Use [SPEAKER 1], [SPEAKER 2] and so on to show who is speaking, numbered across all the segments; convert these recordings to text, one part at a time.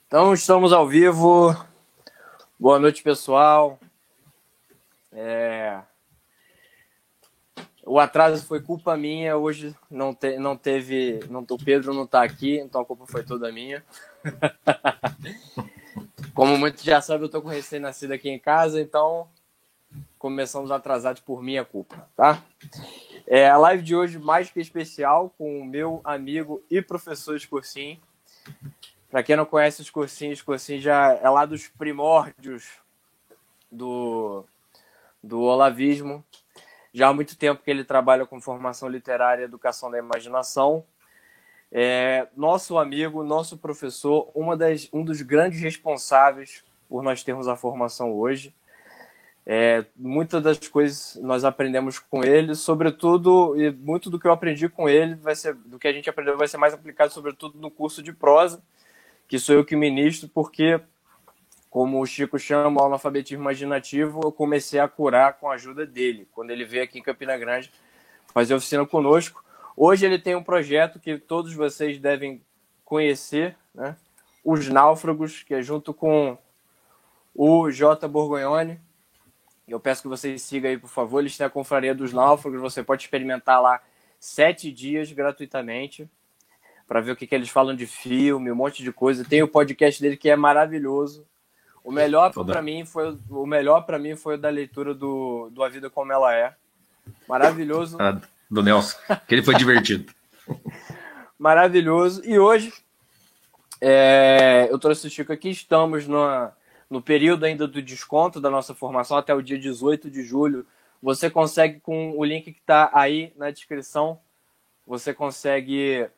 [SPEAKER 1] Então, estamos ao vivo. Boa noite, pessoal. O atraso foi culpa minha. Hoje o Pedro não está aqui, então a culpa foi toda minha. Como muitos já sabem, eu estou com recém-nascido aqui em casa, então começamos atrasados por minha culpa, tá? A live de hoje mais que especial com o meu amigo e professor Escursinho. Para quem não conhece os Escursinho já é lá dos primórdios do olavismo. Já há muito tempo que ele trabalha com formação literária e educação da imaginação. Nosso amigo, nosso professor, um dos grandes responsáveis por nós termos a formação hoje. Muitas das coisas nós aprendemos com ele, sobretudo, e muito do que eu aprendi com ele, do que a gente aprendeu vai ser mais aplicado, sobretudo, no curso de prosa, que sou eu que ministro, porque, como o Chico chama, o analfabetismo imaginativo, eu comecei a curar com a ajuda dele, quando ele veio aqui em Campina Grande fazer oficina conosco. Hoje ele tem um projeto que todos vocês devem conhecer, né? Os Náufragos, que é junto com o J. Borgognoni. Eu peço que vocês sigam aí, por favor. Eles têm a Confraria dos Náufragos. Você pode experimentar lá 7 dias gratuitamente para ver o que eles falam de filme, um monte de coisa. Tem o podcast dele que é maravilhoso. O melhor para mim foi o da leitura do A Vida Como Ela É. Maravilhoso.
[SPEAKER 2] Do Nelson, que ele foi divertido.
[SPEAKER 1] Maravilhoso. E hoje eu trouxe o Chico aqui. Estamos no período ainda do desconto da nossa formação até o dia 18 de julho. Você consegue, com o link que está aí na descrição, você consegue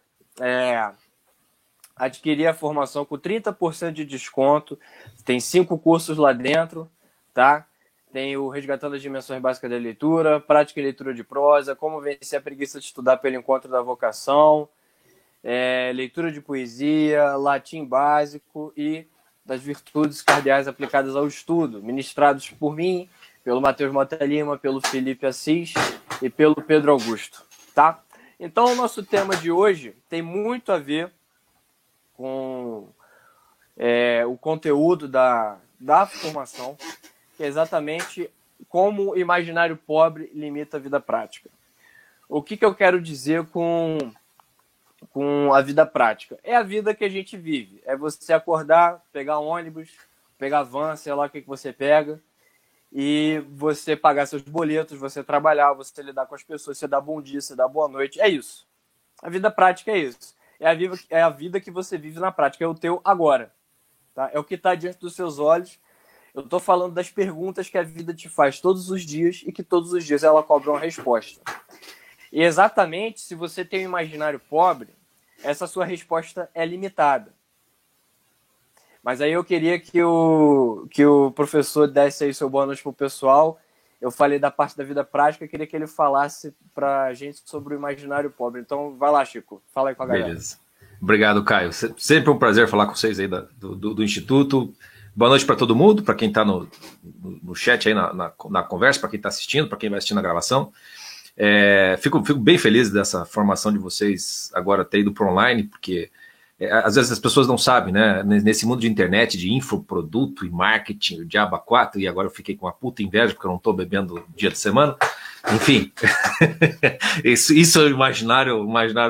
[SPEAKER 1] adquirir a formação com 30% de desconto. Tem 5 cursos lá dentro, tá? Tem o Resgatando as Dimensões Básicas da Leitura, Prática em Leitura de Prosa, Como Vencer a Preguiça de Estudar pelo Encontro da Vocação, Leitura de Poesia, Latim Básico e das Virtudes Cardeais Aplicadas ao Estudo, ministrados por mim, pelo Matheus Mota Lima, pelo Felipe Assis e pelo Pedro Augusto, tá? Então, o nosso tema de hoje tem muito a ver com o conteúdo da formação, que é exatamente como o imaginário pobre limita a vida prática. O que eu quero dizer com a vida prática? É a vida que a gente vive. É você acordar, pegar ônibus, pegar van, sei lá o que você pega, e você pagar seus boletos, você trabalhar, você lidar com as pessoas, você dar bom dia, você dar boa noite. É isso. A vida prática é isso. É a vida que você vive na prática. É o teu agora. Tá? É o que está diante dos seus olhos. Eu estou falando das perguntas que a vida te faz todos os dias e que todos os dias ela cobra uma resposta. E exatamente, se você tem um imaginário pobre, essa sua resposta é limitada. Mas aí eu queria que o professor desse aí seu boa noite pro pessoal. Eu falei da parte da vida prática, eu queria que ele falasse pra gente sobre o imaginário pobre. Então, vai lá, Chico. Fala aí com a galera.
[SPEAKER 2] Beleza. Obrigado, Caio. Sempre um prazer falar com vocês aí do Instituto. Boa noite para todo mundo, para quem está no chat aí na conversa, para quem está assistindo, para quem vai assistir na gravação. Fico bem feliz dessa formação de vocês agora ter ido para online, porque às vezes as pessoas não sabem, né? Nesse mundo de internet, de infoproduto e marketing, o diabo a 4, e agora eu fiquei com uma puta inveja porque eu não estou bebendo dia de semana. Enfim, isso é o imaginário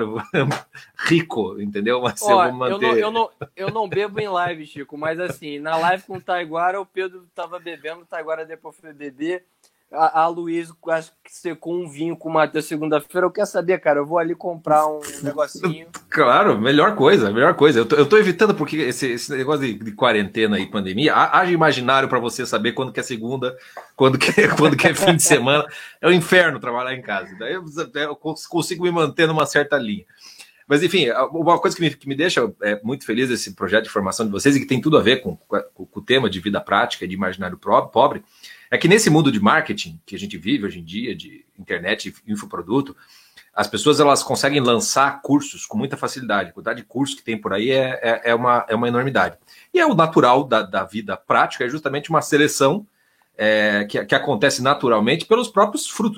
[SPEAKER 2] rico, entendeu? Mas eu vou manter...
[SPEAKER 1] eu não bebo em live, Chico, mas assim, na live com o Taiguara, o Pedro estava bebendo, o Taiguara depois foi beber. A Luísa acho que secou um vinho com o Matheus segunda-feira. Eu quero saber, cara, eu vou ali comprar um negocinho.
[SPEAKER 2] Claro, melhor coisa. Eu tô evitando porque esse negócio de quarentena e pandemia, haja imaginário para você saber quando que é segunda, quando que é fim de semana. É o inferno trabalhar em casa. Daí eu consigo me manter numa certa linha. Mas, enfim, uma coisa que me deixa muito feliz desse projeto de formação de vocês e que tem tudo a ver com o tema de vida prática e de imaginário pobre, é que nesse mundo de marketing que a gente vive hoje em dia, de internet e infoproduto, as pessoas elas conseguem lançar cursos com muita facilidade. A quantidade de cursos que tem por aí é uma enormidade. E é o natural da vida prática, é justamente uma seleção que acontece naturalmente pelos próprios frutos, né?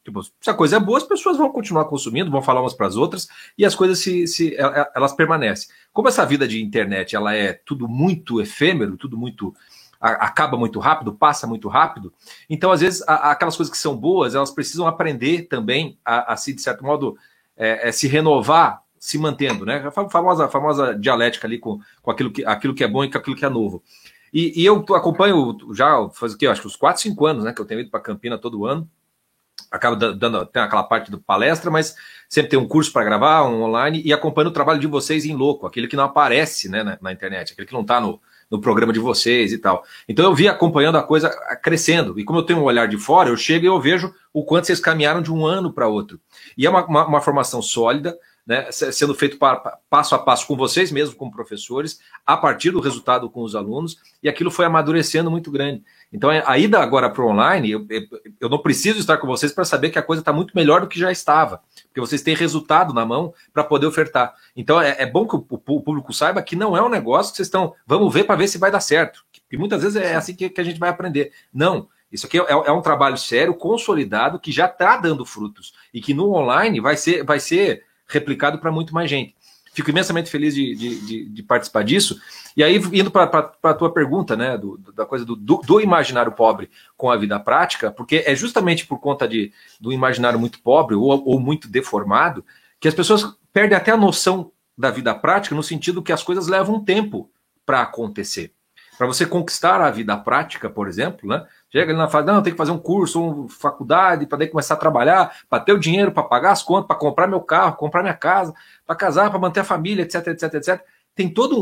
[SPEAKER 2] Tipo, se a coisa é boa, as pessoas vão continuar consumindo, vão falar umas para as outras, e as coisas elas permanecem. Como essa vida de internet ela é tudo muito efêmero, tudo muito acaba muito rápido, passa muito rápido, então às vezes aquelas coisas que são boas, elas precisam aprender também a se, de certo modo, se renovar, se mantendo, né? A famosa dialética ali com aquilo que é bom e com aquilo que é novo. E eu acompanho já faz o quê? Acho que uns 4, 5 anos, né? Que eu tenho ido para Campina todo ano. Acabo tem aquela parte do palestra, mas sempre tem um curso para gravar, um online, e acompanho o trabalho de vocês em loco, aquele que não aparece, né, na internet, aquele que não está no programa de vocês e tal. Então eu vi acompanhando a coisa crescendo, e como eu tenho um olhar de fora, eu chego e eu vejo o quanto vocês caminharam de um ano para outro. E é uma formação sólida, né, sendo feito passo a passo com vocês mesmos, como professores, a partir do resultado com os alunos, e aquilo foi amadurecendo muito grande. Então, a ida agora para o online, eu não preciso estar com vocês para saber que a coisa está muito melhor do que já estava, porque vocês têm resultado na mão para poder ofertar. Então, é bom que o público saiba que não é um negócio que vocês estão, vamos ver para ver se vai dar certo, porque muitas vezes é assim que a gente vai aprender. Não, isso aqui é um trabalho sério, consolidado, que já está dando frutos, e que no online vai ser replicado para muito mais gente. Fico imensamente feliz de participar disso. E aí, indo para a tua pergunta, né, da coisa do imaginário pobre com a vida prática, porque é justamente por conta do imaginário muito pobre ou muito deformado que as pessoas perdem até a noção da vida prática, no sentido que as coisas levam um tempo para acontecer. Para você conquistar a vida prática, por exemplo, né? Chega ali na fase, não, tem que fazer um curso, uma faculdade, para daí começar a trabalhar, para ter o dinheiro, para pagar as contas, para comprar meu carro, comprar minha casa, para casar, para manter a família, etc, etc, etc. Tem toda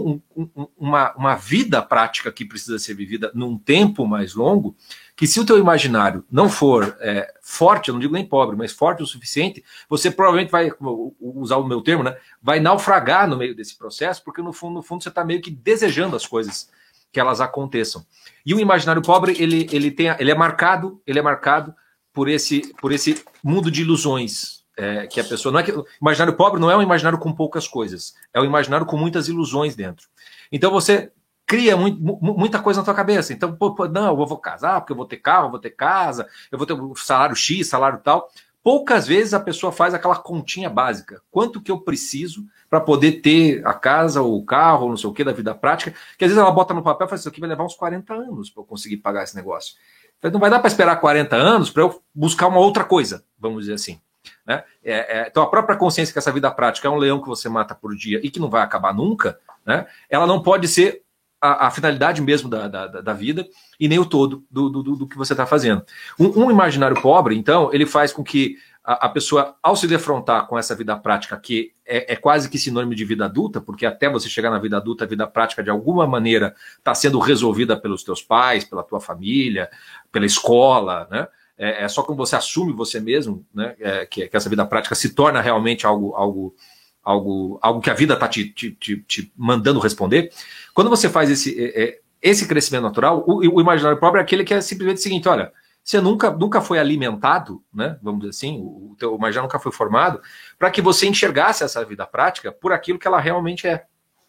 [SPEAKER 2] uma vida prática que precisa ser vivida num tempo mais longo, que se o teu imaginário não for forte, eu não digo nem pobre, mas forte o suficiente, você provavelmente vai, usar o meu termo, né, vai naufragar no meio desse processo, porque no fundo você está meio que desejando as coisas que elas aconteçam. E o imaginário pobre, ele é marcado por esse mundo de ilusões, que a pessoa... o imaginário pobre não é um imaginário com poucas coisas, é um imaginário com muitas ilusões dentro. Então você cria muita coisa na tua cabeça. Então, não, eu vou casar, porque eu vou ter carro, eu vou ter casa, eu vou ter salário X, salário tal. Poucas vezes a pessoa faz aquela continha básica. Quanto que eu preciso para poder ter a casa, ou o carro, ou não sei o que, da vida prática, que às vezes ela bota no papel e fala, isso aqui vai levar uns 40 anos para eu conseguir pagar esse negócio. Então, não vai dar para esperar 40 anos para eu buscar uma outra coisa, vamos dizer assim. Né? Então a própria consciência que essa vida prática é um leão que você mata por dia e que não vai acabar nunca, né? Ela não pode ser a finalidade mesmo da vida e nem o todo do que você está fazendo. Um imaginário pobre, então, ele faz com que a pessoa, ao se defrontar com essa vida prática, que é quase que sinônimo de vida adulta, porque até você chegar na vida adulta, a vida prática, de alguma maneira, está sendo resolvida pelos teus pais, pela tua família, pela escola, né? É só quando você assume você mesmo, né, que essa vida prática se torna realmente algo que a vida está te mandando responder. Quando você faz esse crescimento natural, o imaginário pobre é aquele que é simplesmente o seguinte, olha, você nunca foi alimentado, né, vamos dizer assim, o teu imaginário nunca foi formado para que você enxergasse essa vida prática por aquilo que ela realmente é.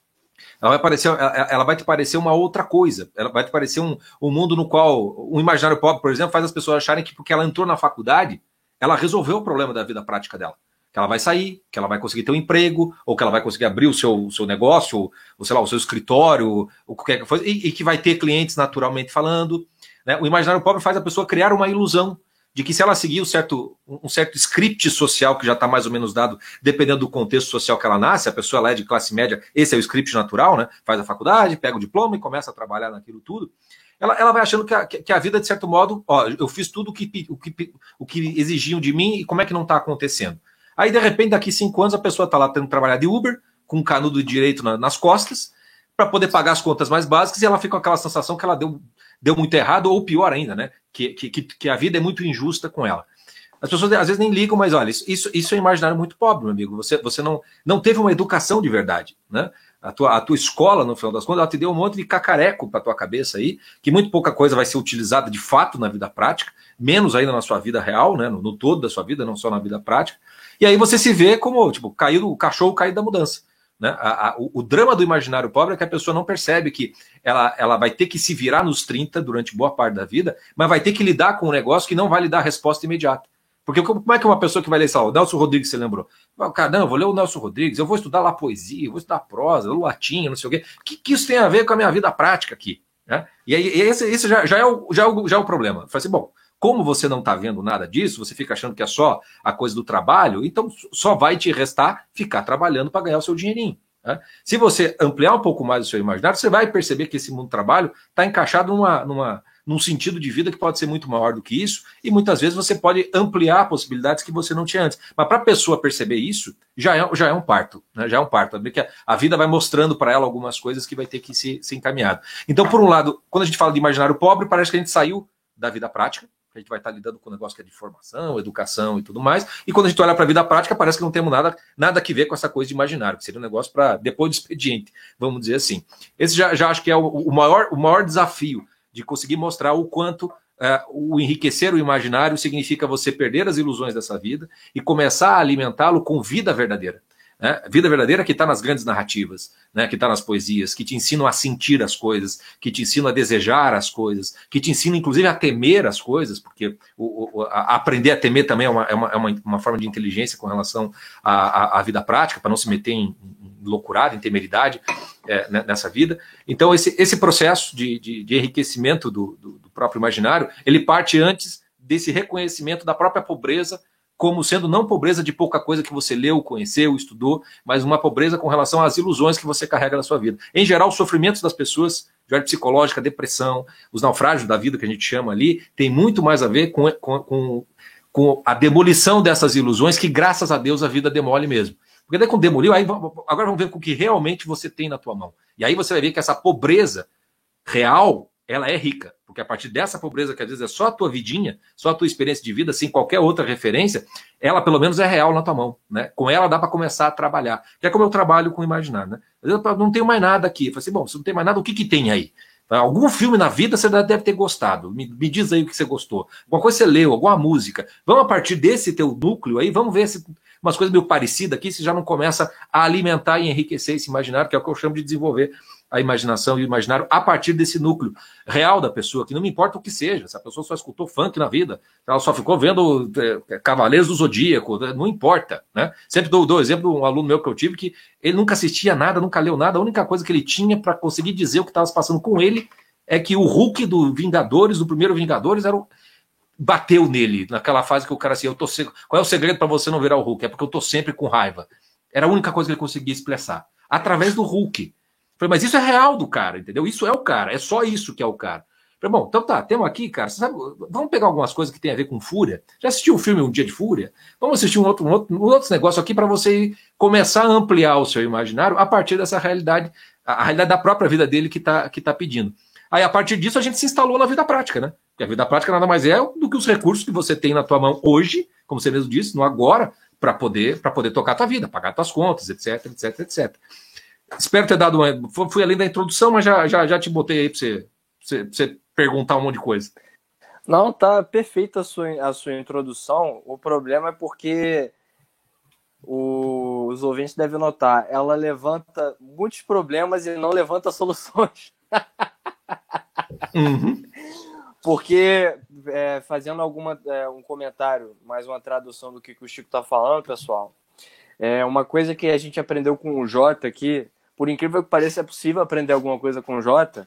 [SPEAKER 2] Ela vai te parecer uma outra coisa. Ela vai te parecer um mundo no qual um imaginário pobre, por exemplo, faz as pessoas acharem que porque ela entrou na faculdade, ela resolveu o problema da vida prática dela. Que ela vai sair, que ela vai conseguir ter um emprego, ou que ela vai conseguir abrir o seu negócio, ou sei lá, o seu escritório, ou qualquer que for, e que vai ter clientes naturalmente falando. Né? O imaginário pobre faz a pessoa criar uma ilusão de que se ela seguir um certo script social que já está mais ou menos dado, dependendo do contexto social que ela nasce, a pessoa ela é de classe média, esse é o script natural, né? Faz a faculdade, pega o diploma e começa a trabalhar naquilo tudo, ela vai achando que a vida, de certo modo, eu fiz tudo o que exigiam de mim e como é que não está acontecendo. Aí, de repente, daqui 5 anos, a pessoa está lá tendo que trabalhar de Uber, com um canudo de direito nas costas, para poder pagar as contas mais básicas, e ela fica com aquela sensação que ela deu muito errado, ou pior ainda, né? Que a vida é muito injusta com ela. As pessoas às vezes nem ligam, mas olha, isso é um imaginário muito pobre, meu amigo. Você não teve uma educação de verdade, né? A tua escola, no final das contas, ela te deu um monte de cacareco para tua cabeça aí, que muito pouca coisa vai ser utilizada de fato na vida prática, menos ainda na sua vida real, né? No todo da sua vida, não só na vida prática. E aí você se vê como, tipo, o cachorro caído da mudança. Né? O drama do imaginário pobre é que a pessoa não percebe que ela vai ter que se virar nos 30 durante boa parte da vida, mas vai ter que lidar com um negócio que não vai lhe dar resposta imediata. Porque como é que uma pessoa que vai ler isso, o Nelson Rodrigues, você lembrou? Cara, não, eu vou ler o Nelson Rodrigues, eu vou estudar lá poesia, eu vou estudar prosa, latim, não sei o quê. O que isso tem a ver com a minha vida prática aqui? Né? E aí, esse já é o problema. Eu falei assim, bom, como você não está vendo nada disso, você fica achando que é só a coisa do trabalho, então só vai te restar ficar trabalhando para ganhar o seu dinheirinho. Né? Se você ampliar um pouco mais o seu imaginário, você vai perceber que esse mundo do trabalho está encaixado num sentido de vida que pode ser muito maior do que isso, e muitas vezes você pode ampliar possibilidades que você não tinha antes. Mas para a pessoa perceber isso, já é um parto, né? Já é um parto. Porque a vida vai mostrando para ela algumas coisas que vai ter que ser encaminhado. Então, por um lado, quando a gente fala de imaginário pobre, parece que a gente saiu da vida prática, a gente vai estar lidando com um negócio que é de formação, educação e tudo mais, e quando a gente olha para a vida prática, parece que não temos nada a ver com essa coisa de imaginário, que seria um negócio para depois do expediente, vamos dizer assim. Esse já acho que é o maior desafio de conseguir mostrar o quanto o enriquecer o imaginário significa você perder as ilusões dessa vida e começar a alimentá-lo com vida verdadeira. Né? Vida verdadeira que está nas grandes narrativas, né? Que está nas poesias, que te ensinam a sentir as coisas, que te ensinam a desejar as coisas, que te ensinam inclusive a temer as coisas, porque aprender a temer também é uma forma de inteligência com relação à vida prática, para não se meter em loucurada, em temeridade nessa vida. Então esse processo de enriquecimento do próprio imaginário, ele parte antes desse reconhecimento da própria pobreza, como sendo não pobreza de pouca coisa que você leu, conheceu, estudou, mas uma pobreza com relação às ilusões que você carrega na sua vida. Em geral, os sofrimentos das pessoas, de ordem psicológica, depressão, os naufrágios da vida que a gente chama ali, tem muito mais a ver com a demolição dessas ilusões, que graças a Deus a vida demole mesmo. Porque daí quando demoliu, agora vamos ver com o que realmente você tem na tua mão. E aí você vai ver que essa pobreza real, ela é rica. Porque a partir dessa pobreza, que às vezes é só a tua vidinha, só a tua experiência de vida, sem qualquer outra referência, ela pelo menos é real na tua mão. Né? Com ela dá para começar a trabalhar. Que é como eu trabalho com o imaginário. Né? Às vezes eu não tenho mais nada aqui. Eu falei assim, bom, se não tem mais nada, o que tem aí? Algum filme na vida você deve ter gostado. Me diz aí o que você gostou. Alguma coisa você leu, alguma música. Vamos a partir desse teu núcleo aí, vamos ver se umas coisas meio parecidas aqui, se já não começa a alimentar e enriquecer esse imaginário, que é o que eu chamo de desenvolver a imaginação e o imaginário a partir desse núcleo real da pessoa, que não me importa o que seja, se a pessoa só escutou funk na vida, ela só ficou vendo Cavaleiros do Zodíaco, não importa, né? Sempre dou exemplo de um aluno meu que eu tive, que ele nunca assistia nada, nunca leu nada, a única coisa que ele tinha para conseguir dizer o que estava se passando com ele é que o Hulk do Vingadores, do primeiro Vingadores, bateu nele, naquela fase que o cara assim, qual é o segredo para você não virar o Hulk? É porque eu tô sempre com raiva. Era a única coisa que ele conseguia expressar, através do Hulk. Falei, mas isso é real do cara, entendeu? Isso é o cara, é só isso que é o cara. Falei, bom, então tá, temos aqui, cara, você sabe, vamos pegar algumas coisas que tem a ver com fúria. Já assistiu o filme Um Dia de Fúria? Vamos assistir um outro negócio aqui para você começar a ampliar o seu imaginário a partir dessa realidade, a realidade da própria vida dele que tá pedindo. Aí, a partir disso, a gente se instalou na vida prática, né? Porque a vida prática nada mais é do que os recursos que você tem na tua mão hoje, como você mesmo disse, no agora, para poder tocar a tua vida, pagar tuas contas, etc, etc, etc. Espero ter dado fui além da introdução, mas já te botei aí para você perguntar um monte de coisa.
[SPEAKER 1] Não, tá perfeita a sua introdução. O problema é porque os ouvintes devem notar, ela levanta muitos problemas e não levanta soluções.
[SPEAKER 2] Uhum.
[SPEAKER 1] Porque, fazendo um comentário, mais uma tradução do que o Chico está falando, pessoal, uma coisa que a gente aprendeu com o Jota aqui, por incrível que pareça, é possível aprender alguma coisa com o Jota.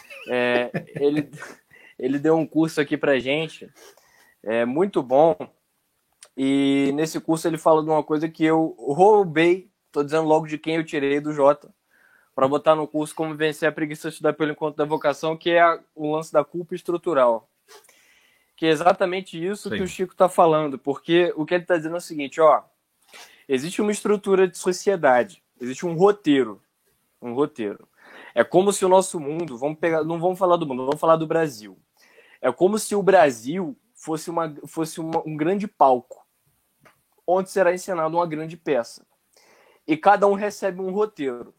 [SPEAKER 1] Ele deu um curso aqui pra gente, muito bom, e nesse curso ele fala de uma coisa que eu roubei, tô dizendo logo de quem eu tirei do Jota, para botar no curso Como Vencer a Preguiça de Estudar pelo Encontro da Vocação, que é o lance da culpa estrutural. Que é exatamente isso Sim. que o Chico está falando, porque o que ele está dizendo é o seguinte, existe uma estrutura de sociedade, existe um roteiro. É como se o nosso mundo, não vamos falar do mundo, vamos falar do Brasil. É como se o Brasil fosse um grande palco, onde será encenada uma grande peça. E cada um recebe um roteiro.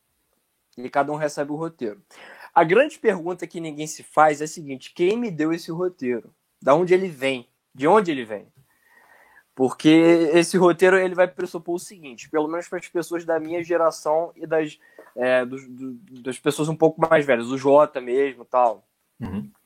[SPEAKER 1] A grande pergunta que ninguém se faz é a seguinte: quem me deu esse roteiro? Da onde ele vem? De onde ele vem? Porque esse roteiro ele vai pressupor o seguinte, pelo menos para as pessoas da minha geração e das pessoas um pouco mais velhas, o Jota mesmo e tal.
[SPEAKER 2] Uhum.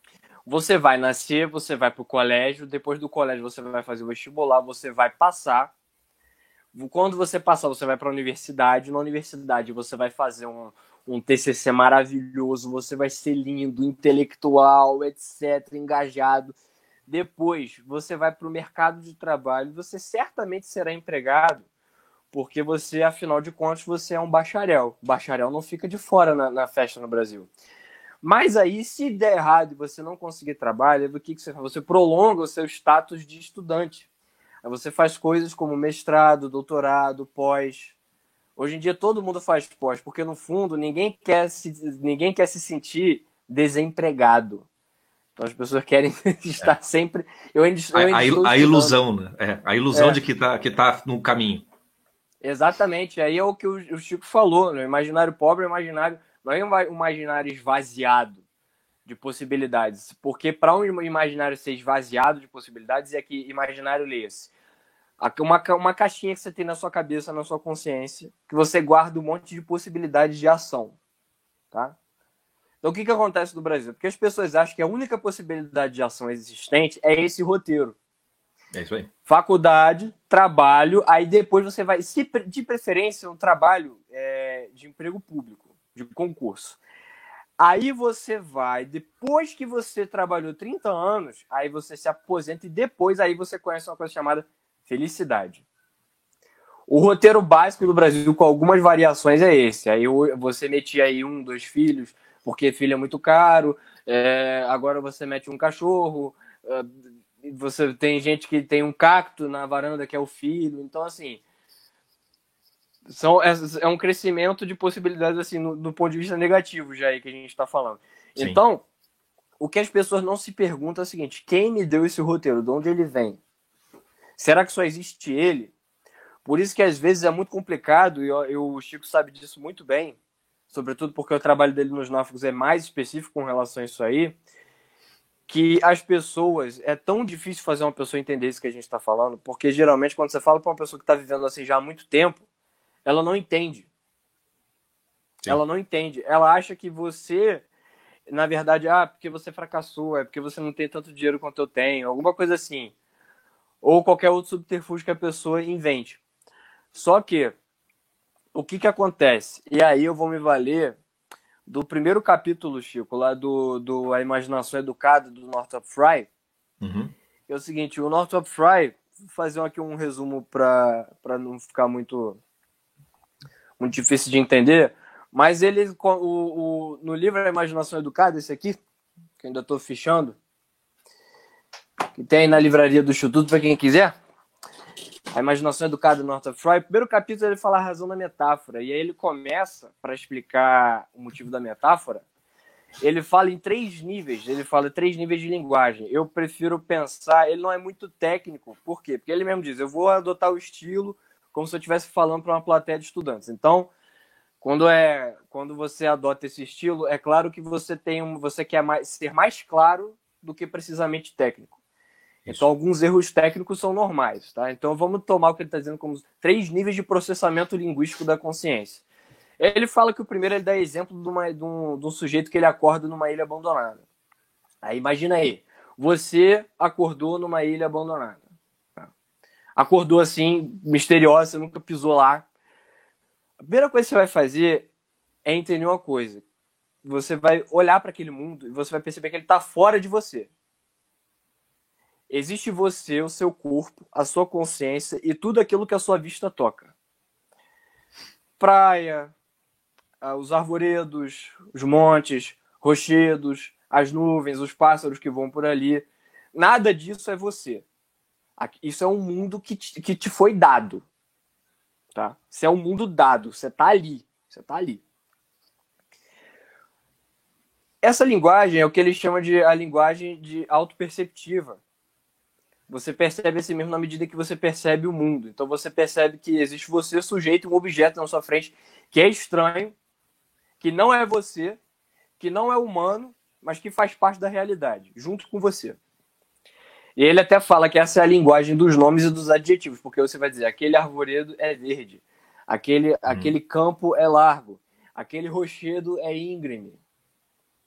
[SPEAKER 1] Você vai nascer, você vai para o colégio, depois do colégio você vai fazer o vestibular, você vai passar. Quando você passar, você vai para a universidade. Na universidade você vai fazer um TCC maravilhoso, você vai ser lindo, intelectual, etc., engajado. Depois você vai para o mercado de trabalho, você certamente será empregado, porque você, afinal de contas, você é um bacharel. O bacharel não fica de fora na festa no Brasil. Mas aí, se der errado e você não conseguir trabalho, o que você faz? Você prolonga o seu status de estudante. Aí você faz coisas como mestrado, doutorado, pós. Hoje em dia todo mundo faz pós, porque no fundo ninguém quer se sentir desempregado. Então as pessoas querem estar sempre. Eu ainda estou
[SPEAKER 2] A
[SPEAKER 1] estudando.
[SPEAKER 2] ilusão, né? A ilusão
[SPEAKER 1] É,
[SPEAKER 2] de que tá no caminho.
[SPEAKER 1] exatamente. Aí é o que o Chico falou, né? O imaginário pobre é imaginário, não é um imaginário esvaziado de possibilidades. Porque para um imaginário ser esvaziado de possibilidades é que imaginário leia-se. Uma caixinha que você tem na sua cabeça, na sua consciência, que você guarda um monte de possibilidades de ação. Tá? Então, o que acontece no Brasil? Porque as pessoas acham que a única possibilidade de ação existente é esse roteiro.
[SPEAKER 2] É isso aí.
[SPEAKER 1] Faculdade, trabalho, aí depois você vai, de preferência, um trabalho de emprego público, de concurso. Aí você vai, depois que você trabalhou 30 anos, aí você se aposenta e depois aí você conhece uma coisa chamada felicidade. O roteiro básico do Brasil, com algumas variações, é esse. Aí você metia aí 1, 2 filhos, porque filho é muito caro. Agora você mete um cachorro. Você tem gente que tem um cacto na varanda que é o filho. Então, assim, é um crescimento de possibilidades assim, do ponto de vista negativo já aí que a gente está falando.
[SPEAKER 2] Sim.
[SPEAKER 1] Então, o que as pessoas não se perguntam é o seguinte: quem me deu esse roteiro? De onde ele vem? Será que só existe ele? Por isso que às vezes é muito complicado, e o Chico sabe disso muito bem, sobretudo porque o trabalho dele nos náufragos é mais específico com relação a isso aí, que as pessoas, é tão difícil fazer uma pessoa entender isso que a gente está falando, porque geralmente quando você fala para uma pessoa que está vivendo assim já há muito tempo, ela não entende.
[SPEAKER 2] Sim.
[SPEAKER 1] Ela não entende. Ela acha que você, na verdade, porque você fracassou, é porque você não tem tanto dinheiro quanto eu tenho, alguma coisa assim. Ou qualquer outro subterfúgio que a pessoa invente. Só que, o que acontece? E aí eu vou me valer do primeiro capítulo, Chico, lá do A Imaginação Educada, do Northrop Frye.
[SPEAKER 2] Uhum.
[SPEAKER 1] É o seguinte, o Northrop Frye, vou fazer aqui um resumo para não ficar muito difícil de entender, mas ele, no livro A Imaginação Educada, esse aqui, que eu ainda estou fichando, que tem aí na livraria do Instituto para quem quiser, A Imaginação Educada do Northrop Frye, o primeiro capítulo ele fala a razão da metáfora, e aí ele começa, para explicar o motivo da metáfora, ele fala em 3 níveis, ele fala 3 níveis de linguagem. Eu prefiro pensar, ele não é muito técnico, por quê? Porque ele mesmo diz, eu vou adotar o estilo como se eu estivesse falando para uma plateia de estudantes. Então, quando você adota esse estilo, é claro que você quer ser mais claro do que precisamente técnico.
[SPEAKER 2] Isso.
[SPEAKER 1] Então, alguns erros técnicos são normais, tá? Então, vamos tomar o que ele está dizendo como 3 níveis de processamento linguístico da consciência. Ele fala que o primeiro ele dá exemplo de um sujeito que ele acorda numa ilha abandonada. Aí, imagina aí, você acordou numa ilha abandonada. Acordou assim, misteriosa, você nunca pisou lá. A primeira coisa que você vai fazer é entender uma coisa. Você vai olhar para aquele mundo e você vai perceber que ele está fora de você. Existe você, o seu corpo, a sua consciência e tudo aquilo que a sua vista toca. Praia, os arvoredos, os montes, rochedos, as nuvens, os pássaros que voam por ali. Nada disso é você. Isso é um mundo que te foi dado. Tá? Isso é um mundo dado. Você está ali. Você está ali. Essa linguagem é o que ele chama de a linguagem de autoperceptiva. Você percebe a si mesmo na medida que você percebe o mundo. Então você percebe que existe você, sujeito, um objeto na sua frente que é estranho, que não é você, que não é humano, mas que faz parte da realidade, junto com você. E ele até fala que essa é a linguagem dos nomes e dos adjetivos, porque você vai dizer, aquele arvoredo é verde, aquele campo é largo, aquele rochedo é íngreme.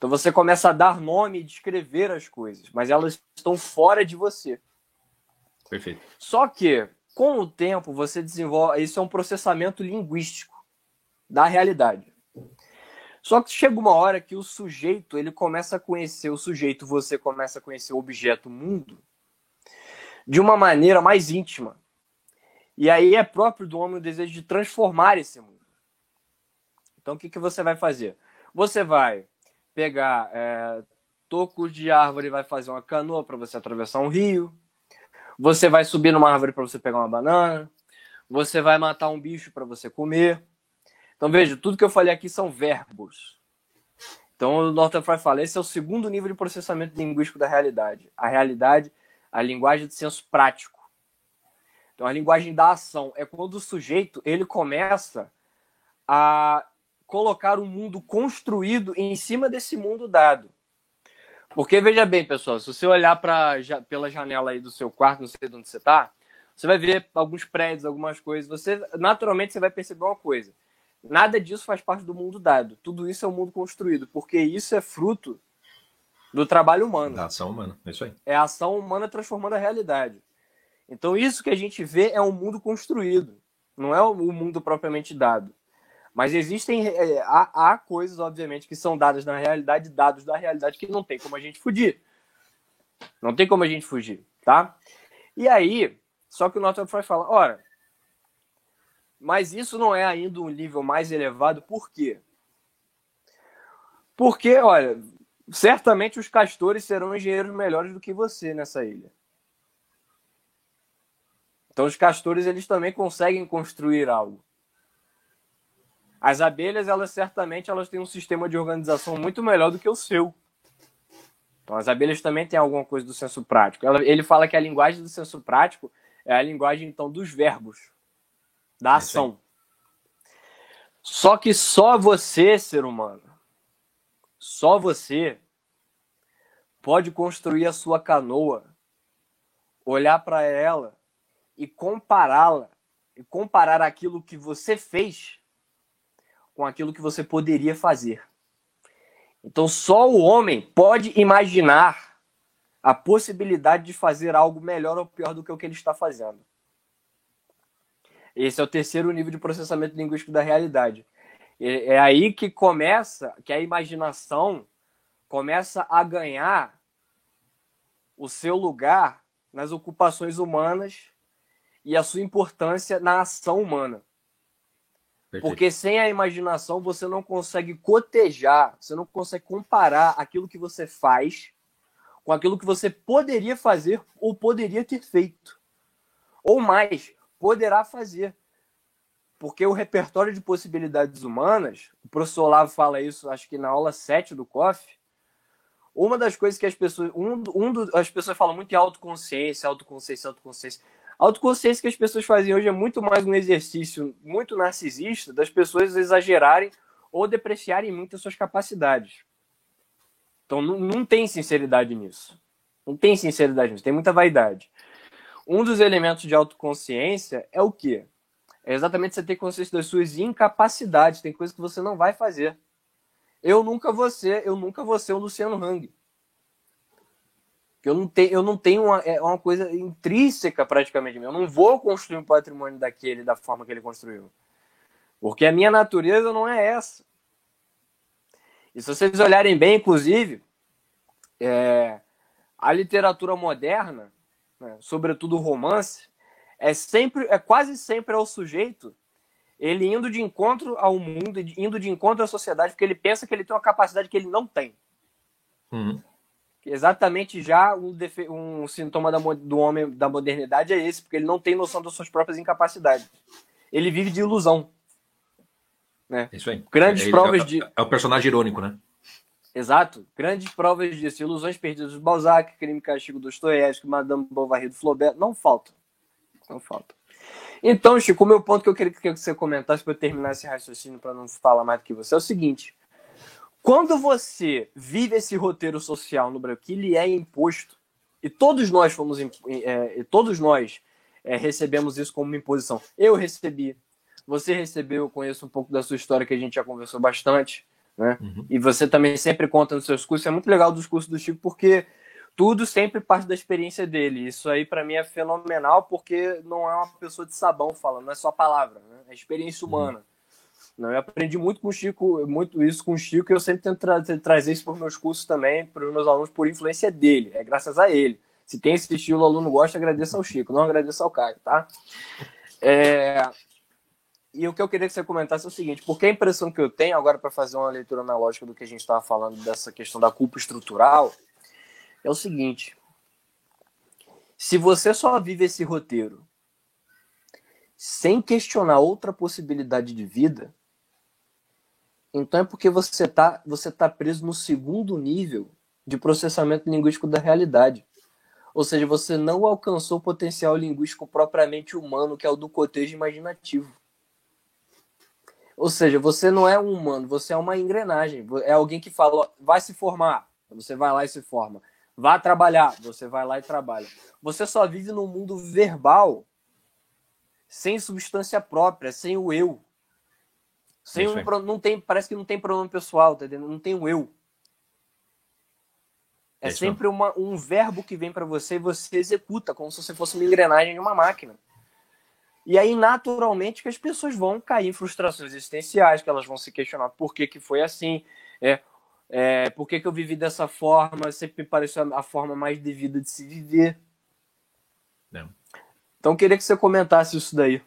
[SPEAKER 1] Então você começa a dar nome e descrever as coisas, mas elas estão fora de você.
[SPEAKER 2] Perfeito.
[SPEAKER 1] Só que, com o tempo, você desenvolve... Isso é um processamento linguístico da realidade. Só que chega uma hora que o sujeito, ele começa a conhecer o sujeito, você começa a conhecer o objeto, o mundo, de uma maneira mais íntima. E aí é próprio do homem o desejo de transformar esse mundo. Então o que você vai fazer? Você vai pegar tocos de árvore e vai fazer uma canoa para você atravessar um rio. Você vai subir numa árvore para você pegar uma banana. Você vai matar um bicho para você comer. Então veja, tudo que eu falei aqui são verbos. Então o Northrop Frye fala, esse é o segundo nível de processamento linguístico da realidade. A realidade, a linguagem de senso prático. Então a linguagem da ação é quando o sujeito ele começa a colocar um mundo construído em cima desse mundo dado. Porque, veja bem, pessoal, se você olhar pela janela aí do seu quarto, não sei de onde você está, você vai ver alguns prédios, algumas coisas. Naturalmente, você vai perceber uma coisa. Nada disso faz parte do mundo dado. Tudo isso é um mundo construído, porque isso é fruto do trabalho humano.
[SPEAKER 2] Da ação humana, é isso aí.
[SPEAKER 1] É a ação humana transformando a realidade. Então, isso que a gente vê é um mundo construído. Não é o mundo propriamente dado. Mas há coisas, obviamente, que são dadas na realidade, dados da realidade, que não tem como a gente fugir. Não tem como a gente fugir, tá? E aí, só que o Northrop Frye fala, ora, mas isso não é ainda um nível mais elevado, por quê? Porque, olha, certamente os castores serão engenheiros melhores do que você nessa ilha. Então os castores, eles também conseguem construir algo. As abelhas, elas têm um sistema de organização muito melhor do que o seu. Então as abelhas também têm alguma coisa do senso prático. Ele fala que a linguagem do senso prático é a linguagem, então, dos verbos, da ação. Só que só você, ser humano, só você pode construir a sua canoa, olhar para ela e compará-la, e comparar aquilo que você fez com aquilo que você poderia fazer. Então só o homem pode imaginar a possibilidade de fazer algo melhor ou pior do que o que ele está fazendo. Esse é o terceiro nível de processamento linguístico da realidade. É aí que a imaginação começa a ganhar o seu lugar nas ocupações humanas e a sua importância na ação humana. Perfeito. Porque sem a imaginação você não consegue cotejar, você não consegue comparar aquilo que você faz com aquilo que você poderia fazer ou poderia ter feito. Ou mais, poderá fazer. Porque o repertório de possibilidades humanas, o professor Olavo fala isso, acho que na aula 7 do COF, uma das coisas que as pessoas... as pessoas falam muito em autoconsciência. A autoconsciência que as pessoas fazem hoje é muito mais um exercício muito narcisista das pessoas exagerarem ou depreciarem muito as suas capacidades. Então não tem sinceridade nisso. Não tem sinceridade nisso, tem muita vaidade. Um dos elementos de autoconsciência é o quê? É exatamente você ter consciência das suas incapacidades. Tem coisas que você não vai fazer. Eu nunca vou ser o Luciano Hang. Eu não tenho uma coisa intrínseca praticamente. Eu não vou construir um patrimônio daquele da forma que ele construiu. Porque a minha natureza não é essa. E se vocês olharem bem, inclusive, a literatura moderna, né, sobretudo o romance, quase sempre é o sujeito ele indo de encontro ao mundo, indo de encontro à sociedade, porque ele pensa que ele tem uma capacidade que ele não tem.
[SPEAKER 2] Uhum.
[SPEAKER 1] Exatamente já um sintoma do homem da modernidade é esse, porque ele não tem noção das suas próprias incapacidades. Ele vive de ilusão. Né?
[SPEAKER 2] Isso aí.
[SPEAKER 1] Grandes provas
[SPEAKER 2] é o personagem irônico, né?
[SPEAKER 1] Exato. Grandes provas disso. Ilusões perdidas do Balzac, Crime e Castigo do Dostoiévski, Madame Bovary do Flaubert. Não falta. Não falta. Então, Chico, o meu ponto que eu queria que você comentasse para eu terminar esse raciocínio, para não falar mais do que você, é o seguinte. Quando você vive esse roteiro social no Brasil, que lhe é imposto, e todos nós recebemos isso como uma imposição. Eu recebi, você recebeu, eu conheço um pouco da sua história, que a gente já conversou bastante, né? E você também sempre conta nos seus cursos. É muito legal dos cursos do Chico, porque tudo sempre parte da experiência dele. Isso aí, para mim, é fenomenal, porque não é uma pessoa de sabão falando, não é só palavra, né? É experiência humana. Eu aprendi muito com o Chico, muito isso com o Chico, e eu sempre tento trazer isso para os meus cursos também, para os meus alunos, por influência dele. É graças a ele. Se tem esse estilo, o aluno gosta, agradeça ao Chico, não agradeça ao Caio, tá? E o que eu queria que você comentasse é o seguinte, porque a impressão que eu tenho, agora para fazer uma leitura analógica do que a gente estava falando, dessa questão da culpa estrutural, é o seguinte: se você só vive esse roteiro sem questionar outra possibilidade de vida, então é porque você tá preso no segundo nível de processamento linguístico da realidade. Ou seja, você não alcançou o potencial linguístico propriamente humano, que é o do cotejo imaginativo. Ou seja, você não é um humano, você é uma engrenagem. É alguém que fala, ó, vai se formar, você vai lá e se forma. Vá trabalhar, você vai lá e trabalha. Você só vive num mundo verbal, sem substância própria, sem o eu. Não tem, parece que não tem pronome pessoal, tá entendendo? Não tem o eu. É sempre um verbo que vem para você e você executa, como se você fosse uma engrenagem de uma máquina. E aí, naturalmente, que as pessoas vão cair em frustrações existenciais, que elas vão se questionar por que foi assim, por que eu vivi dessa forma, sempre me pareceu a forma mais devida de se viver.
[SPEAKER 2] Não.
[SPEAKER 1] Então, eu queria que você comentasse isso daí.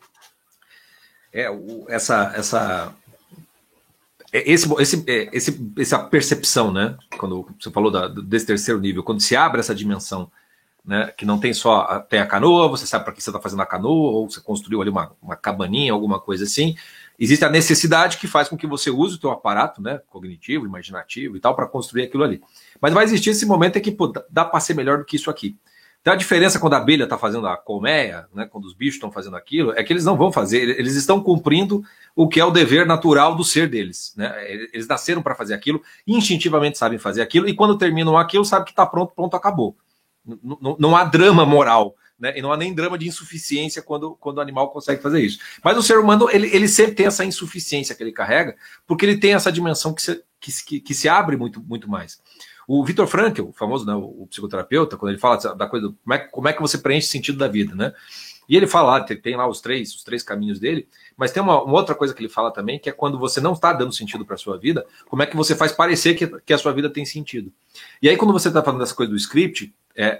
[SPEAKER 2] Essa percepção, né? Quando você falou desse terceiro nível, quando se abre essa dimensão, né, que não tem só tem a canoa, você sabe para que você está fazendo a canoa, ou você construiu ali uma cabaninha, alguma coisa assim. Existe a necessidade que faz com que você use o teu aparato, né, cognitivo, imaginativo e tal, para construir aquilo ali. Mas vai existir esse momento em que dá para ser melhor do que isso aqui. Então a diferença quando a abelha está fazendo a colmeia, né, quando os bichos estão fazendo aquilo, é que eles não vão fazer, eles estão cumprindo o que é o dever natural do ser deles. Né? Eles nasceram para fazer aquilo, instintivamente sabem fazer aquilo, e quando terminam aquilo, sabem que está pronto, acabou. Não há drama moral, né? E não há nem drama de insuficiência quando o animal consegue fazer isso. Mas o ser humano, ele sempre tem essa insuficiência que ele carrega, porque ele tem essa dimensão que se abre muito, muito mais. O Viktor Frankl, o famoso, né, o psicoterapeuta, quando ele fala da coisa do como é que você preenche o sentido da vida, né? E ele fala, tem lá os três caminhos dele, mas tem uma outra coisa que ele fala também, que é quando você não está dando sentido para a sua vida, como é que você faz parecer que a sua vida tem sentido. E aí, quando você está falando dessa coisa do script,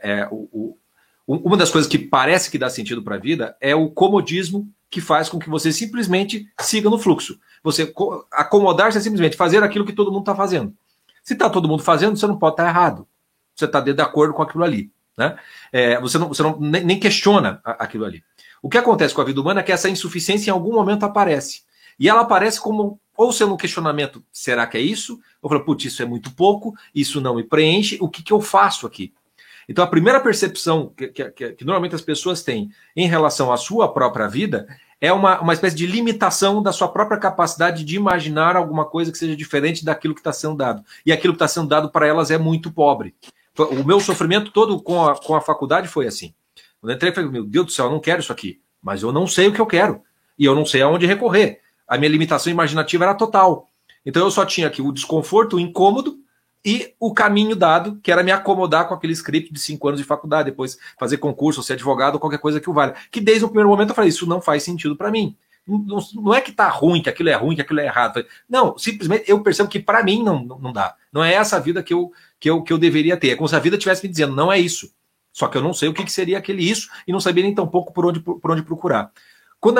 [SPEAKER 2] uma das coisas que parece que dá sentido para a vida é o comodismo que faz com que você simplesmente siga no fluxo. Você acomodar-se é simplesmente fazer aquilo que todo mundo está fazendo. Se está todo mundo fazendo, você não pode estar errado. Você está de acordo com aquilo ali. Né? Você nem questiona aquilo ali. O que acontece com a vida humana é que essa insuficiência em algum momento aparece. E ela aparece como, ou sendo um questionamento, será que é isso? Eu falo, putz, isso é muito pouco, isso não me preenche, o que eu faço aqui? Então a primeira percepção que normalmente as pessoas têm em relação à sua própria vida é uma espécie de limitação da sua própria capacidade de imaginar alguma coisa que seja diferente daquilo que está sendo dado. E aquilo que está sendo dado para elas é muito pobre. O meu sofrimento todo com a faculdade foi assim. Quando eu entrei, eu falei, meu Deus do céu, eu não quero isso aqui. Mas eu não sei o que eu quero. E eu não sei aonde recorrer. A minha limitação imaginativa era total. Então eu só tinha aqui o desconforto, o incômodo e o caminho dado, que era me acomodar com aquele script de 5 anos de faculdade, depois fazer concurso, ser advogado, ou qualquer coisa que o valha. Que desde o primeiro momento eu falei, isso não faz sentido para mim. Não é que tá ruim, que aquilo é ruim, que aquilo é errado. Não, simplesmente eu percebo que para mim não dá. Não é essa a vida que eu deveria ter. É como se a vida estivesse me dizendo, não é isso. Só que eu não sei o que seria aquele isso e não sabia nem tampouco por onde procurar. Quando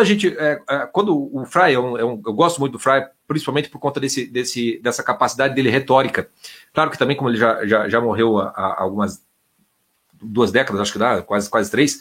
[SPEAKER 2] o Frey, eu gosto muito do Frey, principalmente por conta dessa capacidade dele retórica. Claro que também, como ele já morreu há algumas 2 décadas, acho que dá, quase 3,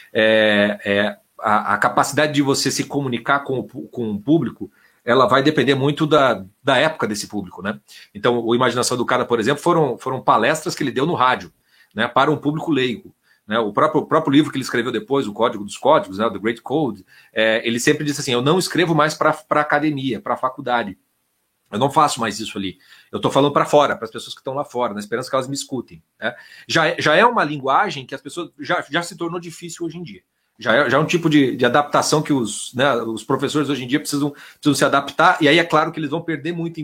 [SPEAKER 2] a capacidade de você se comunicar com o público, ela vai depender muito da época desse público, né? Então, o Imaginação Educada, por exemplo, foram palestras que ele deu no rádio, né, para um público leigo. Né, o próprio livro que ele escreveu depois, O Código dos Códigos, né, The Great Code, ele sempre disse assim, eu não escrevo mais para academia, para faculdade. Eu não faço mais isso ali. Eu estou falando para fora, para as pessoas que estão lá fora, na esperança que elas me escutem. Né? Já é uma linguagem que as pessoas já se tornou difícil hoje em dia. Já é um tipo de adaptação que os professores hoje em dia precisam se adaptar, e aí é claro que eles vão perder muito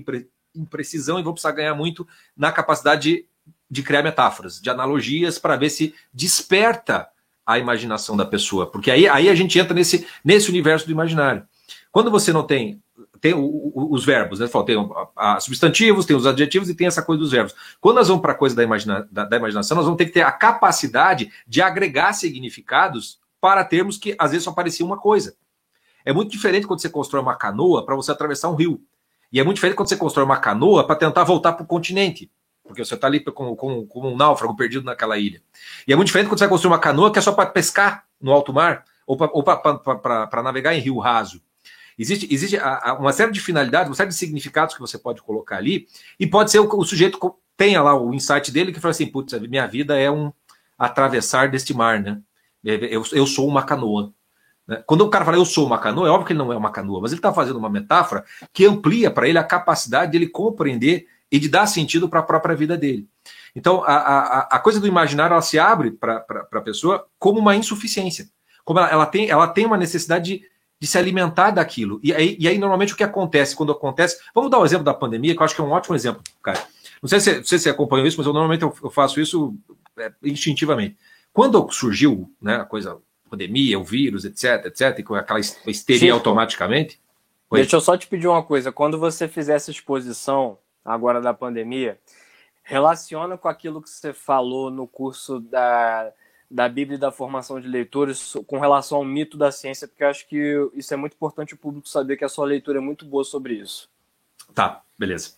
[SPEAKER 2] em precisão e vão precisar ganhar muito na capacidade de criar metáforas, de analogias, para ver se desperta a imaginação da pessoa. Porque aí a gente entra nesse universo do imaginário. Quando você não tem os verbos, né? Tem substantivos, tem os adjetivos e tem essa coisa dos verbos. Quando nós vamos para a coisa da imaginação, nós vamos ter que ter a capacidade de agregar significados para termos que, às vezes, só parecia uma coisa. É muito diferente quando você constrói uma canoa para você atravessar um rio. E é muito diferente quando você constrói uma canoa para tentar voltar para o continente. Porque você está ali como um náufrago perdido naquela ilha. E é muito diferente quando você vai construir uma canoa que é só para pescar no alto mar ou para navegar em rio raso. Existe uma série de finalidades, uma série de significados que você pode colocar ali, e pode ser o sujeito tenha lá o insight dele que fala assim, putz, minha vida é um atravessar deste mar, né? Eu sou uma canoa. Quando o cara fala eu sou uma canoa, é óbvio que ele não é uma canoa, mas ele está fazendo uma metáfora que amplia para ele a capacidade de ele compreender e de dar sentido para a própria vida dele. Então, a coisa do imaginário, ela se abre para a pessoa como uma insuficiência. Como ela tem uma necessidade de se alimentar daquilo. E aí, normalmente, o que acontece quando acontece... Vamos dar o exemplo da pandemia, que eu acho que é um ótimo exemplo, cara. Não sei se você acompanhou isso, mas normalmente eu faço isso instintivamente. Quando surgiu, né, a coisa, a pandemia, o vírus, etc., e com aquela histeria automaticamente...
[SPEAKER 1] Deixa eu só te pedir uma coisa. Quando você fizer essa exposição agora da pandemia, relaciona com aquilo que você falou no curso da Bíblia e da formação de leitores com relação ao mito da ciência, porque eu acho que isso é muito importante o público saber que a sua leitura é muito boa sobre isso.
[SPEAKER 2] Tá, beleza.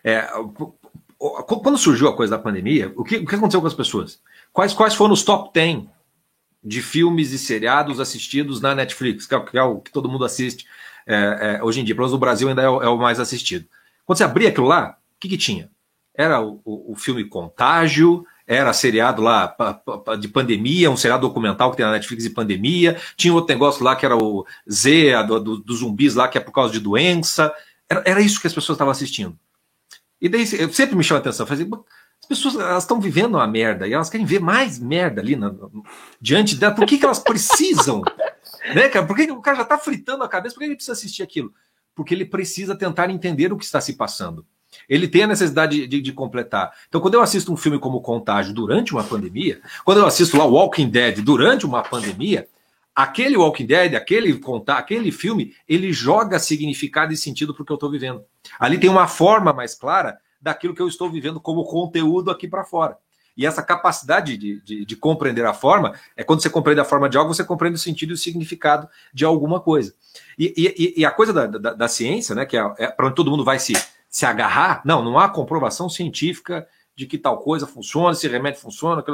[SPEAKER 2] Quando surgiu a coisa da pandemia, o que aconteceu com as pessoas? Quais foram os top 10 de filmes e seriados assistidos na Netflix, que é o que todo mundo assiste hoje em dia, pelo menos no Brasil ainda é o mais assistido. Quando você abria aquilo lá, o que tinha? Era o filme Contágio, era seriado lá de pandemia, um seriado documental que tem na Netflix de pandemia, tinha outro negócio lá que era o Z, dos zumbis lá, que é por causa de doença. Era isso que as pessoas estavam assistindo. E daí eu sempre me chama a atenção, falei, as pessoas elas estão vivendo uma merda e elas querem ver mais merda ali diante dela. Por que elas precisam? Né, cara? Por que o cara já está fritando a cabeça? Por que ele precisa assistir aquilo? Porque ele precisa tentar entender o que está se passando. Ele tem a necessidade de completar. Então, quando eu assisto um filme como Contágio durante uma pandemia, quando eu assisto lá Walking Dead durante uma pandemia, aquele Walking Dead, aquele filme, ele joga significado e sentido para o que eu estou vivendo. Ali tem uma forma mais clara daquilo que eu estou vivendo como conteúdo aqui para fora. E essa capacidade de compreender a forma, quando você compreende a forma de algo, você compreende o sentido e o significado de alguma coisa. E a coisa da ciência, né, que é para onde todo mundo vai se agarrar, não há comprovação científica de que tal coisa funciona, se remédio funciona,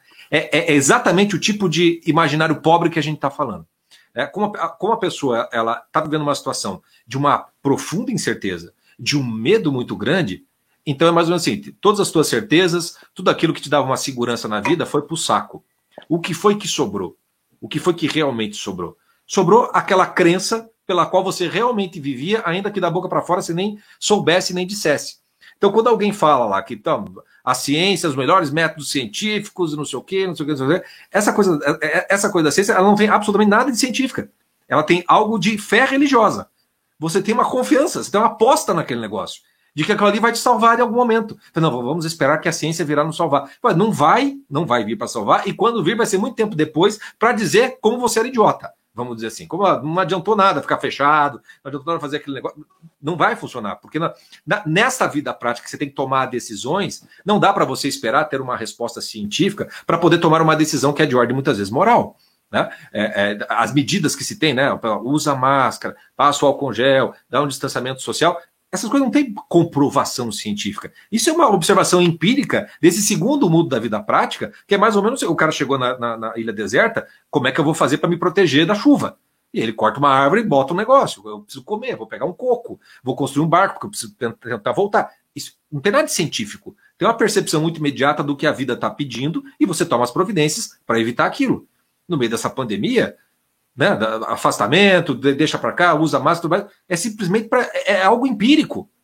[SPEAKER 2] é exatamente o tipo de imaginário pobre que a gente está falando. Como a pessoa está vivendo uma situação de uma profunda incerteza, de um medo muito grande, então é mais ou menos assim, todas as tuas certezas, tudo aquilo que te dava uma segurança na vida foi pro saco. O que foi que sobrou? O que foi que realmente sobrou? Sobrou aquela crença pela qual você realmente vivia, ainda que da boca para fora você nem soubesse nem dissesse. Então, quando alguém fala lá que a ciência, os melhores métodos científicos, não sei o quê, essa coisa da ciência, ela não tem absolutamente nada de científica. Ela tem algo de fé religiosa. Você tem uma confiança, você tem uma aposta naquele negócio, de que aquilo ali vai te salvar em algum momento. Não, vamos esperar que a ciência virá nos salvar. Não vai vir para salvar, e quando vir vai ser muito tempo depois para dizer como você era idiota. Vamos dizer assim, como não adiantou nada ficar fechado, não adiantou nada fazer aquele negócio, não vai funcionar, porque nessa vida prática que você tem que tomar decisões, não dá para você esperar ter uma resposta científica para poder tomar uma decisão que é de ordem muitas vezes moral. Né? As medidas que se tem, né? Usa máscara, passa o álcool gel, dá um distanciamento social, essas coisas não têm comprovação científica. Isso é uma observação empírica desse segundo mundo da vida prática, que é mais ou menos, o cara chegou na ilha deserta, como é que eu vou fazer para me proteger da chuva? E ele corta uma árvore e bota um negócio. Eu preciso comer, vou pegar um coco, vou construir um barco, porque eu preciso tentar voltar. Isso não tem nada de científico. Tem uma percepção muito imediata do que a vida está pedindo e você toma as providências para evitar aquilo. No meio dessa pandemia, né, afastamento, deixa para cá, usa máscara, tudo mais, é simplesmente é algo empírico.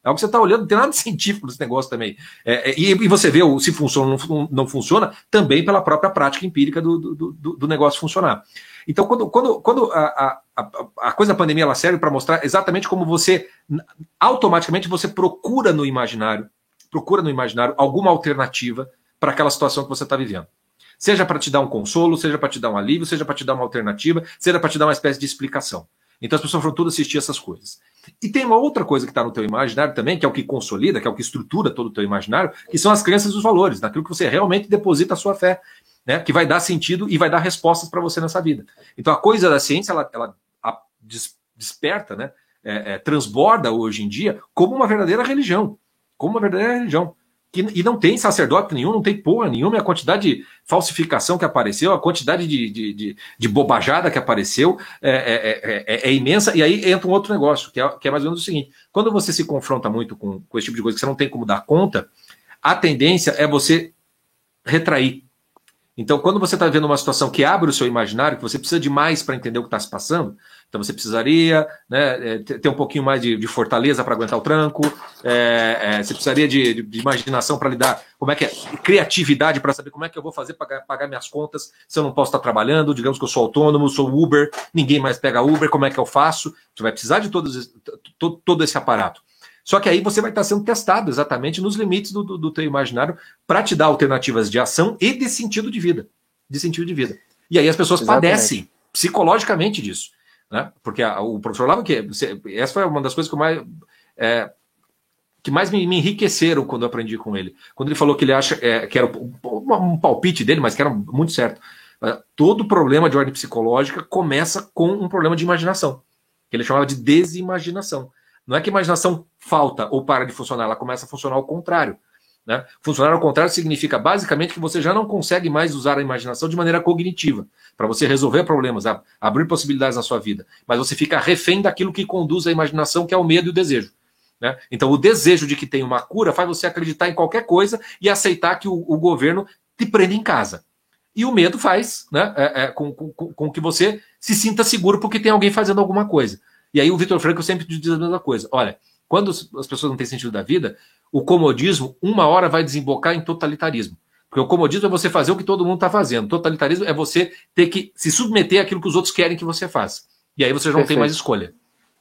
[SPEAKER 2] É algo que você está olhando, não tem nada de científico nesse negócio também. E você vê se funciona ou não funciona também pela própria prática empírica do negócio funcionar. Então, quando a coisa da pandemia ela serve para mostrar exatamente como você, automaticamente, você procura no imaginário alguma alternativa para aquela situação que você está vivendo. Seja para te dar um consolo, seja para te dar um alívio, seja para te dar uma alternativa, seja para te dar uma espécie de explicação. Então as pessoas foram tudo assistir essas coisas. E tem uma outra coisa que está no teu imaginário também, que é o que consolida, que é o que estrutura todo o teu imaginário, que são as crenças e os valores, naquilo que você realmente deposita a sua fé, né, que vai dar sentido e vai dar respostas para você nessa vida. Então a coisa da ciência, ela desperta, né, transborda hoje em dia como uma verdadeira religião. E não tem sacerdote nenhum, não tem porra nenhuma, a quantidade de falsificação que apareceu, a quantidade de bobajada que apareceu é imensa. E aí entra um outro negócio, que é mais ou menos o seguinte: quando você se confronta muito com esse tipo de coisa que você não tem como dar conta, a tendência é você retrair. Então, quando você está vendo uma situação que abre o seu imaginário, que você precisa de mais para entender o que está se passando, então você precisaria, né, ter um pouquinho mais de fortaleza para aguentar o tranco, você precisaria de imaginação para lidar, como é que é, criatividade para saber como é que eu vou fazer para pagar minhas contas se eu não posso estar trabalhando, digamos que eu sou autônomo, sou Uber, ninguém mais pega Uber, como é que eu faço? Você vai precisar de todo esse aparato. Só que aí você vai estar sendo testado exatamente nos limites do teu imaginário para te dar alternativas de ação e de sentido de vida. E aí as pessoas padecem psicologicamente disso. Né? Porque o professor falava que essa foi uma das coisas que mais me enriqueceram quando eu aprendi com ele. Quando ele falou que ele acha que era um palpite dele, mas que era muito certo. Todo problema de ordem psicológica começa com um problema de imaginação, que ele chamava de desimaginação. Não é que a imaginação falta ou para de funcionar, ela começa a funcionar ao contrário. Né? Funcionar ao contrário significa basicamente que você já não consegue mais usar a imaginação de maneira cognitiva, para você resolver problemas, abrir possibilidades na sua vida. Mas você fica refém daquilo que conduz a imaginação, que é o medo e o desejo. Né? Então o desejo de que tem uma cura faz você acreditar em qualquer coisa e aceitar que o governo te prende em casa. E o medo faz, né, com que você se sinta seguro porque tem alguém fazendo alguma coisa. E aí o Viktor Frankl sempre diz a mesma coisa. Olha, quando as pessoas não têm sentido da vida, o comodismo, uma hora vai desembocar em totalitarismo. Porque o comodismo é você fazer o que todo mundo está fazendo. Totalitarismo é você ter que se submeter àquilo que os outros querem que você faça. E aí você já não tem mais escolha.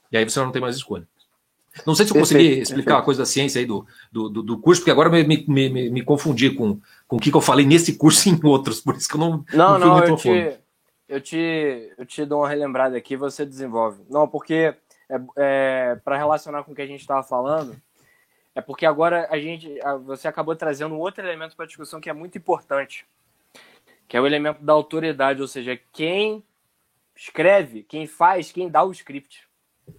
[SPEAKER 2] Não sei se eu consegui explicar a coisa da ciência aí do curso, porque agora me confundi com o que eu falei nesse curso e em outros, por isso que eu não fui muito a fundo.
[SPEAKER 1] Eu te dou uma relembrada aqui e você desenvolve. Não, porque para relacionar com o que a gente estava falando, é porque agora você acabou trazendo um outro elemento para a discussão que é muito importante, que é o elemento da autoridade, ou seja, quem escreve, quem faz, quem dá o script.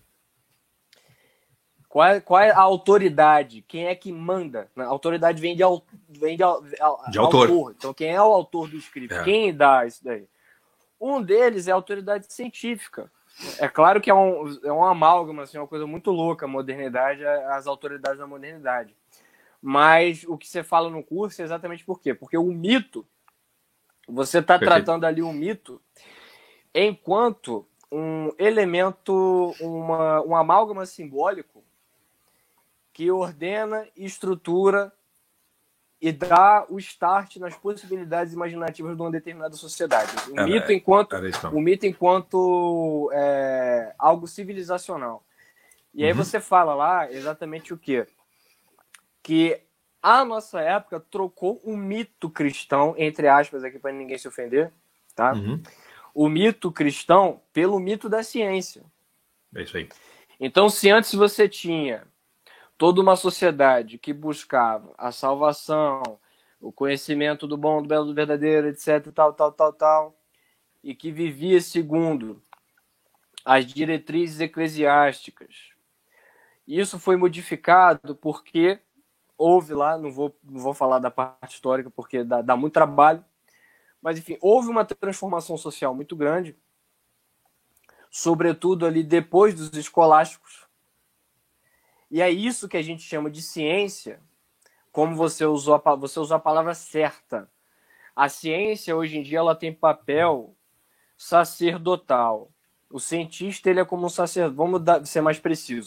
[SPEAKER 1] Qual é a autoridade? Quem é que manda? A autoridade vem de autor. Então, quem é o autor do script? Quem dá isso daí? Um deles é a autoridade científica. É claro que é um amálgama, assim, uma coisa muito louca, a modernidade, as autoridades da modernidade. Mas o que você fala no curso é exatamente por quê? Porque o mito, você está tratando ali um mito enquanto um elemento, um amálgama simbólico que ordena, estrutura e dá o start nas possibilidades imaginativas de uma determinada sociedade. O mito enquanto algo civilizacional. E aí você fala lá exatamente o quê? Que a nossa época trocou o mito cristão, entre aspas, aqui para ninguém se ofender, tá? O mito cristão pelo mito da ciência.
[SPEAKER 2] É isso aí.
[SPEAKER 1] Então, se antes você tinha toda uma sociedade que buscava a salvação, o conhecimento do bom, do belo, do verdadeiro, etc, tal, e que vivia segundo as diretrizes eclesiásticas. Isso foi modificado porque houve lá, não vou falar da parte histórica porque dá muito trabalho, mas enfim, houve uma transformação social muito grande, sobretudo ali depois dos escolásticos. E é isso que a gente chama de ciência, como você usou a palavra certa. A ciência, hoje em dia, ela tem papel sacerdotal. O cientista, ele é como um sacerdote. Vamos ser mais precisos.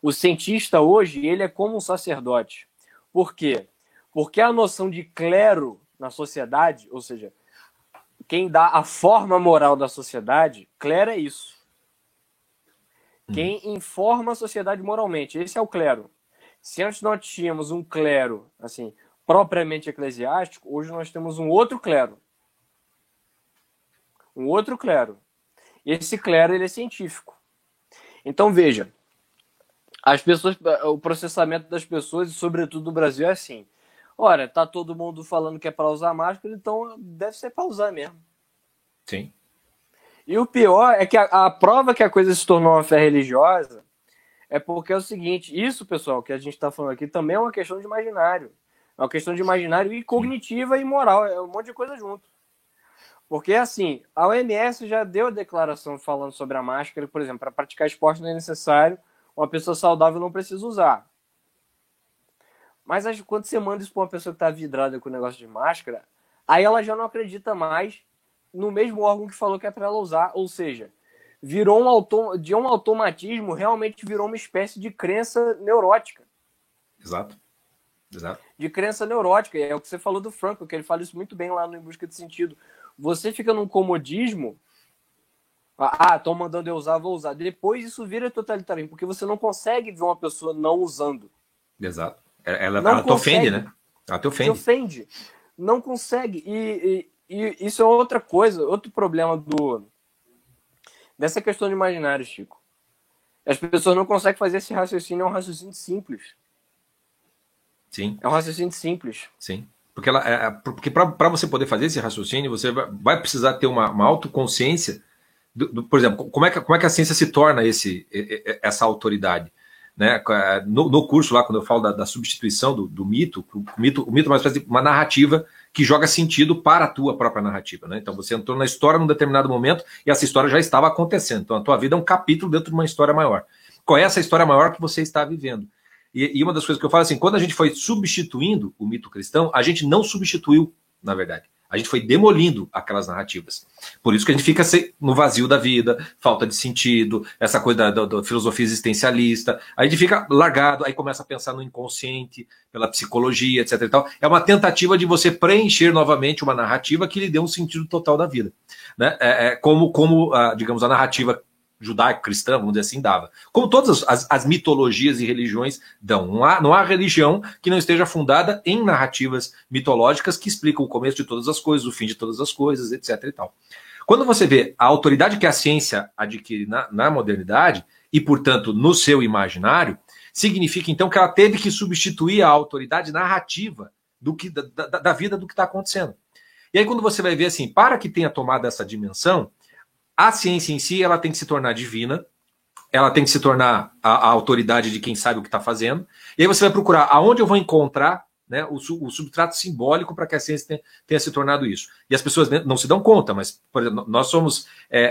[SPEAKER 1] O cientista hoje, ele é como um sacerdote. Por quê? Porque a noção de clero na sociedade, ou seja, quem dá a forma moral da sociedade, clero é isso. Quem informa a sociedade moralmente, esse é o clero. Se antes nós tínhamos um clero, assim, propriamente eclesiástico, hoje nós temos um outro clero. Um outro clero. Esse clero, ele é científico. Então, veja, as pessoas, o processamento das pessoas, e sobretudo no Brasil, é assim. Ora, tá todo mundo falando que é para usar máscara, então deve ser para usar mesmo.
[SPEAKER 2] Sim.
[SPEAKER 1] E o pior é que a prova que a coisa se tornou uma fé religiosa é porque é o seguinte, isso, pessoal, que a gente está falando aqui, também é uma questão de imaginário. É uma questão de imaginário e cognitiva e moral, é um monte de coisa junto. Porque, assim, a OMS já deu a declaração falando sobre a máscara, por exemplo, para praticar esporte não é necessário, uma pessoa saudável não precisa usar. Mas quando você manda isso para uma pessoa que está vidrada com o negócio de máscara, aí ela já não acredita mais no mesmo órgão que falou que é para ela usar, ou seja, virou de um automatismo, realmente virou uma espécie de crença neurótica.
[SPEAKER 2] Exato. Exato.
[SPEAKER 1] De crença neurótica, é o que você falou do Frankl, que ele fala isso muito bem lá no Em Busca de Sentido. Você fica num comodismo, estão mandando eu usar, vou usar. Depois isso vira totalitarismo, porque você não consegue ver uma pessoa não usando.
[SPEAKER 2] Exato. Ela te ofende, né? Ela te ofende.
[SPEAKER 1] Te ofende. Não consegue. E isso é outra coisa, outro problema dessa questão de imaginário, Chico. As pessoas não conseguem fazer esse raciocínio, é um raciocínio simples.
[SPEAKER 2] Sim.
[SPEAKER 1] É um raciocínio simples.
[SPEAKER 2] Sim. Porque para você poder fazer esse raciocínio, você vai precisar ter uma autoconsciência. Por exemplo, como é que a ciência se torna essa autoridade? Né? No curso lá, quando eu falo da substituição do mito, o mito é uma espécie de uma narrativa que joga sentido para a tua própria narrativa. Né? Então você entrou na história num determinado momento e essa história já estava acontecendo. Então a tua vida é um capítulo dentro de uma história maior. Qual é essa história maior que você está vivendo? E uma das coisas que eu falo assim, quando a gente foi substituindo o mito cristão, a gente não substituiu, na verdade. A gente foi demolindo aquelas narrativas. Por isso que a gente fica no vazio da vida, falta de sentido, essa coisa da filosofia existencialista. A gente fica largado, aí começa a pensar no inconsciente, pela psicologia, etc. e tal. É uma tentativa de você preencher novamente uma narrativa que lhe dê um sentido total da vida. Né? Digamos, a narrativa judaico-cristã, vamos dizer assim, dava. Como todas as mitologias e religiões dão. Não há religião que não esteja fundada em narrativas mitológicas que explicam o começo de todas as coisas, o fim de todas as coisas, etc. e tal. Quando você vê a autoridade que a ciência adquire na modernidade, e, portanto, no seu imaginário, significa, então, que ela teve que substituir a autoridade narrativa da vida do que está acontecendo. E aí, quando você vai ver assim, para que tenha tomado essa dimensão, a ciência em si, ela tem que se tornar divina, ela tem que se tornar a autoridade de quem sabe o que está fazendo, e aí você vai procurar aonde eu vou encontrar, né, o substrato simbólico para que a ciência tenha se tornado isso. E as pessoas não se dão conta, mas, por exemplo, nós somos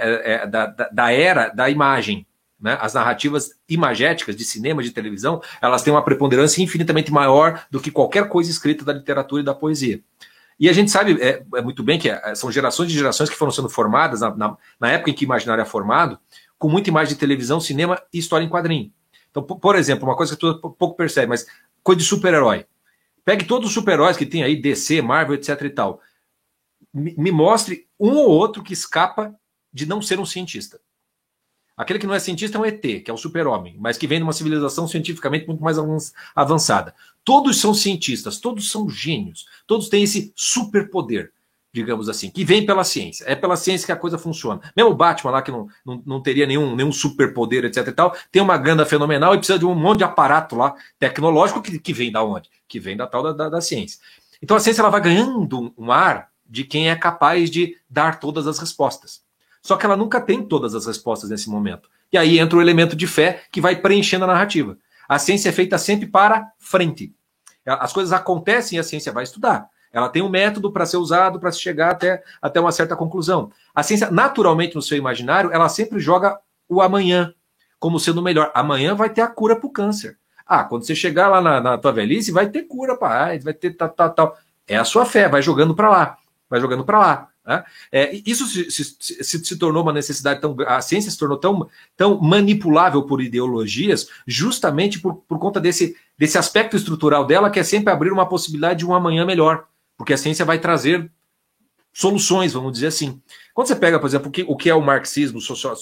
[SPEAKER 2] da era da imagem. Né? As narrativas imagéticas de cinema, de televisão, elas têm uma preponderância infinitamente maior do que qualquer coisa escrita da literatura e da poesia. E a gente sabe muito bem que são gerações de gerações que foram sendo formadas na época em que o imaginário é formado, com muita imagem de televisão, cinema e história em quadrinho. Então, por exemplo, uma coisa que tu pouco percebe, mas coisa de super-herói. Pegue todos os super-heróis que tem aí, DC, Marvel, etc e tal. Me mostre um ou outro que escapa de não ser um cientista. Aquele que não é cientista é um ET, que é o super-homem, mas que vem de uma civilização cientificamente muito mais avançada. Todos são cientistas, todos são gênios, todos têm esse superpoder, digamos assim, que vem pela ciência. É pela ciência que a coisa funciona. Mesmo o Batman lá, que não teria nenhum superpoder, etc e tal, tem uma grana fenomenal e precisa de um monte de aparato lá tecnológico que vem da onde? Que vem da tal da ciência. Então a ciência ela vai ganhando um ar de quem é capaz de dar todas as respostas. Só que ela nunca tem todas as respostas nesse momento. E aí entra o elemento de fé que vai preenchendo a narrativa. A ciência é feita sempre para frente. As coisas acontecem e a ciência vai estudar. Ela tem um método para ser usado para se chegar até uma certa conclusão. A ciência, naturalmente, no seu imaginário, ela sempre joga o amanhã como sendo melhor. Amanhã vai ter a cura para o câncer. Quando você chegar lá na tua velhice, vai ter cura para AIDS, vai ter tal. É a sua fé, vai jogando para lá. Vai jogando para lá. Né? Isso se tornou uma necessidade a ciência se tornou tão manipulável por ideologias, justamente por conta desse aspecto estrutural dela, que é sempre abrir uma possibilidade de um amanhã melhor, porque a ciência vai trazer soluções, vamos dizer assim. Quando você pega, por exemplo, o que é o marxismo,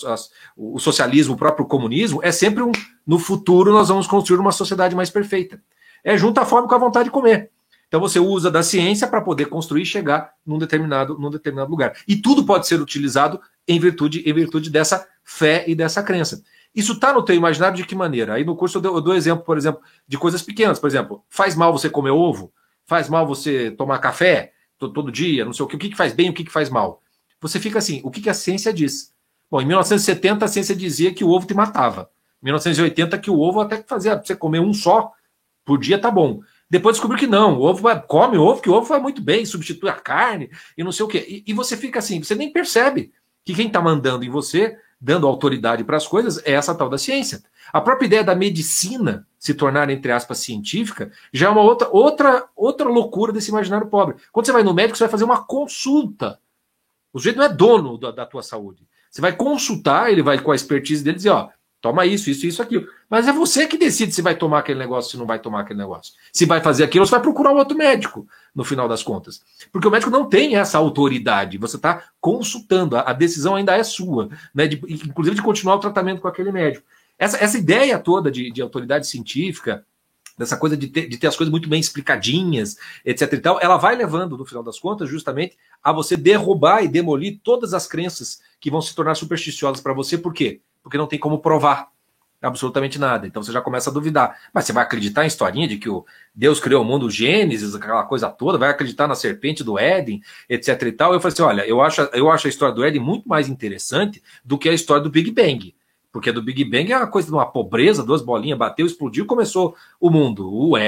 [SPEAKER 2] o socialismo, o próprio comunismo, é sempre no futuro nós vamos construir uma sociedade mais perfeita. Junta a fome com a vontade de comer. Então você usa da ciência para poder construir e chegar num determinado lugar. E tudo pode ser utilizado em virtude dessa fé e dessa crença. Isso está no teu imaginário de que maneira? Aí no curso eu dou exemplo, por exemplo, de coisas pequenas. Por exemplo, faz mal você comer ovo? Faz mal você tomar café todo dia? Não sei o que faz bem, o que faz mal? Você fica assim, o que a ciência diz? Bom, em 1970 a ciência dizia que o ovo te matava. Em 1980 que o ovo até fazia você comer um só por dia tá bom. Depois descobriu que não, come ovo, que o ovo vai muito bem, substitui a carne e não sei o quê. E você fica assim, você nem percebe que quem está mandando em você, dando autoridade para as coisas, é essa tal da ciência. A própria ideia da medicina se tornar, entre aspas, científica, já é uma outra loucura desse imaginário pobre. Quando você vai no médico, você vai fazer uma consulta. O sujeito não é dono da tua saúde. Você vai consultar, ele vai com a expertise dele dizer, ó, toma isso, aquilo. Mas é você que decide se vai tomar aquele negócio, se não vai tomar aquele negócio. Se vai fazer aquilo, ou se vai procurar um outro médico, no final das contas. Porque o médico não tem essa autoridade. Você está consultando. A decisão ainda é sua. Né, inclusive de continuar o tratamento com aquele médico. Essa ideia toda de autoridade científica, dessa coisa de ter as coisas muito bem explicadinhas, etc. e tal, ela vai levando, no final das contas, justamente a você derrubar e demolir todas as crenças que vão se tornar supersticiosas para você. Por quê? Porque não tem como provar absolutamente nada. Então você já começa a duvidar. Mas você vai acreditar em historinha de que Deus criou o mundo, Gênesis, aquela coisa toda, vai acreditar na serpente do Éden, etc. e tal. Eu falei assim, olha, eu acho a história do Éden muito mais interessante do que a história do Big Bang. Porque do Big Bang é uma coisa de uma pobreza, 2 bolinhas, bateu, explodiu, começou o mundo.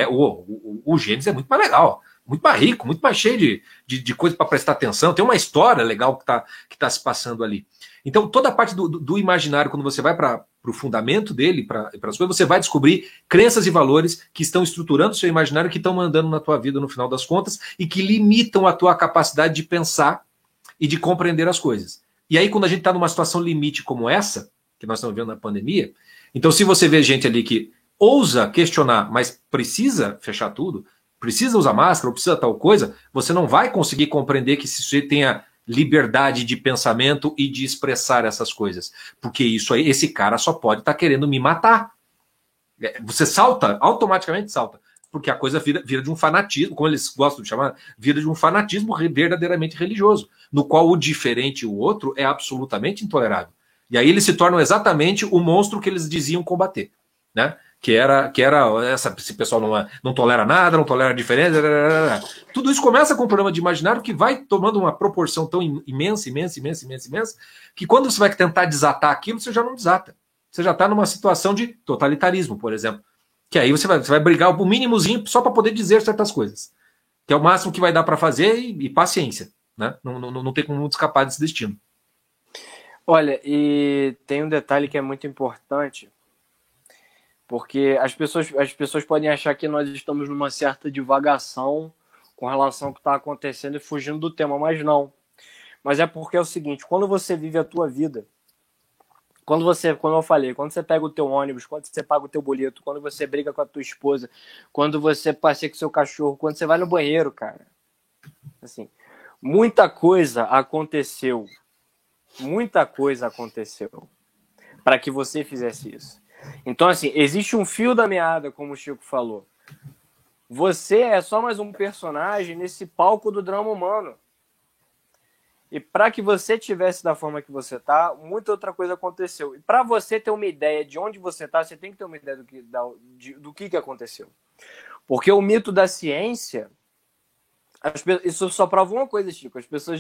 [SPEAKER 2] O Gênesis é muito mais legal, muito mais rico, muito mais cheio de coisa para prestar atenção. Tem uma história legal que tá se passando ali. Então, toda a parte do imaginário, quando você vai para o fundamento dele, para as coisas, você vai descobrir crenças e valores que estão estruturando o seu imaginário, que estão mandando na tua vida no final das contas e que limitam a tua capacidade de pensar e de compreender as coisas. E aí, quando a gente está numa situação limite como essa, que nós estamos vendo na pandemia, então se você vê gente ali que ousa questionar, mas precisa fechar tudo, precisa usar máscara, ou precisa tal coisa, você não vai conseguir compreender que esse sujeito tenha liberdade de pensamento e de expressar essas coisas. Porque isso aí, esse cara só pode estar querendo me matar. Você salta, automaticamente salta. Porque a coisa vira de um fanatismo, como eles gostam de chamar, vira de um fanatismo verdadeiramente religioso, no qual o diferente e o outro é absolutamente intolerável. E aí eles se tornam exatamente o monstro que eles diziam combater, né? Que era esse pessoal não tolera nada, não tolera diferença. Tudo isso começa com um problema de imaginário que vai tomando uma proporção tão imensa, que quando você vai tentar desatar aquilo, você já não desata. Você já está numa situação de totalitarismo, por exemplo. Que aí você vai brigar o mínimozinho só para poder dizer certas coisas. Que é o máximo que vai dar para fazer e paciência. Né? Não tem como escapar desse destino.
[SPEAKER 1] Olha, e tem um detalhe que é muito importante, porque as pessoas podem achar que nós estamos numa certa divagação com relação ao que está acontecendo e fugindo do tema, mas não. Mas é porque é o seguinte, quando você vive a tua vida, como eu falei, quando você pega o teu ônibus, quando você paga o teu boleto, quando você briga com a tua esposa, quando você passeia com o seu cachorro, quando você vai no banheiro, cara, assim, muita coisa aconteceu para que você fizesse isso. Então, assim, existe um fio da meada, como o Chico falou. Você é só mais um personagem nesse palco do drama humano. E para que você tivesse da forma que você tá, muita outra coisa aconteceu. E para você ter uma ideia de onde você tá, você tem que ter uma ideia do que aconteceu. Porque o mito da ciência, isso só prova uma coisa, Chico. As pessoas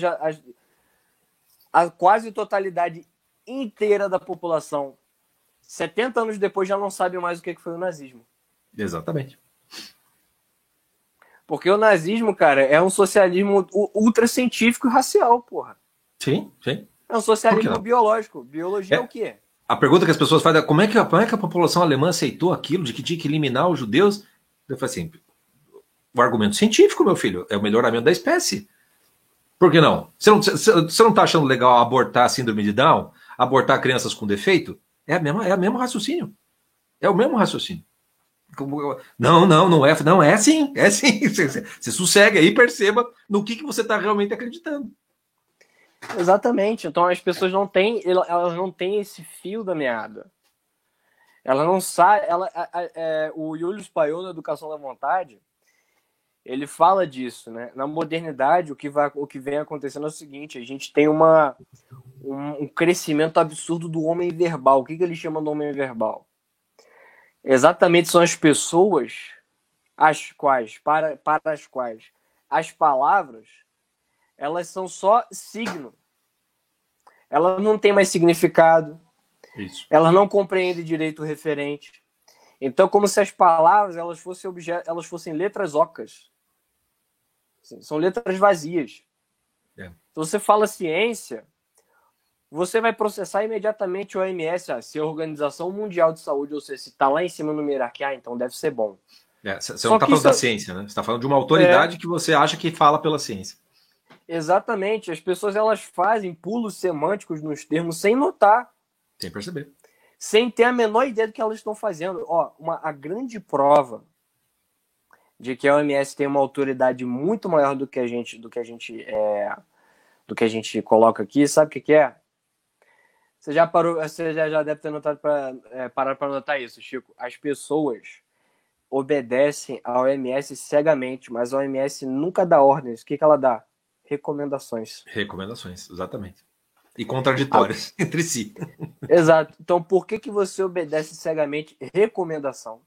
[SPEAKER 1] a quase totalidade inteira da população, 70 anos depois, já não sabe mais o que foi o nazismo.
[SPEAKER 2] Exatamente.
[SPEAKER 1] Porque o nazismo, cara, é um socialismo ultracientífico e racial, porra.
[SPEAKER 2] Sim, sim.
[SPEAKER 1] É um socialismo biológico. Biologia é o quê?
[SPEAKER 2] A pergunta que as pessoas fazem é como é que a população alemã aceitou aquilo de que tinha que eliminar os judeus? Eu falei assim, o argumento científico, meu filho, é o melhoramento da espécie. Por que não? Você não tá achando legal abortar a síndrome de Down? Abortar crianças com defeito? É o mesmo raciocínio. É o mesmo raciocínio. Não é sim, é sim. Você sossegue aí e perceba no que você está realmente acreditando.
[SPEAKER 1] Exatamente. Então as pessoas elas não têm esse fio da meada. Ela não sabe. O Julius Payon, na Educação da Vontade, ele fala disso, né? Na modernidade, o que vem acontecendo é o seguinte: a gente tem um crescimento absurdo do homem verbal. O que ele chama de homem verbal? Exatamente são as pessoas para as quais as palavras elas são só signo. Elas não têm mais significado.
[SPEAKER 2] Isso.
[SPEAKER 1] Elas não compreendem direito o referente. Então, como se as palavras elas fossem letras ocas. São letras vazias.
[SPEAKER 2] É.
[SPEAKER 1] Se você fala ciência, você vai processar imediatamente o OMS, se a Organização Mundial de Saúde, ou seja, se está lá em cima no hierarquia, então deve ser bom.
[SPEAKER 2] Você não está falando da ciência, né? Você está falando de uma autoridade que você acha que fala pela ciência.
[SPEAKER 1] Exatamente. As pessoas elas fazem pulos semânticos nos termos sem notar.
[SPEAKER 2] Sem perceber.
[SPEAKER 1] Sem ter a menor ideia do que elas estão fazendo. A grande prova de que a OMS tem uma autoridade muito maior do que a gente coloca aqui, sabe o que é? Você já deve ter notado parar para notar isso, Chico. As pessoas obedecem à OMS cegamente, mas a OMS nunca dá ordens. O que ela dá? Recomendações.
[SPEAKER 2] Recomendações, exatamente. E contraditórias entre si.
[SPEAKER 1] Exato. Então, por que você obedece cegamente recomendação?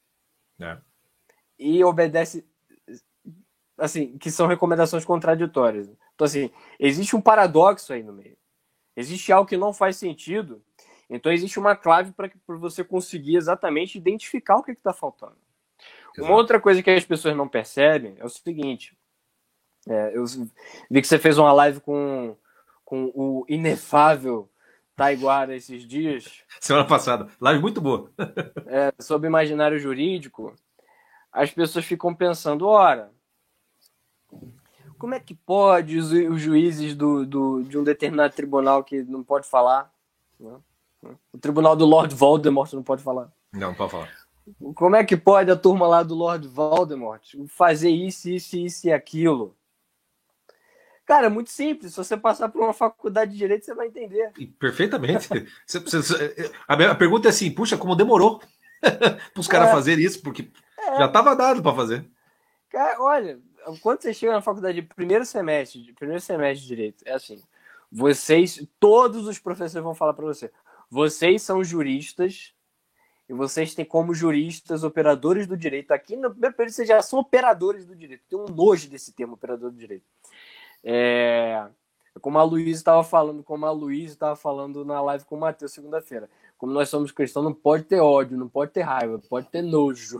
[SPEAKER 1] E obedece, assim, que são recomendações contraditórias. Então, assim, existe um paradoxo aí no meio. Existe algo que não faz sentido. Então, existe uma clave para você conseguir exatamente identificar o que está faltando. Exato. Uma outra coisa que as pessoas não percebem é o seguinte. Eu vi que você fez uma live com o inefável Taiguara esses dias.
[SPEAKER 2] Semana passada. Live muito boa.
[SPEAKER 1] Sobre imaginário jurídico. As pessoas ficam pensando, ora, como é que pode os juízes de um determinado tribunal que não pode falar? Né? O tribunal do Lord Voldemort não pode falar.
[SPEAKER 2] Não pode falar.
[SPEAKER 1] Como é que pode a turma lá do Lord Voldemort fazer isso e aquilo? Cara, é muito simples. Se você passar por uma faculdade de Direito, você vai entender.
[SPEAKER 2] Perfeitamente. A pergunta é assim, puxa, como demorou para os caras fazerem isso, porque já estava dado para fazer.
[SPEAKER 1] Cara, olha, quando você chega na faculdade de primeiro semestre de Direito, é assim, todos os professores vão falar para vocês são juristas e vocês têm como juristas operadores do direito. Aqui no primeiro período vocês já são operadores do direito. Tem um nojo desse termo, operador do direito. Como a Luísa estava falando na live com o Matheus segunda-feira. Como nós somos cristãos, não pode ter ódio, não pode ter raiva, pode ter nojo.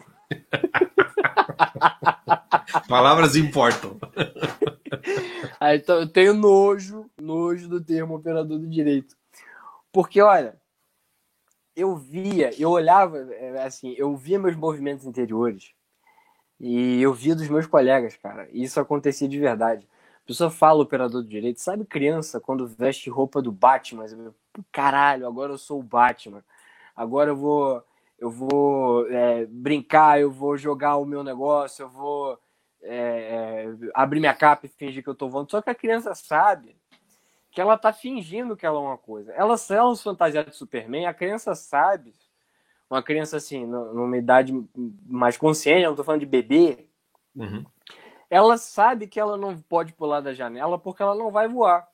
[SPEAKER 2] Palavras importam.
[SPEAKER 1] Então, eu tenho nojo do termo operador do direito. Porque, olha, eu via meus movimentos interiores e eu via dos meus colegas, cara. E isso acontecia de verdade. A pessoa fala operador do direito. Sabe criança quando veste roupa do Batman? Caralho, agora eu sou o Batman. Agora eu vou brincar, eu vou jogar o meu negócio, eu vou abrir minha capa e fingir que eu tô voando. Só que a criança sabe que ela tá fingindo que ela é uma coisa. Ela se fantasiar de Superman, a criança sabe. Uma criança assim, numa idade mais consciente, eu não tô falando de bebê.
[SPEAKER 2] Uhum.
[SPEAKER 1] Ela sabe que ela não pode pular da janela porque ela não vai voar.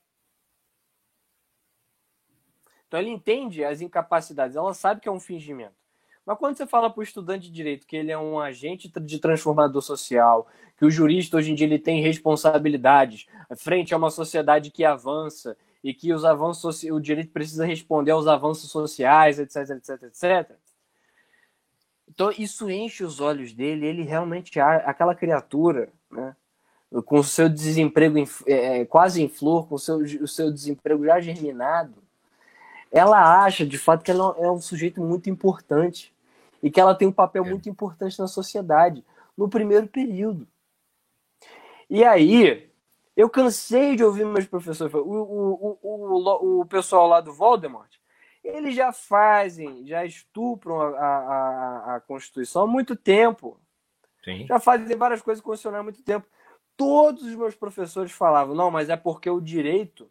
[SPEAKER 1] Então ela entende as incapacidades, ela sabe que é um fingimento. Mas quando você fala para o estudante de direito que ele é um agente de transformador social, que o jurista hoje em dia ele tem responsabilidades frente a uma sociedade que avança e que os avanços, o direito precisa responder aos avanços sociais, etc, etc, etc. Então isso enche os olhos dele, ele realmente aquela criatura, né, com o seu desemprego quase em flor, com o seu desemprego já germinado, ela acha de fato que ela é um sujeito muito importante e que ela tem um papel muito importante na sociedade no primeiro período. E aí Eu cansei de ouvir meus professores. O pessoal lá do Voldemort, eles já fazem, já estupram a Constituição há muito tempo.
[SPEAKER 2] Sim.
[SPEAKER 1] Já fazem várias coisas constitucionais há muito tempo. Todos os meus professores falavam, não, mas é porque o direito,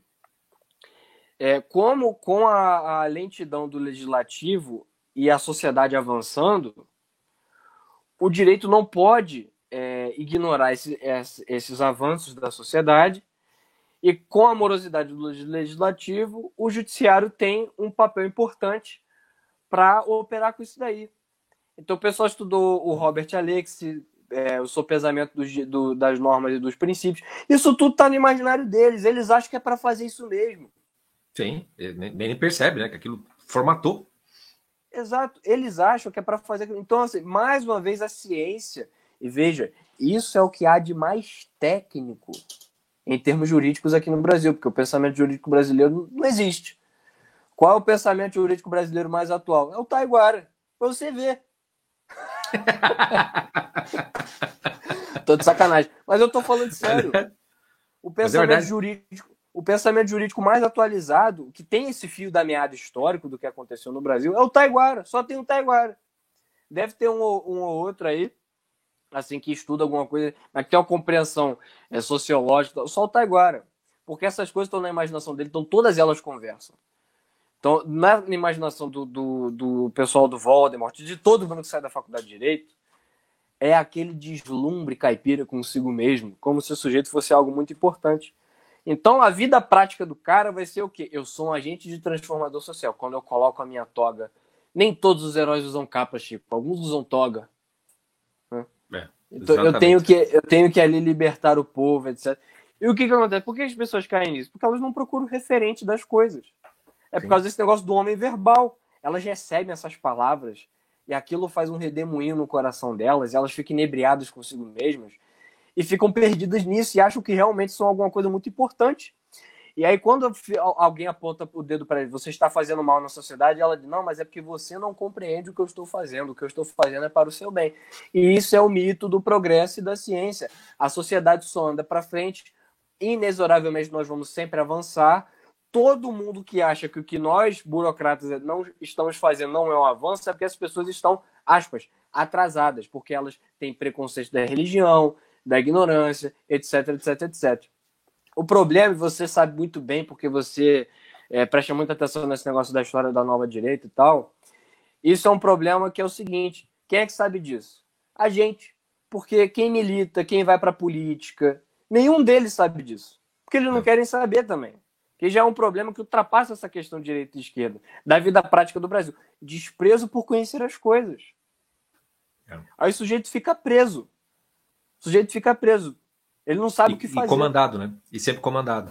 [SPEAKER 1] como com a lentidão do legislativo e a sociedade avançando, o direito não pode ignorar esses avanços da sociedade, e com a morosidade do legislativo, o judiciário tem um papel importante para operar com isso daí. Então o pessoal estudou o Robert Alex, o sopesamento das normas e dos princípios. Isso tudo está no imaginário deles. Eles acham que é para fazer isso mesmo.
[SPEAKER 2] Sim, nem percebe, né? Que aquilo formatou.
[SPEAKER 1] Exato, eles acham que é para fazer. Então, assim, mais uma vez, a ciência, e veja, isso é o que há de mais técnico em termos jurídicos aqui no Brasil, porque o pensamento jurídico brasileiro não existe. Qual é o pensamento jurídico brasileiro mais atual? É o Taiguara, para você ver. Tô de sacanagem, mas eu tô falando sério. O pensamento jurídico mais atualizado, que tem esse fio da meada histórico do que aconteceu no Brasil, é o Taiguara. Só tem o Taiguara. Deve ter um ou outro aí, assim, que estuda alguma coisa, mas que tem uma compreensão sociológica. Só o Taiguara. Porque essas coisas estão na imaginação dele, então todas elas conversam. Então, na imaginação do pessoal do Voldemort, de todo mundo que sai da faculdade de Direito, é aquele deslumbre caipira consigo mesmo, como se o sujeito fosse algo muito importante. Então, a vida prática do cara vai ser o quê? Eu sou um agente de transformador social. Quando eu coloco a minha toga, nem todos os heróis usam capa, Chico. Alguns usam toga. Né? Então, eu tenho que ali libertar o povo, etc. E o que acontece? Por que as pessoas caem nisso? Porque elas não procuram referente das coisas. É por causa desse negócio do homem verbal. Elas recebem essas palavras e aquilo faz um redemoinho no coração delas, e elas ficam inebriadas consigo mesmas e ficam perdidas nisso e acham que realmente são alguma coisa muito importante. E aí, quando alguém aponta o dedo para ele, você está fazendo mal na sociedade, ela diz, não, mas é porque você não compreende o que eu estou fazendo. O que eu estou fazendo é para o seu bem. E isso é o mito do progresso e da ciência. A sociedade só anda para frente, inexoravelmente nós vamos sempre avançar. Todo mundo que acha que o que nós, burocratas, não estamos fazendo não é um avanço, é porque as pessoas estão, aspas, atrasadas, porque elas têm preconceito da religião, da ignorância, etc, etc, etc. O problema, você sabe muito bem, porque você presta muita atenção nesse negócio da história da nova direita e tal, isso é um problema que é o seguinte, quem é que sabe disso? A gente. Porque quem milita, quem vai para a política, nenhum deles sabe disso. Porque eles não querem saber também. Que já é um problema que ultrapassa essa questão de direita e esquerda, da vida prática do Brasil. Desprezo por conhecer as coisas. Aí o sujeito fica preso. Ele não sabe o que fazer.
[SPEAKER 2] E comandado, né? E sempre comandado.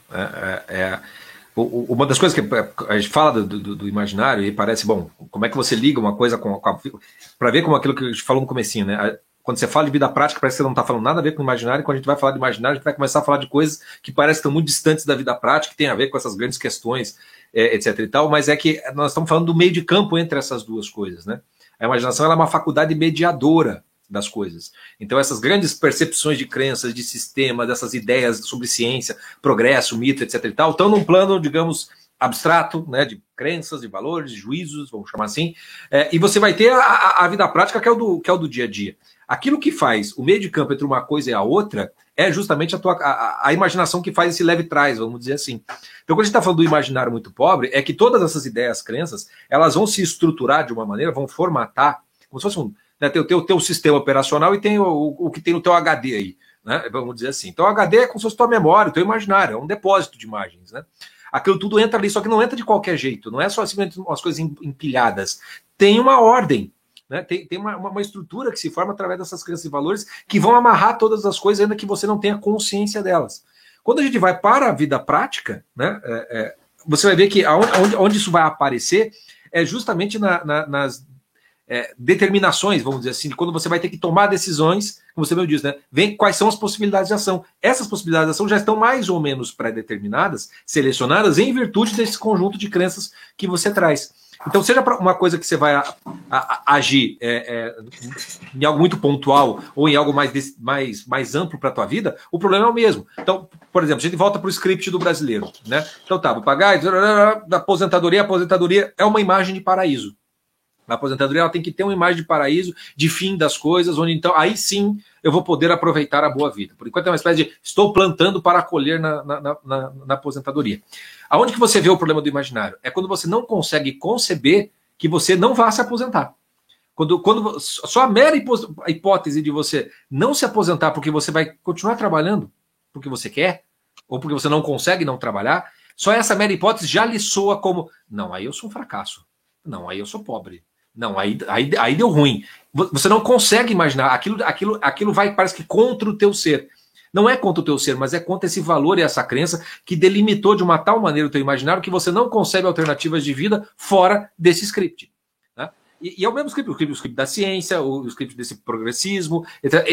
[SPEAKER 2] Uma das coisas que a gente fala do imaginário, e parece, bom, como é que você liga uma coisa para ver como aquilo que a gente falou no comecinho, né? Quando você fala de vida prática, parece que você não está falando nada a ver com o imaginário, e quando a gente vai falar de imaginário, a gente vai começar a falar de coisas que parecem que estão muito distantes da vida prática, que tem a ver com essas grandes questões, etc e tal, mas é que nós estamos falando do meio de campo entre essas duas coisas, né? A imaginação ela é uma faculdade mediadora das coisas. Então essas grandes percepções de crenças, de sistema, dessas ideias sobre ciência, progresso, mito, etc e tal, estão num plano, digamos, abstrato, né, de crenças, de valores, de juízos, vamos chamar assim, e você vai ter a vida prática que é o do dia a dia. Aquilo que faz o meio de campo entre uma coisa e a outra é justamente a imaginação que faz esse leve trás, vamos dizer assim. Então, quando a gente está falando do imaginário muito pobre, é que todas essas ideias, crenças, elas vão se estruturar de uma maneira, vão formatar, como se fosse tem o teu sistema operacional e tem o que tem no teu HD aí, né? Vamos dizer assim. Então, o HD é como se fosse tua memória, o teu imaginário, é um depósito de imagens, né? Aquilo tudo entra ali, só que não entra de qualquer jeito, não é só assim umas coisas empilhadas. Tem uma ordem. Né? Tem uma estrutura que se forma através dessas crenças e valores que vão amarrar todas as coisas, ainda que você não tenha consciência delas. Quando a gente vai para a vida prática, né, você vai ver que onde isso vai aparecer é justamente nas determinações, vamos dizer assim, quando você vai ter que tomar decisões, como você mesmo diz, né, vem quais são as possibilidades de ação. Essas possibilidades de ação já estão mais ou menos pré-determinadas, selecionadas em virtude desse conjunto de crenças que você traz. Então, seja para uma coisa que você vai agir em algo muito pontual ou em algo mais amplo para a tua vida, o problema é o mesmo. Então, por exemplo, a gente volta para o script do brasileiro, né? Então tá, vou pagar, da aposentadoria, a aposentadoria é uma imagem de paraíso. A aposentadoria ela tem que ter uma imagem de paraíso, de fim das coisas, onde então aí sim eu vou poder aproveitar a boa vida. Por enquanto é uma espécie de estou plantando para colher na aposentadoria. Aonde que você vê o problema do imaginário? É quando você não consegue conceber que você não vá se aposentar. Quando só a mera hipótese de você não se aposentar porque você vai continuar trabalhando porque você quer, ou porque você não consegue não trabalhar, só essa mera hipótese já lhe soa como, não, aí eu sou um fracasso. Não, aí eu sou pobre. Não, aí deu ruim. Você não consegue imaginar. Aquilo vai, parece que contra o teu ser. Não é contra o teu ser, mas é contra esse valor e essa crença que delimitou de uma tal maneira o teu imaginário que você não concebe alternativas de vida fora desse script. Né? E é o mesmo script, o script da ciência, o script desse progressismo.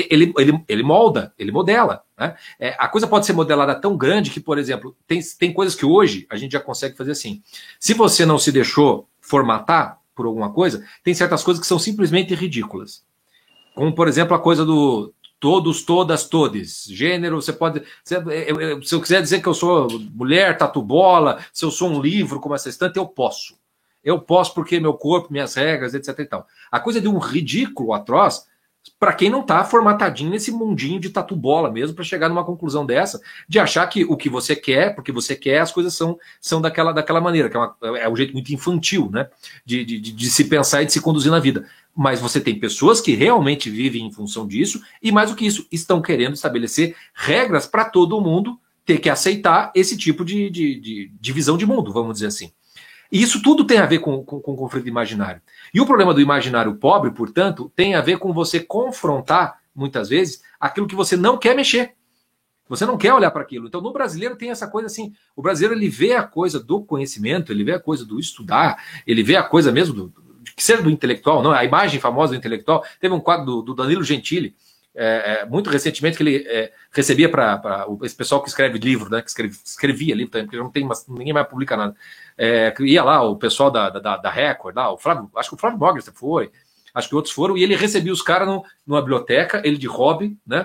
[SPEAKER 2] Ele molda, ele modela. Né? A coisa pode ser modelada tão grande que, por exemplo, tem coisas que hoje a gente já consegue fazer assim. Se você não se deixou formatar por alguma coisa, tem certas coisas que são simplesmente ridículas. Como, por exemplo, a coisa do todos, todas, todes. Gênero, você pode... Se eu quiser dizer que eu sou mulher, tatu bola, se eu sou um livro como essa estante, eu posso. Eu posso porque meu corpo, minhas regras, etc. e tal. A coisa de um ridículo atroz, para quem não está formatadinho nesse mundinho de tatu bola mesmo, para chegar numa conclusão dessa, de achar que o que você quer, porque você quer, as coisas são daquela maneira, que é um jeito muito infantil, né? De se pensar e de se conduzir na vida. Mas você tem pessoas que realmente vivem em função disso, e mais do que isso, estão querendo estabelecer regras para todo mundo ter que aceitar esse tipo de visão de mundo, vamos dizer assim. E isso tudo tem a ver com conflito imaginário. E o problema do imaginário pobre, portanto, tem a ver com você confrontar, muitas vezes, aquilo que você não quer mexer. Você não quer olhar para aquilo. Então, no brasileiro tem essa coisa assim, o brasileiro ele vê a coisa do conhecimento, ele vê a coisa do estudar, ele vê a coisa mesmo que seja do intelectual, não, a imagem famosa do intelectual. Teve um quadro do Danilo Gentili, muito recentemente, que ele recebia para esse pessoal que escreve livro, né, que escrevia livro também, porque não tem ninguém mais publica nada. Ia lá o pessoal da Record, lá, acho que o Flávio Mogers foi, acho que outros foram, e ele recebia os caras numa biblioteca, ele de hobby, né,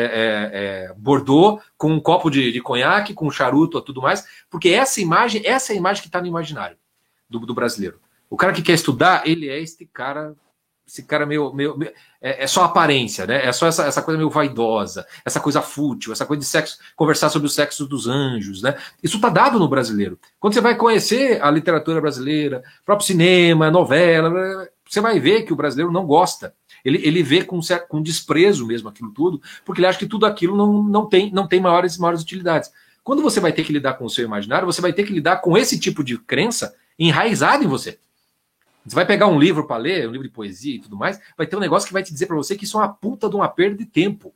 [SPEAKER 2] Bordeaux, com um copo de conhaque, com charuto e tudo mais, porque essa é a imagem que está no imaginário do brasileiro. O cara que quer estudar, ele é esse cara meio é só aparência, né? É só essa coisa meio vaidosa, essa coisa fútil, essa coisa de sexo, conversar sobre o sexo dos anjos, né? Isso tá dado no brasileiro. Quando você vai conhecer a literatura brasileira, próprio cinema, novela, você vai ver que o brasileiro não gosta. Ele vê com desprezo mesmo aquilo tudo, porque ele acha que tudo aquilo não tem maiores utilidades. Quando você vai ter que lidar com o seu imaginário, você vai ter que lidar com esse tipo de crença enraizado em você. Você vai pegar um livro para ler, um livro de poesia e tudo mais, vai ter um negócio que vai te dizer para você que isso é uma puta de uma perda de tempo.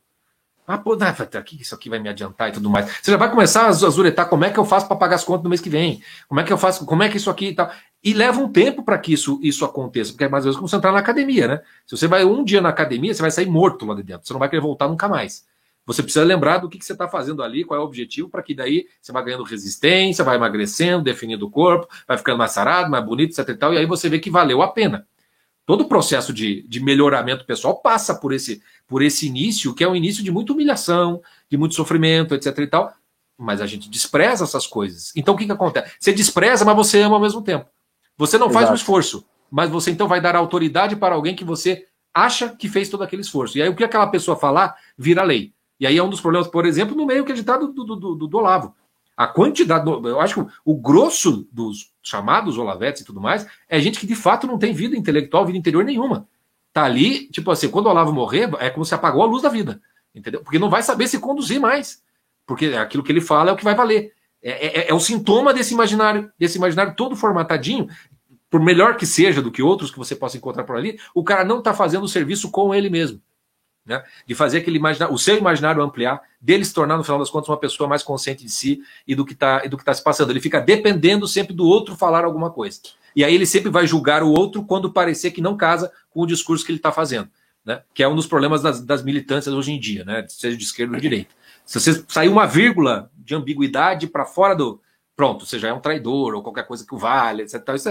[SPEAKER 2] Isso aqui vai me adiantar e tudo mais. Você já vai começar a zuretar como é que eu faço para pagar as contas no mês que vem, como é que eu faço, como é que isso aqui e tal. E leva um tempo para que isso aconteça, porque é mais ou menos como você entrar na academia, né? Se você vai um dia na academia, você vai sair morto lá de dentro, você não vai querer voltar nunca mais. Você precisa lembrar do que você está fazendo ali, qual é o objetivo, para que daí você vai ganhando resistência, vai emagrecendo, definindo o corpo, vai ficando mais sarado, mais bonito, etc. e tal, e aí você vê que valeu a pena. Todo o processo de melhoramento pessoal passa por esse início, que é um início de muita humilhação, de muito sofrimento, etc. e tal, mas a gente despreza essas coisas. Então o que acontece? Você despreza, mas você ama ao mesmo tempo. Você não faz um esforço, mas você então vai dar autoridade para alguém que você acha que fez todo aquele esforço. E aí o que aquela pessoa falar vira lei. E aí é um dos problemas, por exemplo, no meio acreditado do Olavo. A quantidade, eu acho que o grosso dos chamados Olavetes e tudo mais é gente que de fato não tem vida intelectual, vida interior nenhuma. Tá ali, tipo assim, quando o Olavo morrer, é como se apagou a luz da vida, entendeu? Porque não vai saber se conduzir mais. Porque aquilo que ele fala é o que vai valer. É o sintoma desse imaginário todo formatadinho, por melhor que seja do que outros que você possa encontrar por ali, o cara não está fazendo o serviço com ele mesmo. Né? De fazer aquele o seu imaginário ampliar, dele se tornar, no final das contas, uma pessoa mais consciente de si e do que está se passando. Ele fica dependendo sempre do outro falar alguma coisa. E aí ele sempre vai julgar o outro quando parecer que não casa com o discurso que ele está fazendo. Né? Que é um dos problemas das militâncias hoje em dia, né? Seja de esquerda ou de direita. Se você sair uma vírgula de ambiguidade para fora do... Pronto, você já é um traidor ou qualquer coisa que o vale, etc. Isso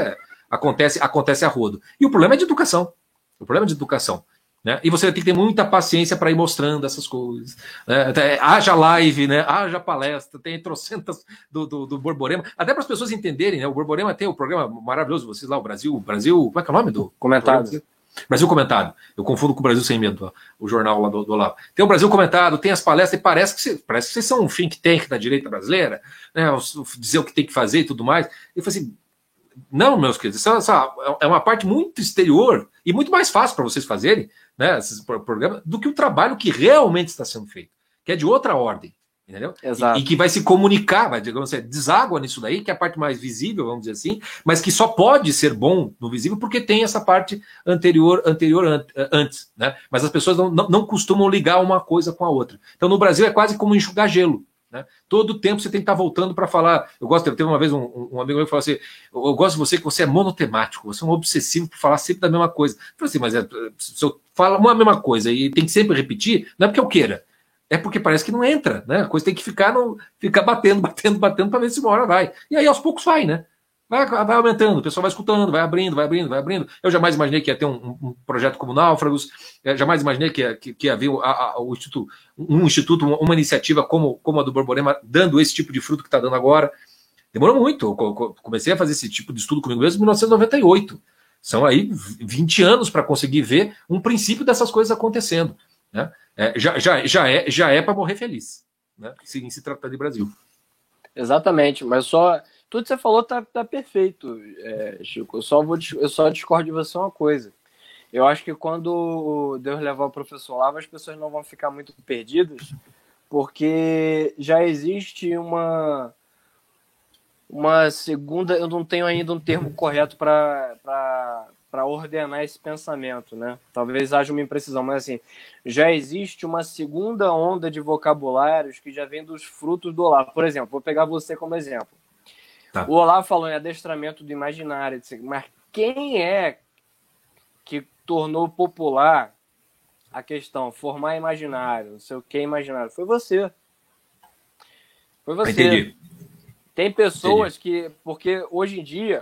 [SPEAKER 2] acontece a rodo. E o problema é de educação. O problema é de educação. Né? E você tem que ter muita paciência para ir mostrando essas coisas. Né? Haja live, né? Haja palestra, tem trocentas do Borborema. Até para as pessoas entenderem, né? O Borborema tem o programa maravilhoso, vocês lá, o Brasil, como é que é o nome do
[SPEAKER 1] Comentado?
[SPEAKER 2] Brasil Comentado. Eu confundo com o Brasil Sem Medo, o jornal lá do Olavo. Tem o Brasil Comentado, tem as palestras, e parece que vocês são um think tank da direita brasileira, né? Dizer o que tem que fazer e tudo mais. Eu falei assim, não, meus queridos, essa é uma parte muito exterior e muito mais fácil para vocês fazerem, né, esses programas, do que o trabalho que realmente está sendo feito, que é de outra ordem, entendeu?
[SPEAKER 1] Exato.
[SPEAKER 2] E que vai se comunicar, vai, digamos assim, deságua nisso daí, que é a parte mais visível, vamos dizer assim, mas que só pode ser bom no visível porque tem essa parte anterior antes, né? Mas as pessoas não costumam ligar uma coisa com a outra. Então, no Brasil é quase como enxugar gelo. Né? Todo tempo você tem que estar voltando para falar. Teve uma vez um amigo meu que falou assim: eu gosto de você que você é monotemático, você é um obsessivo por falar sempre da mesma coisa. Eu falei assim, mas se eu falo uma mesma coisa e tem que sempre repetir, não é porque eu queira, é porque parece que não entra, né? A coisa tem que ficar batendo para ver se uma hora vai. E aí aos poucos vai, né? Vai aumentando, o pessoal vai escutando, vai abrindo. Eu jamais imaginei que ia ter um projeto como Náufragos, jamais imaginei que ia haver um instituto, uma iniciativa como a do Borborema, dando esse tipo de fruto que está dando agora. Demorou muito, eu comecei a fazer esse tipo de estudo comigo mesmo em 1998. São aí 20 anos para conseguir ver um princípio dessas coisas acontecendo. Né? Já é para morrer feliz, né? Se tratando de Brasil.
[SPEAKER 1] Exatamente, mas só... Tudo que você falou tá perfeito, Chico. Eu só discordo de você uma coisa. Eu acho que quando Deus levar o professor Lava, as pessoas não vão ficar muito perdidas, porque já existe uma segunda... Eu não tenho ainda um termo correto para ordenar esse pensamento, né? Talvez haja uma imprecisão, mas assim, já existe uma segunda onda de vocabulários que já vem dos frutos do Olavo. Por exemplo, vou pegar você como exemplo. Tá. O Olavo falou em adestramento do imaginário, mas quem é que tornou popular a questão formar imaginário, não sei o que imaginário? Foi você. Foi você.
[SPEAKER 2] Entendi.
[SPEAKER 1] Tem pessoas que... Porque hoje em dia,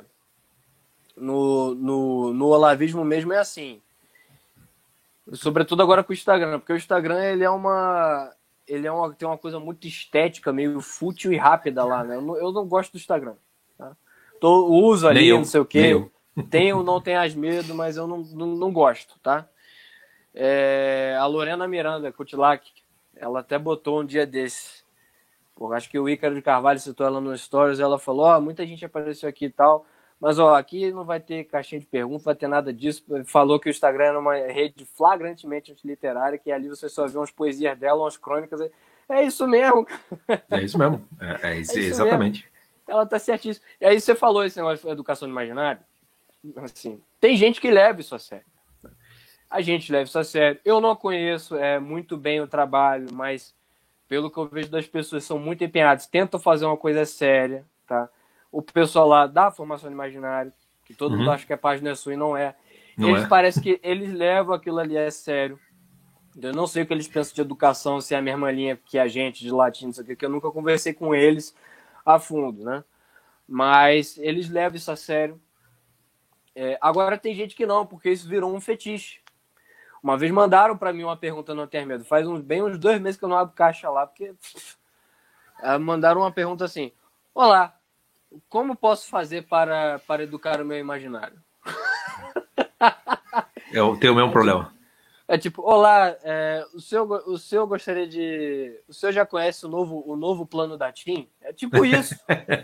[SPEAKER 1] no olavismo mesmo é assim. Sobretudo agora com o Instagram, porque o Instagram tem uma coisa muito estética, meio fútil e rápida lá, né? Eu não gosto do Instagram. Tá? Uso ali, não sei o quê. Tenho, não tenhas medo, mas eu não gosto, tá? A Lorena Miranda Kutilac, ela até botou um dia desse. Pô, acho que o Ícaro de Carvalho citou ela no Stories, ela falou, muita gente apareceu aqui e tal, mas aqui não vai ter caixinha de perguntas, não vai ter nada disso. Falou que o Instagram era uma rede flagrantemente antiliterária, que ali você só vê umas poesias dela, umas crônicas. É isso mesmo.
[SPEAKER 2] É isso mesmo. É isso exatamente.
[SPEAKER 1] Mesmo. Ela tá certíssima. E aí você falou esse negócio de educação do imaginário. Assim, tem gente que leva isso a sério. A gente leva isso a sério. Eu não conheço muito bem o trabalho, mas pelo que eu vejo das pessoas, são muito empenhadas, tentam fazer uma coisa séria, tá? O pessoal lá da formação de imaginário, que todo mundo acha que a página é sua e não é. Parece que eles levam aquilo ali a sério. Eu não sei o que eles pensam de educação, se é a mesma linha que a gente, de latim, não sei o que, eu nunca conversei com eles a fundo, né? Mas eles levam isso a sério. Agora tem gente que não, porque isso virou um fetiche. Uma vez mandaram para mim uma pergunta no Ter Medo. Faz uns 2 meses que eu não abro caixa lá, porque mandaram uma pergunta assim: olá, como posso fazer para educar o meu imaginário?
[SPEAKER 2] Eu tenho o mesmo problema.
[SPEAKER 1] Tipo, olá, o senhor gostaria de... O senhor já conhece o novo plano da TIM? É tipo isso.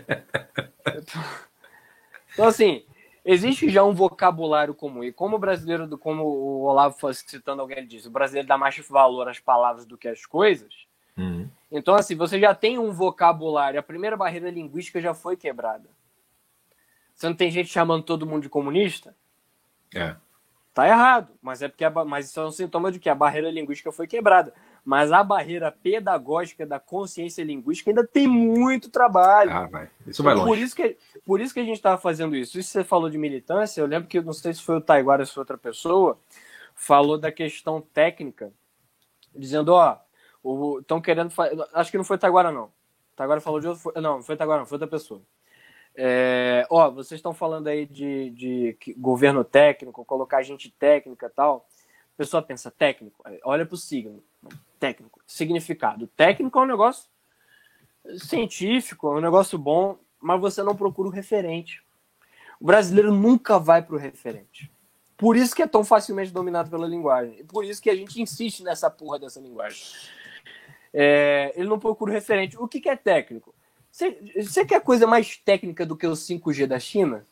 [SPEAKER 1] Então, assim, existe já um vocabulário comum. E como o brasileiro, como o Olavo citando alguém disse, o brasileiro dá mais valor às palavras do que às coisas. Então, assim, você já tem um vocabulário. A primeira barreira linguística já foi quebrada. Você não tem gente chamando todo mundo de comunista? Tá errado. Mas isso é um sintoma de que a barreira linguística foi quebrada. Mas a barreira pedagógica da consciência linguística ainda tem muito trabalho.
[SPEAKER 2] Isso vai longe.
[SPEAKER 1] Por isso que a gente estava fazendo isso. Isso você falou de militância, eu lembro que, não sei se foi o Taiguara ou se foi outra pessoa, falou da questão técnica, dizendo, estão querendo... Acho que não foi o Taiguara, não. O Taiguara falou de outro... Não foi o Taiguara, não, foi outra pessoa. Vocês estão falando aí de governo técnico, colocar gente técnica e tal. A pessoa pensa técnico, olha para o signo. Técnico, significado. Técnico é um negócio científico, é um negócio bom, mas você não procura o referente. O brasileiro nunca vai para o referente. Por isso que é tão facilmente dominado pela linguagem. E por isso que a gente insiste nessa porra dessa linguagem. Ele não procura o referente. O que é técnico? Você quer coisa mais técnica do que o 5G da China?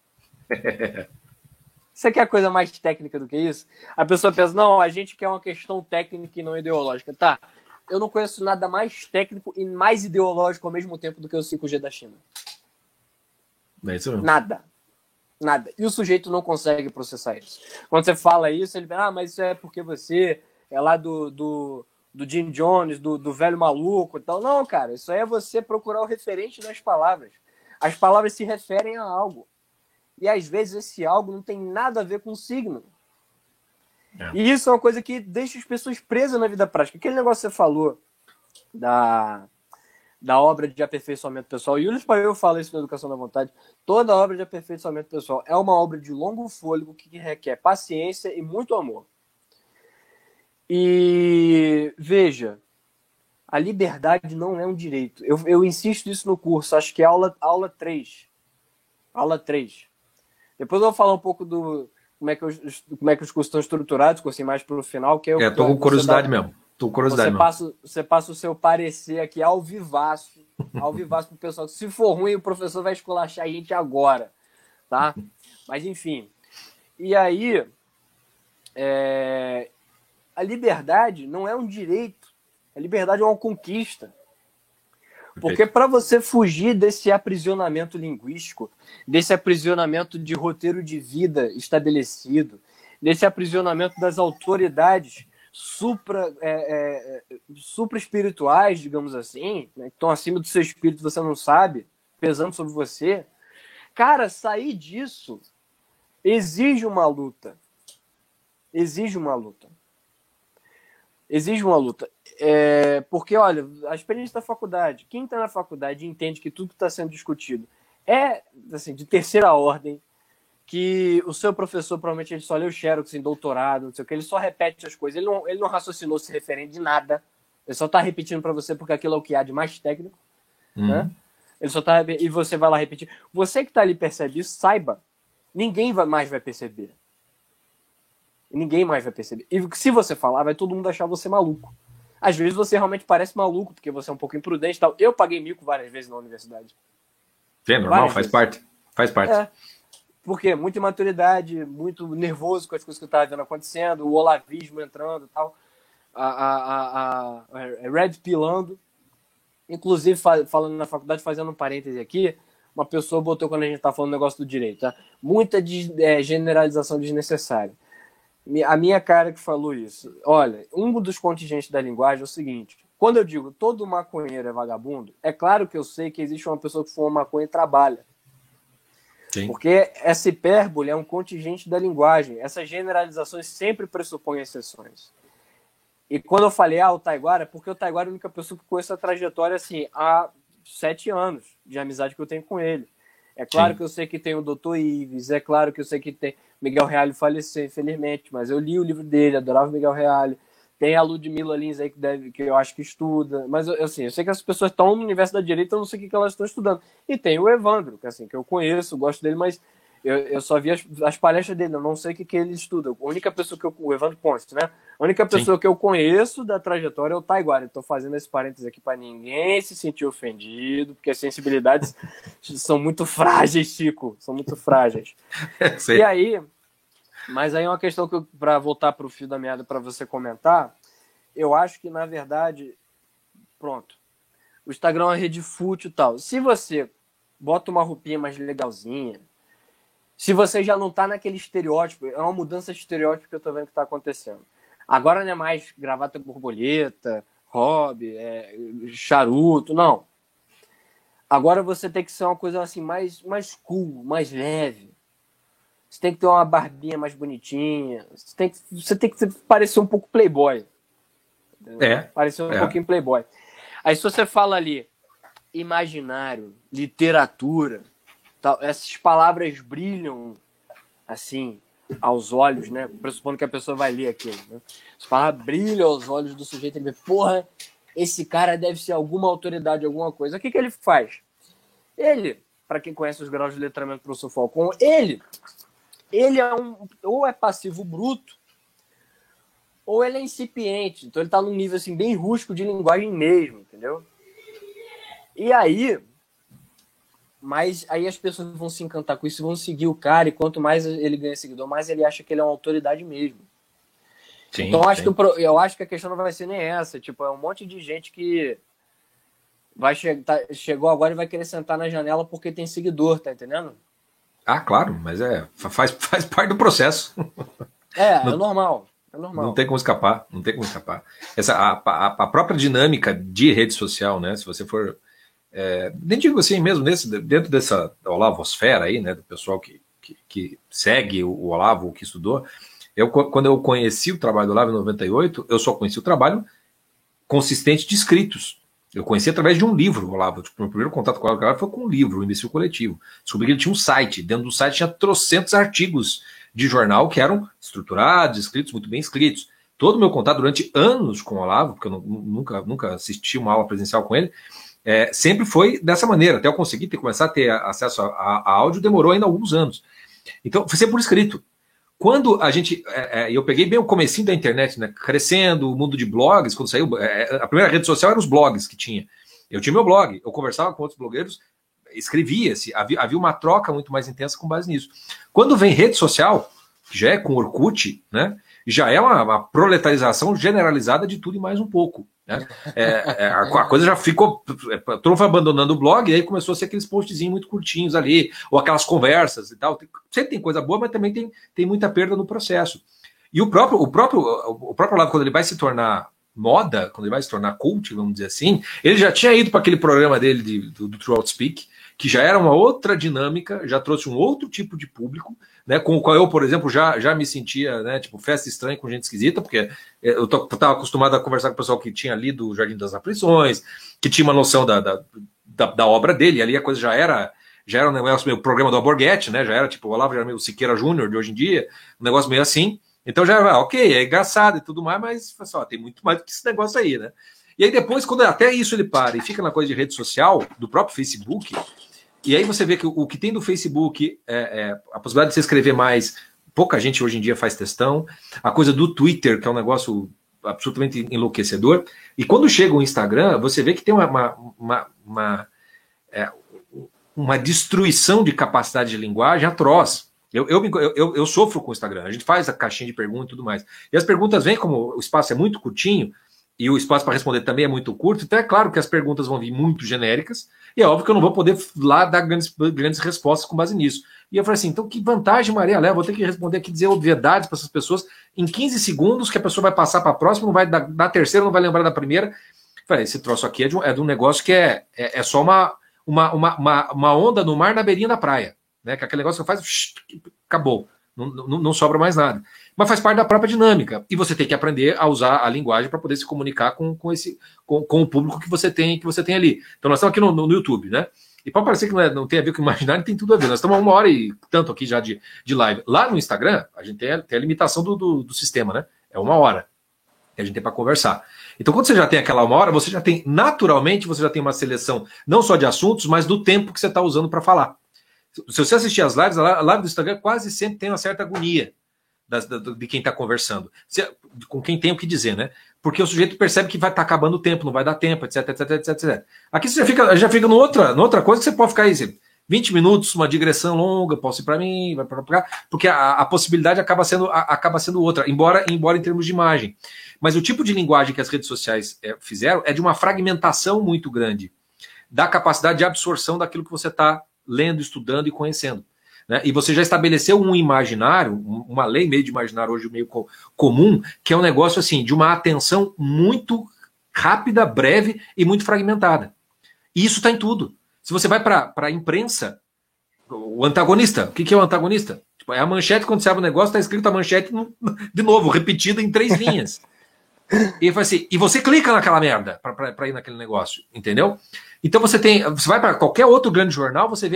[SPEAKER 1] Você quer coisa mais técnica do que isso? A pessoa pensa, não, a gente quer uma questão técnica e não ideológica. Tá, eu não conheço nada mais técnico e mais ideológico ao mesmo tempo do que o 5G da China.
[SPEAKER 2] É isso mesmo.
[SPEAKER 1] Nada. E o sujeito não consegue processar isso. Quando você fala isso, ele fala, mas isso é porque você é lá do Jim Jones, do velho maluco e tal. Não, cara, isso aí é você procurar o referente nas palavras. As palavras se referem a algo. E às vezes esse algo não tem nada a ver com o signo. E isso é uma coisa que deixa as pessoas presas na vida prática. Aquele negócio que você falou da obra de aperfeiçoamento pessoal, e o Yulis Paio fala isso na Educação da Vontade, toda obra de aperfeiçoamento pessoal é uma obra de longo fôlego que requer paciência e muito amor. E veja, a liberdade não é um direito. Eu insisto isso no curso, acho que é aula 3. Aula 3. Depois eu vou falar um pouco do como é que os cursos estão estruturados, assim, mais para o final. Que
[SPEAKER 2] tô com curiosidade mesmo. Tô com curiosidade mesmo.
[SPEAKER 1] Você passa o seu parecer aqui ao vivaço pro pessoal. Se for ruim, o professor vai esculachar a gente agora, tá? Mas, enfim. E aí, a liberdade não é um direito. A liberdade é uma conquista. Porque para você fugir desse aprisionamento linguístico, desse aprisionamento de roteiro de vida estabelecido, desse aprisionamento das autoridades supra-espirituais, digamos assim, né, que estão acima do seu espírito, você não sabe, pesando sobre você, cara, sair disso exige uma luta. Exige uma luta. Porque, olha, a experiência da faculdade, quem está na faculdade entende que tudo que está sendo discutido é assim, de terceira ordem, que o seu professor provavelmente ele só leu Xerox em doutorado, não sei o que, ele só repete as coisas, ele não raciocinou se referente de nada, ele só está repetindo para você porque aquilo é o que há de mais técnico, né? Ele só tá, e você vai lá repetir. Você que está ali percebe isso, saiba, ninguém mais vai perceber. Ninguém mais vai perceber. E se você falar, vai todo mundo achar você maluco. Às vezes você realmente parece maluco, porque você é um pouco imprudente e tal. Eu paguei mico várias vezes na universidade.
[SPEAKER 2] Normal, faz parte.
[SPEAKER 1] Porque muita imaturidade, muito nervoso com as coisas que eu estava vendo acontecendo, o olavismo entrando e tal, a red pilando. Inclusive, falando na faculdade, fazendo um parêntese aqui, uma pessoa botou quando a gente está falando do negócio do direito, tá? Muita generalização desnecessária. A minha cara que falou isso. Olha, um dos contingentes da linguagem é o seguinte: quando eu digo todo maconheiro é vagabundo, é claro que eu sei que existe uma pessoa que fuma maconha e trabalha. Sim. Porque essa hipérbole é um contingente da linguagem. Essas generalizações sempre pressupõem exceções. E quando eu falei, o Taiguara, é porque o Taiguara é a única pessoa que conhece a trajetória assim, há 7 anos de amizade que eu tenho com ele. É claro Sim. que eu sei que tem o Dr. Ives, é claro que eu sei que tem Miguel Reale faleceu, infelizmente, mas eu li o livro dele, adorava Miguel Reale. Tem a Ludmilla Lins aí que eu acho que estuda, mas eu sei que as pessoas estão no universo da direita, eu não sei o que elas estão estudando. E tem o Evandro, que eu conheço, gosto dele, mas eu só vi as palestras dele, eu não sei o que ele estuda. A única pessoa o Evandro Ponce, né? A única pessoa Sim. que eu conheço da trajetória é o Taiguara. Estou fazendo esse parênteses aqui para ninguém se sentir ofendido, porque as sensibilidades são muito frágeis, Chico. São muito frágeis. E aí, mas aí é uma questão que para voltar para o fio da meada para você comentar, eu acho que, na verdade, pronto, o Instagram é uma rede fútil e tal. Se você bota uma roupinha mais legalzinha, se você já não tá naquele estereótipo, é uma mudança de estereótipo que eu tô vendo que tá acontecendo. Agora não é mais gravata borboleta, hobby, charuto, não. Agora você tem que ser uma coisa assim mais cool, mais leve. Você tem que ter uma barbinha mais bonitinha. Você tem que parecer um pouco playboy. Parecer um pouquinho playboy. Aí se você fala ali imaginário, literatura, essas palavras brilham, assim, aos olhos, né? Pressupondo que a pessoa vai ler aquilo, né? As palavras brilham aos olhos do sujeito, ele vê, porra, esse cara deve ser alguma autoridade, alguma coisa. O que ele faz? Ele, para quem conhece os graus de letramento do professor Falcon, ele ou é passivo bruto, ou ele é incipiente. Então ele tá num nível assim, bem rústico de linguagem mesmo, entendeu? E aí, mas aí as pessoas vão se encantar com isso, vão seguir o cara, e quanto mais ele ganha seguidor, mais ele acha que ele é uma autoridade mesmo. Sim, então eu acho que a questão não vai ser nem essa. Tipo, é um monte de gente que chegou agora e vai querer sentar na janela porque tem seguidor, tá entendendo?
[SPEAKER 2] Ah, claro, mas faz parte do processo.
[SPEAKER 1] É normal. É normal.
[SPEAKER 2] Não tem como escapar, não tem como escapar. A própria dinâmica de rede social, né? Se você for... nem digo assim mesmo, dentro dessa olavosfera aí, né? Do pessoal que segue o Olavo, que estudou. Quando eu conheci o trabalho do Olavo em 98, eu só conheci o trabalho consistente de escritos. Eu conheci através de um livro, Olavo. Tipo, meu primeiro contato com o Olavo foi com um livro, o Imbecil Coletivo. Descobri que ele tinha um site. Dentro do site tinha trocentos artigos de jornal que eram estruturados, escritos, muito bem escritos. Todo o meu contato durante anos com o Olavo, porque eu nunca assisti uma aula presencial com ele, sempre foi dessa maneira. Até eu conseguir começar a ter acesso a áudio, demorou ainda alguns anos. Então, foi sempre por escrito. Quando a gente... eu peguei bem o comecinho da internet, né, crescendo, o mundo de blogs, quando saiu... a primeira rede social era os blogs que tinha. Eu tinha meu blog, eu conversava com outros blogueiros, escrevia-se, havia uma troca muito mais intensa com base nisso. Quando vem rede social, que já é com Orkut, né, já é uma proletarização generalizada de tudo e mais um pouco. Né? A coisa já ficou... Todo mundo foi abandonando o blog, e aí começou a ser aqueles postzinhos muito curtinhos ali, ou aquelas conversas e tal. Sempre tem coisa boa, mas também tem muita perda no processo. E o próprio Olavo, quando ele vai se tornar moda, quando ele vai se tornar cult, vamos dizer assim, ele já tinha ido para aquele programa dele do True Outspeak, que já era uma outra dinâmica, já trouxe um outro tipo de público, né, com o qual eu, por exemplo, já me sentia, né, tipo, festa estranha com gente esquisita, porque eu estava acostumado a conversar com o pessoal que tinha lido o Jardim das Aflições, que tinha uma noção da obra dele, e ali a coisa já era um negócio meio programa do Alborguete, né, já era tipo, o Olavo já era meio Siqueira Júnior de hoje em dia, um negócio meio assim, então já era, ok, é engraçado e tudo mais, mas pessoal, tem muito mais do que esse negócio aí, né. E aí depois, quando até isso ele para e fica na coisa de rede social, do próprio Facebook, e aí você vê que o que tem do Facebook a possibilidade de você escrever mais, pouca gente hoje em dia faz textão, a coisa do Twitter, que é um negócio absolutamente enlouquecedor, e quando chega o Instagram, você vê que tem uma destruição de capacidade de linguagem atroz. Eu sofro com o Instagram, a gente faz a caixinha de perguntas e tudo mais, e as perguntas vêm, como o espaço é muito curtinho, e o espaço para responder também é muito curto, então é claro que as perguntas vão vir muito genéricas, e é óbvio que eu não vou poder lá dar grandes respostas com base nisso. E eu falei assim, então que vantagem, Maria Léa, vou ter que responder aqui, dizer obviedades para essas pessoas em 15 segundos, que a pessoa vai passar para a próxima, não vai dar terceira, não vai lembrar da primeira. Eu falei, esse troço aqui é de um negócio que é só uma onda no mar na beirinha da praia, né? Que aquele negócio que faz, acabou, não sobra mais nada. Mas faz parte da própria dinâmica. E você tem que aprender a usar a linguagem para poder se comunicar com o público que você tem ali. Então nós estamos aqui no YouTube, né? E para parecer que não tem a ver com imaginário, tem tudo a ver. Nós estamos há 1 hora e tanto aqui já de live. Lá no Instagram, a gente tem a limitação do sistema, né? É 1 hora que a gente tem para conversar. Então quando você já tem aquela 1 hora, você já tem, naturalmente, você já tem uma seleção não só de assuntos, mas do tempo que você está usando para falar. Se você assistir as lives, a live do Instagram quase sempre tem uma certa agonia de quem está conversando, com quem tem o que dizer, né? Porque o sujeito percebe que vai estar acabando o tempo, não vai dar tempo, etc, etc, etc, etc. Aqui você já fica noutra coisa que você pode ficar aí 20 minutos, uma digressão longa, posso ir para mim, vai para cá, porque a possibilidade acaba sendo outra, embora em termos de imagem. Mas o tipo de linguagem que as redes sociais fizeram é de uma fragmentação muito grande da capacidade de absorção daquilo que você está lendo, estudando e conhecendo. Né? E você já estabeleceu um imaginário, uma lei meio de imaginário hoje meio comum, que é um negócio assim, de uma atenção muito rápida, breve e muito fragmentada. E isso está em tudo. Se você vai para a imprensa, o antagonista, o que é o antagonista? Tipo, é a manchete, quando você abre o negócio, está escrito a manchete de novo, repetida em 3 linhas. E assim, e você clica naquela merda para ir naquele negócio, entendeu? Então você vai para qualquer outro grande jornal, você vê que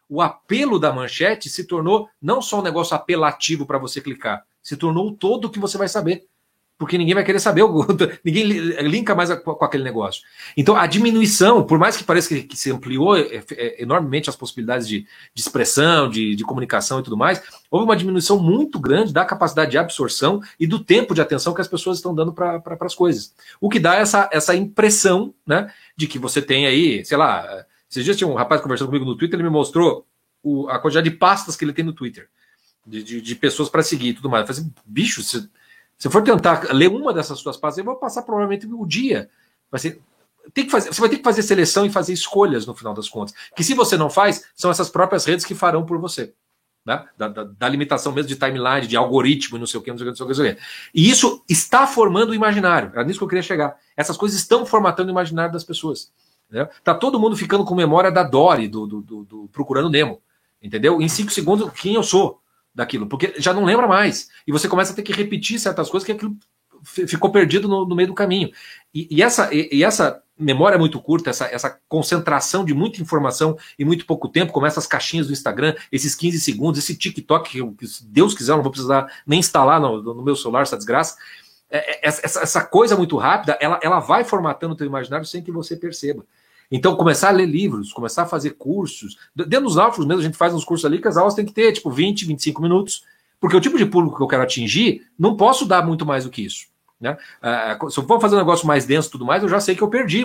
[SPEAKER 2] o apelo da manchete se tornou não só um negócio apelativo para você clicar, se tornou o todo que você vai saber. Porque ninguém vai querer saber, ninguém linka mais com aquele negócio. Então, a diminuição, por mais que pareça que se ampliou enormemente as possibilidades de expressão, de comunicação e tudo mais, houve uma diminuição muito grande da capacidade de absorção e do tempo de atenção que as pessoas estão dando para as coisas. O que dá essa impressão, né, de que você tem aí, sei lá, esses dias tinha um rapaz conversando comigo no Twitter, ele me mostrou a quantidade de pastas que ele tem no Twitter, de pessoas para seguir e tudo mais. Eu falei assim, bicho, se eu for tentar ler uma dessas suas pastas, eu vou passar provavelmente o dia. Você vai ter que fazer seleção e fazer escolhas no final das contas. Que se você não faz, são essas próprias redes que farão por você. Né? Da limitação mesmo de timeline, de algoritmo e não sei o que, não sei o que, não sei o que. E isso está formando o imaginário. Era nisso que eu queria chegar. Essas coisas estão formatando o imaginário das pessoas. Está todo mundo ficando com memória da Dory, do Procurando Nemo. Entendeu? Em 5 segundos, quem eu sou daquilo, porque já não lembra mais. E você começa a ter que repetir certas coisas que aquilo ficou perdido no meio do caminho. E essa memória muito curta, essa concentração de muita informação em muito pouco tempo, como essas caixinhas do Instagram, esses 15 segundos, esse TikTok, que se Deus quiser, eu não vou precisar nem instalar no meu celular essa desgraça. Essa coisa muito rápida, ela vai formatando o teu imaginário sem que você perceba. Então, começar a ler livros, começar a fazer cursos. Dentro dos náufragos mesmo, a gente faz uns cursos ali que as aulas tem que ter, 20, 25 minutos. Porque o tipo de público que eu quero atingir, não posso dar muito mais do que isso. Né? Se eu for fazer um negócio mais denso e tudo mais, eu já sei que eu perdi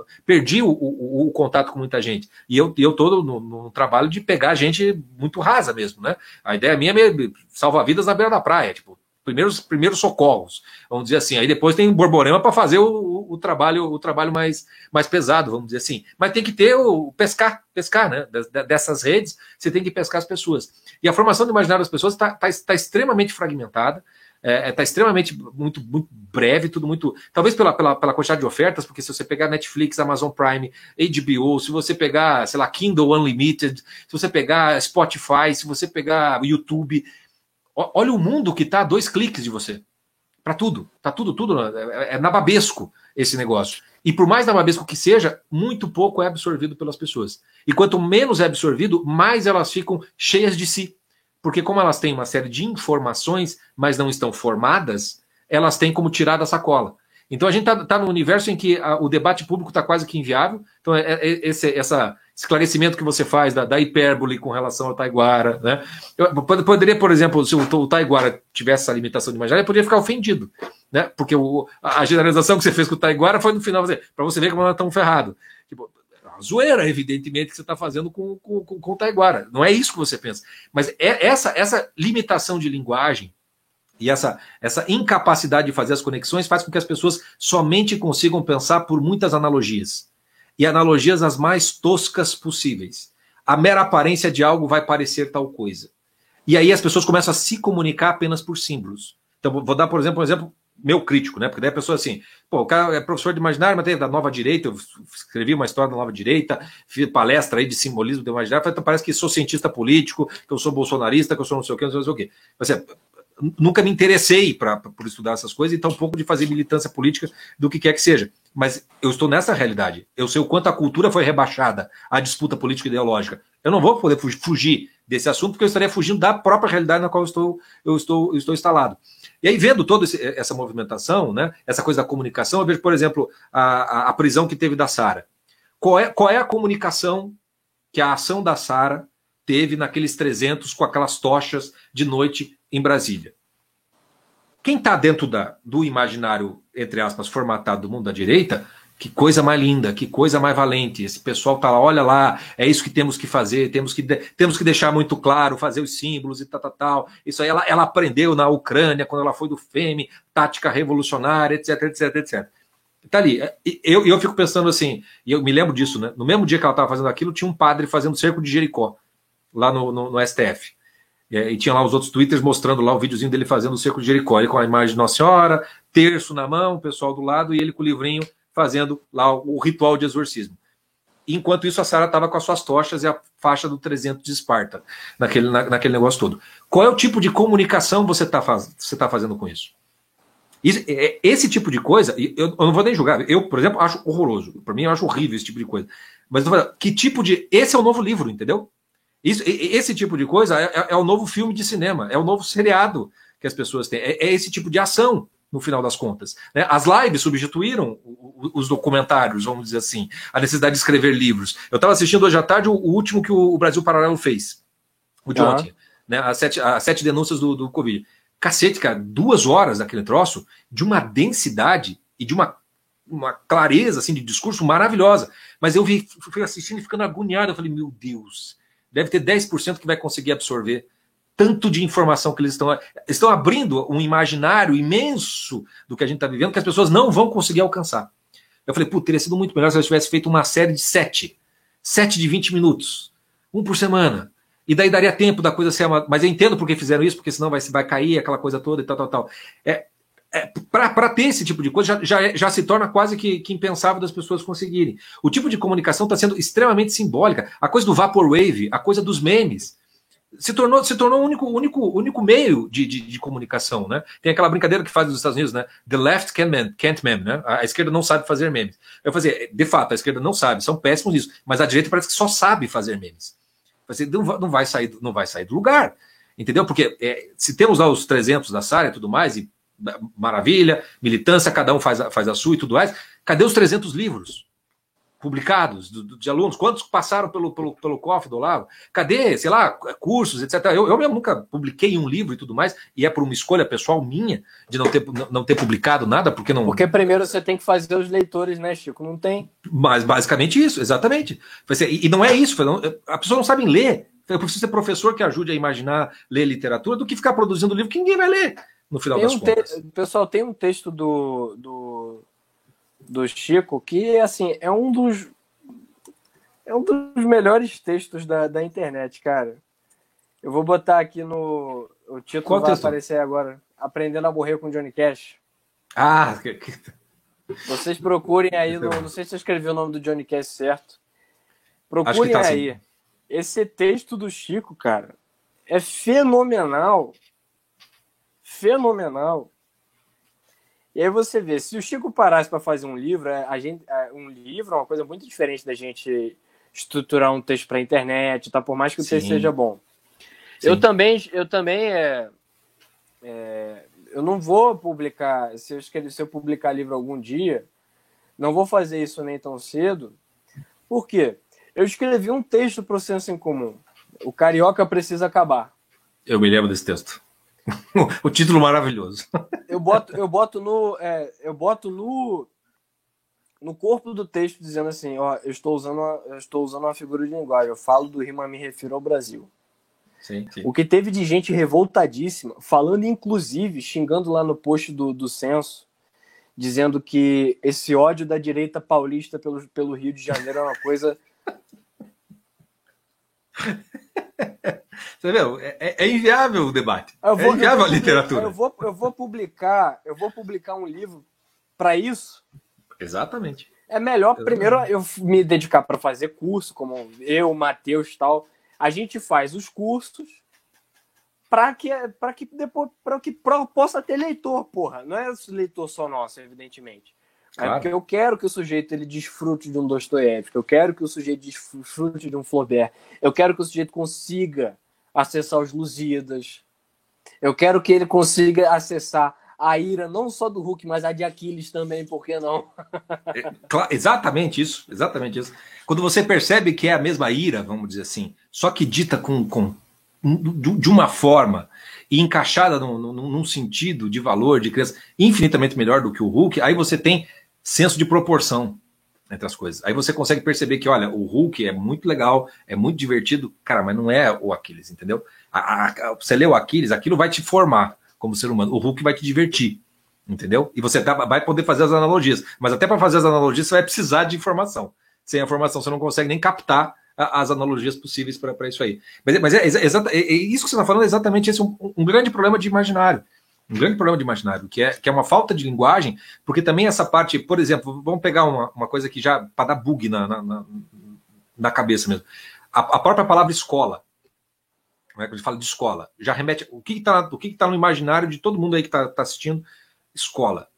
[SPEAKER 2] o contato com muita gente. E eu estou no trabalho de pegar gente muito rasa mesmo. Né? A ideia minha é salvar vidas na beira da praia, primeiros socorros, vamos dizer assim. Aí depois tem Borborema para fazer o trabalho mais pesado, vamos dizer assim. Mas tem que ter o pescar, né? Dessas redes, você tem que pescar as pessoas. E a formação do imaginário das pessoas está extremamente fragmentada, está extremamente muito breve, tudo muito. Talvez pela quantidade de ofertas, porque se você pegar Netflix, Amazon Prime, HBO, se você pegar, sei lá, Kindle Unlimited, se você pegar Spotify, se você pegar YouTube. Olha o mundo que está a 2 cliques de você. Para tudo. Está tudo. É nababesco esse negócio. E por mais nababesco que seja, muito pouco é absorvido pelas pessoas. E quanto menos é absorvido, mais elas ficam cheias de si. Porque como elas têm uma série de informações, mas não estão formadas, elas têm como tirar da sacola. Então a gente está num universo em que o debate público está quase que inviável. Então esse esclarecimento que você faz da hipérbole com relação ao Taiguara, né? Eu poderia, por exemplo, se o Taiguara tivesse essa limitação de imaginário, ele poderia ficar ofendido, né? Porque a generalização que você fez com o Taiguara foi no final, para você ver como nós estamos ferrados. A zoeira, evidentemente, que você está fazendo com o Taiguara. Não é isso que você pensa. Mas essa limitação de linguagem e essa incapacidade de fazer as conexões faz com que as pessoas somente consigam pensar por muitas analogias. E analogias as mais toscas possíveis. A mera aparência de algo vai parecer tal coisa. E aí as pessoas começam a se comunicar apenas por símbolos. Então, vou dar, por exemplo, um exemplo meu crítico, né? Porque daí a pessoa assim, o cara é professor de imaginário, mas tem da Nova Direita, eu escrevi uma história da Nova Direita, fiz palestra aí de simbolismo do imaginário, então parece que sou cientista político, que eu sou bolsonarista, que eu sou não sei o quê, não sei o quê. Mas, nunca me interessei por estudar essas coisas e tampouco de fazer militância política do que quer que seja. Mas eu estou nessa realidade. Eu sei o quanto a cultura foi rebaixada à disputa política e ideológica. Eu não vou poder fugir desse assunto porque eu estaria fugindo da própria realidade na qual eu estou instalado. E aí, vendo toda essa movimentação, né, essa coisa da comunicação, eu vejo, por exemplo, a prisão que teve da Sara. Qual é a comunicação que a ação da Sara teve naqueles 300 com aquelas tochas de noite em Brasília? Quem está dentro do imaginário, entre aspas, formatado do mundo da direita, que coisa mais linda, que coisa mais valente. Esse pessoal está lá, olha lá, é isso que temos que fazer, temos que deixar muito claro, fazer os símbolos e tal. Isso aí ela aprendeu na Ucrânia, quando ela foi do FEME, tática revolucionária, etc, etc, etc. Tá ali. Eu fico pensando assim, e eu me lembro disso, né? No mesmo dia que ela estava fazendo aquilo, tinha um padre fazendo cerco de Jericó, lá no STF. E tinha lá os outros twitters mostrando lá o videozinho dele fazendo o cerco de Jericó, ele com a imagem de Nossa Senhora, terço na mão, o pessoal do lado, e ele com o livrinho fazendo lá o ritual de exorcismo. Enquanto isso, a Sara estava com as suas tochas e a faixa do 300 de Esparta, naquele negócio todo. Qual é o tipo de comunicação você tá fazendo com isso? Esse tipo de coisa, eu não vou nem julgar, eu, por exemplo, acho horroroso. Para mim, eu acho horrível esse tipo de coisa. Mas que tipo de... Esse é o novo livro, entendeu? Esse tipo de coisa é o novo filme de cinema, é o novo seriado que as pessoas têm. É esse tipo de ação, no final das contas. Né? As lives substituíram os documentários, vamos dizer assim, a necessidade de escrever livros. Eu estava assistindo hoje à tarde o último que o Brasil Paralelo fez, o de ontem, né? As 7 denúncias do Covid. Cacete, cara, 2 horas daquele troço, de uma densidade e de uma clareza assim, de discurso maravilhosa. Mas eu fui assistindo e ficando agoniado. Eu falei, meu Deus, deve ter 10% que vai conseguir absorver tanto de informação que eles estão abrindo um imaginário imenso do que a gente está vivendo, que as pessoas não vão conseguir alcançar. Eu falei, pô, teria sido muito melhor se eu tivesse feito uma série de 7 de 20 minutos, um por semana. E daí daria tempo da coisa ser mas eu entendo porque fizeram isso, porque senão vai cair aquela coisa toda e tal. Para ter esse tipo de coisa, já se torna quase que impensável das pessoas conseguirem. O tipo de comunicação está sendo extremamente simbólica. A coisa do Vaporwave, a coisa dos memes, se tornou o único meio de comunicação. Né? Tem aquela brincadeira que faz nos Estados Unidos, né? The left can't meme, né? A esquerda não sabe fazer memes. Eu fazia, de fato, a esquerda não sabe, são péssimos nisso, mas a direita parece que só sabe fazer memes. Não vai sair do lugar, entendeu? Porque se temos lá os 300 da Sara e tudo mais, e maravilha, militância, cada um faz a sua e tudo mais, cadê os 300 livros publicados de alunos? Quantos passaram pelo cofre do Olavo? Cadê, sei lá, cursos, etc. Eu mesmo nunca publiquei um livro e tudo mais, e é por uma escolha pessoal minha de não ter publicado nada, porque não...
[SPEAKER 1] Porque primeiro você tem que fazer os leitores, né, Chico? Não tem.
[SPEAKER 2] Mas basicamente isso, exatamente. E não é isso, a pessoa não sabe ler. Eu preciso ser professor que ajude a imaginar, ler literatura, do que ficar produzindo livro que ninguém vai ler, no final das contas.
[SPEAKER 1] Pessoal, tem um texto do Chico que, assim, é um dos melhores textos da internet, cara. Eu vou botar aqui no... O título
[SPEAKER 2] Qual
[SPEAKER 1] vai
[SPEAKER 2] texto?
[SPEAKER 1] aparecer agora. Aprendendo a Morrer com Johnny Cash. Vocês procurem aí, não sei se eu escrevi o nome do Johnny Cash certo. Procurem aí. Assim. Esse texto do Chico, cara, é fenomenal. Fenomenal. E aí você vê, se o Chico parasse para fazer um livro, um livro é uma coisa muito diferente da gente estruturar um texto para a internet, tá? Por mais que o texto seja bom. Sim. Eu também eu não vou publicar, se eu publicar livro algum dia, não vou fazer isso nem tão cedo. Por quê? Eu escrevi um texto para o Senso em Comum. O Carioca Precisa Acabar.
[SPEAKER 2] Eu me lembro desse texto. O título maravilhoso.
[SPEAKER 1] Eu boto no corpo do texto dizendo assim, ó, eu estou usando uma figura de linguagem. Eu falo do rima, me refiro ao Brasil.
[SPEAKER 2] Sim.
[SPEAKER 1] O que teve de gente revoltadíssima, falando inclusive, xingando lá no post do Censo, dizendo que esse ódio da direita paulista pelo Rio de Janeiro é uma coisa...
[SPEAKER 2] Você viu? É inviável o debate. É inviável a literatura.
[SPEAKER 1] Eu vou publicar um livro para isso.
[SPEAKER 2] Exatamente.
[SPEAKER 1] É melhor primeiro eu me dedicar para fazer curso, como eu, Matheus e tal. A gente faz os cursos para que depois possa ter leitor, porra. Não é leitor só nosso, evidentemente. Claro. É porque eu quero que o sujeito ele desfrute de um Dostoiévski, eu quero que o sujeito desfrute de um Flaubert, eu quero que o sujeito consiga acessar os Lusíadas, eu quero que ele consiga acessar a ira não só do Hulk, mas a de Aquiles também, por que não?
[SPEAKER 2] Exatamente isso. Quando você percebe que é a mesma ira, vamos dizer assim, só que dita de uma forma e encaixada num sentido de valor, de criança, infinitamente melhor do que o Hulk, aí você tem senso de proporção entre as coisas. Aí você consegue perceber que, olha, o Hulk é muito legal, é muito divertido, cara, mas não é o Aquiles, entendeu? Você lê o Aquiles, aquilo vai te formar como ser humano. O Hulk vai te divertir, entendeu? E você vai poder fazer as analogias. Mas até para fazer as analogias, você vai precisar de informação. Sem a informação, você não consegue nem captar as analogias possíveis para isso aí. Mas isso que você está falando é exatamente esse um grande problema de imaginário. Um grande problema de imaginário, que é uma falta de linguagem, porque também essa parte, por exemplo, vamos pegar uma coisa que já, para dar bug na cabeça mesmo. A própria palavra escola. Quando a gente fala de escola, já remete. O que está no imaginário de todo mundo aí que está assistindo? Escola.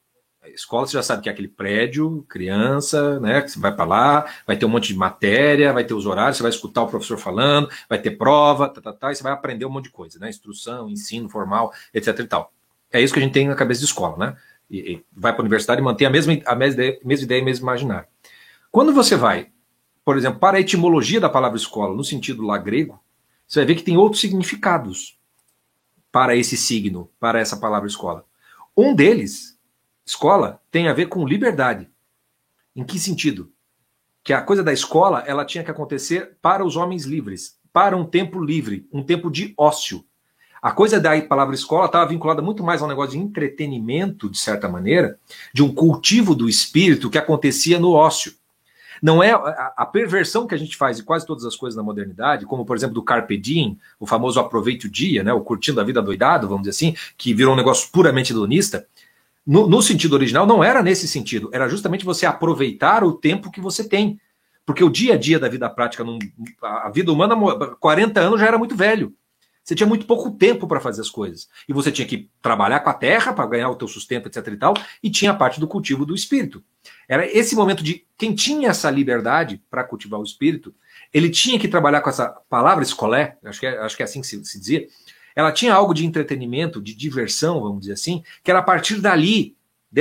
[SPEAKER 2] Escola, você já sabe que é aquele prédio, criança, né? Que você vai para lá, vai ter um monte de matéria, vai ter os horários, você vai escutar o professor falando, vai ter prova, e você vai aprender um monte de coisa, né? Instrução, ensino formal, etc. e tal. É isso que a gente tem na cabeça de escola, né? E vai para a universidade e mantém a mesma ideia, mesmo imaginário. Quando você vai, por exemplo, para a etimologia da palavra escola, no sentido lá grego, você vai ver que tem outros significados para esse signo, para essa palavra escola. Um deles, escola, tem a ver com liberdade. Em que sentido? Que a coisa da escola, ela tinha que acontecer para os homens livres, para um tempo livre, um tempo de ócio. A coisa da palavra escola estava vinculada muito mais a um negócio de entretenimento, de certa maneira, de um cultivo do espírito que acontecia no ócio. Não é a perversão que a gente faz de quase todas as coisas na modernidade, como, por exemplo, do Carpe Diem, o famoso aproveite o dia, né, o curtindo a vida doidado, vamos dizer assim, que virou um negócio puramente hedonista. No sentido original, não era nesse sentido. Era justamente você aproveitar o tempo que você tem. Porque o dia a dia da vida prática, a vida humana, 40 anos já era muito velho. Você tinha muito pouco tempo para fazer as coisas. E você tinha que trabalhar com a terra para ganhar o teu sustento, etc. e tal, e tinha a parte do cultivo do espírito. Era esse momento de quem tinha essa liberdade para cultivar o espírito, ele tinha que trabalhar com essa palavra escolé, acho que é assim que se dizia, ela tinha algo de entretenimento, de diversão, vamos dizer assim, que era a partir dali,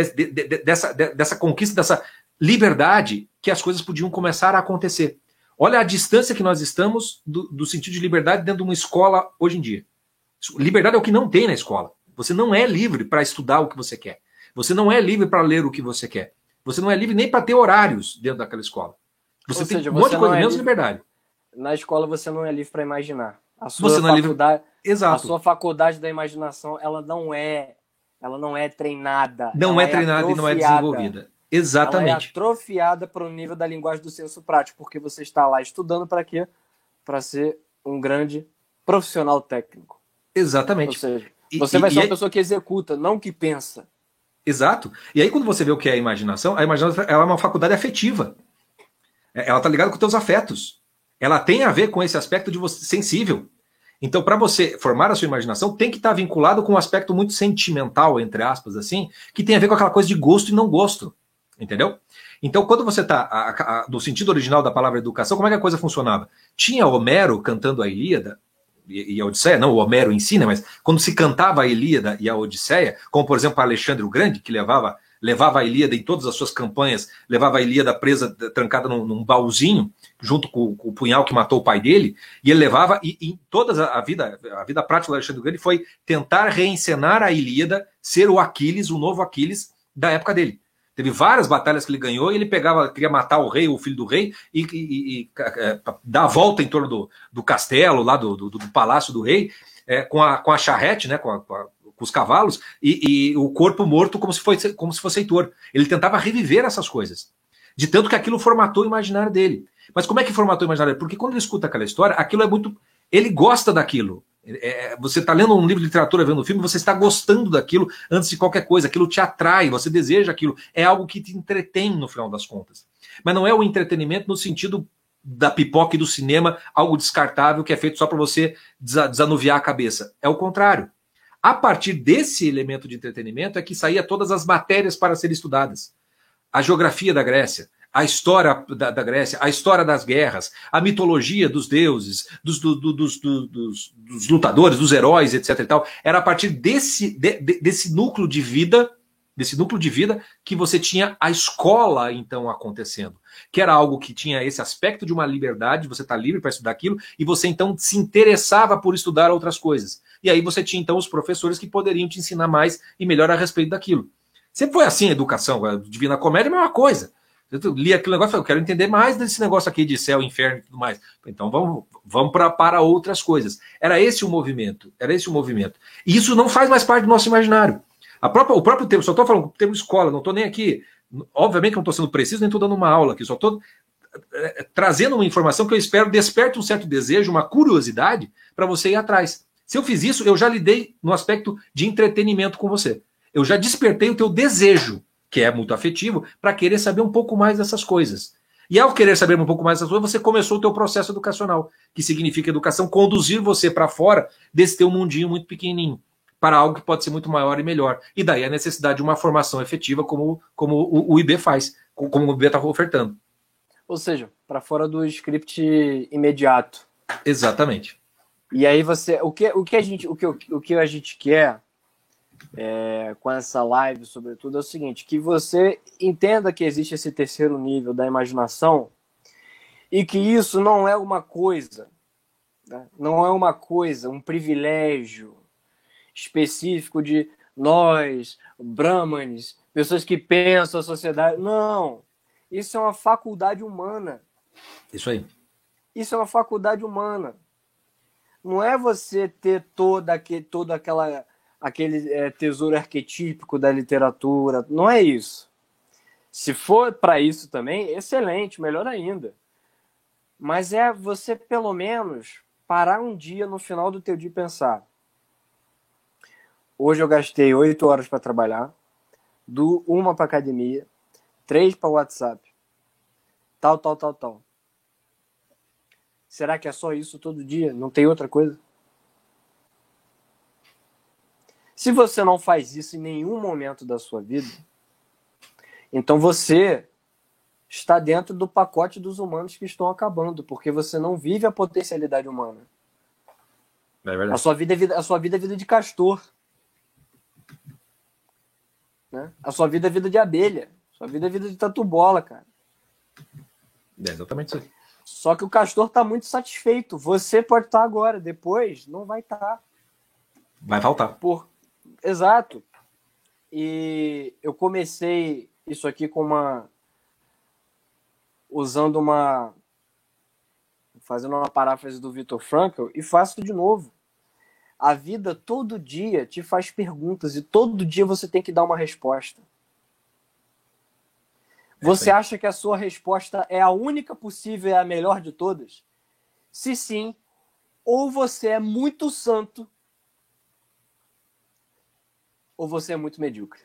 [SPEAKER 2] dessa conquista, dessa liberdade, que as coisas podiam começar a acontecer. Olha a distância que nós estamos do sentido de liberdade dentro de uma escola hoje em dia. Liberdade é o que não tem na escola. Você não é livre para estudar o que você quer. Você não é livre para ler o que você quer. Você não é livre nem para ter horários dentro daquela escola. Você tem um monte de coisa, menos liberdade.
[SPEAKER 1] Na escola você não é livre para imaginar. A sua
[SPEAKER 2] você não
[SPEAKER 1] faculdade,
[SPEAKER 2] é livre... Exato.
[SPEAKER 1] A sua faculdade da imaginação, ela não é treinada.
[SPEAKER 2] Não é treinada e não é desenvolvida. Exatamente.
[SPEAKER 1] Ela é atrofiada para o nível da linguagem do senso prático, porque você está lá estudando para quê? Para ser um grande profissional técnico.
[SPEAKER 2] Exatamente.
[SPEAKER 1] Ou seja, você vai ser uma pessoa que executa, não que pensa.
[SPEAKER 2] Exato. E aí quando você vê o que é a imaginação ela é uma faculdade afetiva. Ela está ligada com os teus afetos. Ela tem a ver com esse aspecto de você sensível. Então, para você formar a sua imaginação, tem que estar vinculado com um aspecto muito sentimental, entre aspas, assim, que tem a ver com aquela coisa de gosto e não gosto. Entendeu? Então, quando você está no sentido original da palavra educação, como é que a coisa funcionava? Tinha Homero cantando a Ilíada e a Odisseia, não o Homero em si, né, mas quando se cantava a Ilíada e a Odisseia, como por exemplo Alexandre o Grande, que levava a Ilíada em todas as suas campanhas, levava a Ilíada presa, trancada num baúzinho, junto com o punhal que matou o pai dele, e ele levava, e em toda a vida prática do Alexandre o Grande foi tentar reencenar a Ilíada, ser o Aquiles, o novo Aquiles da época dele. Teve várias batalhas que ele ganhou e ele queria matar o rei, o filho do rei, e dar a volta em torno do castelo, lá do palácio do rei, com a charrete, né, com os cavalos, e o corpo morto como se fosse Heitor. Ele tentava reviver essas coisas. De tanto que aquilo formatou o imaginário dele. Mas como é que formatou o imaginário dele? Porque quando ele escuta aquela história, aquilo é muito... Ele gosta daquilo. Você está lendo um livro de literatura, vendo um filme, você está gostando daquilo antes de qualquer coisa, aquilo te atrai, você deseja aquilo, é algo que te entretém no final das contas. Mas não é o entretenimento no sentido da pipoca e do cinema, algo descartável que é feito só para você desanuviar a cabeça. É o contrário. A partir desse elemento de entretenimento é que saía todas as matérias para serem estudadas. A geografia da Grécia, a história da Grécia, a história das guerras, a mitologia dos deuses, dos lutadores, dos heróis, etc. e tal. Era a partir desse núcleo de vida, que você tinha a escola, então, acontecendo. Que era algo que tinha esse aspecto de uma liberdade, você está livre para estudar aquilo, e você, então, se interessava por estudar outras coisas. E aí você tinha, então, os professores que poderiam te ensinar mais e melhor a respeito daquilo. Sempre foi assim a educação, a Divina Comédia é a mesma coisa. Eu li aquele negócio e falei, eu quero entender mais desse negócio aqui de céu, inferno e tudo mais. Então vamos para outras coisas. Era esse o movimento. E isso não faz mais parte do nosso imaginário. O próprio termo, só estou falando do termo escola, não estou nem aqui. Obviamente que não estou sendo preciso, nem estou dando uma aula aqui, só estou trazendo uma informação que eu espero desperte um certo desejo, uma curiosidade para você ir atrás. Se eu fiz isso, eu já lidei no aspecto de entretenimento com você. Eu já despertei o teu desejo, que é muito afetivo, para querer saber um pouco mais dessas coisas. E ao querer saber um pouco mais dessas coisas, você começou o teu processo educacional, que significa educação, conduzir você para fora desse teu mundinho muito pequenininho. para algo que pode ser muito maior e melhor. E daí a necessidade de uma formação efetiva como o IB faz, como o IB está ofertando.
[SPEAKER 1] Ou seja, para fora do script imediato.
[SPEAKER 2] Exatamente.
[SPEAKER 1] E aí o que a gente quer com essa live, sobretudo, é o seguinte, que você entenda que existe esse terceiro nível da imaginação e que isso não é uma coisa, né? Não é uma coisa, um privilégio específico de nós, brahmanes, pessoas que pensam a sociedade. Não, isso é uma faculdade humana.
[SPEAKER 2] Isso aí.
[SPEAKER 1] Isso é uma faculdade humana. Não é você ter aquele tesouro arquetípico da literatura. Não é isso. Se for para isso também, excelente, melhor ainda. Mas é você, pelo menos, parar um dia no final do teu dia e pensar. Hoje eu gastei 8 horas para trabalhar, 1 para academia, 3 para WhatsApp. Tal. Será que é só isso todo dia? Não tem outra coisa? Se você não faz isso em nenhum momento da sua vida, então você está dentro do pacote dos humanos que estão acabando, porque você não vive a potencialidade humana.
[SPEAKER 2] É verdade.
[SPEAKER 1] A sua vida é vida de castor. Né? A sua vida é vida de abelha. A sua vida é vida de tatu-bola, cara.
[SPEAKER 2] É exatamente isso aí.
[SPEAKER 1] Só que o castor está muito satisfeito. Você pode estar agora, depois não vai estar.
[SPEAKER 2] Vai faltar.
[SPEAKER 1] Exato. E eu comecei isso aqui fazendo uma paráfrase do Viktor Frankl e faço de novo. A vida todo dia te faz perguntas e todo dia você tem que dar uma resposta. Você acha que a sua resposta é a única possível e a melhor de todas? Se sim, ou você é muito santo, ou você é muito medíocre.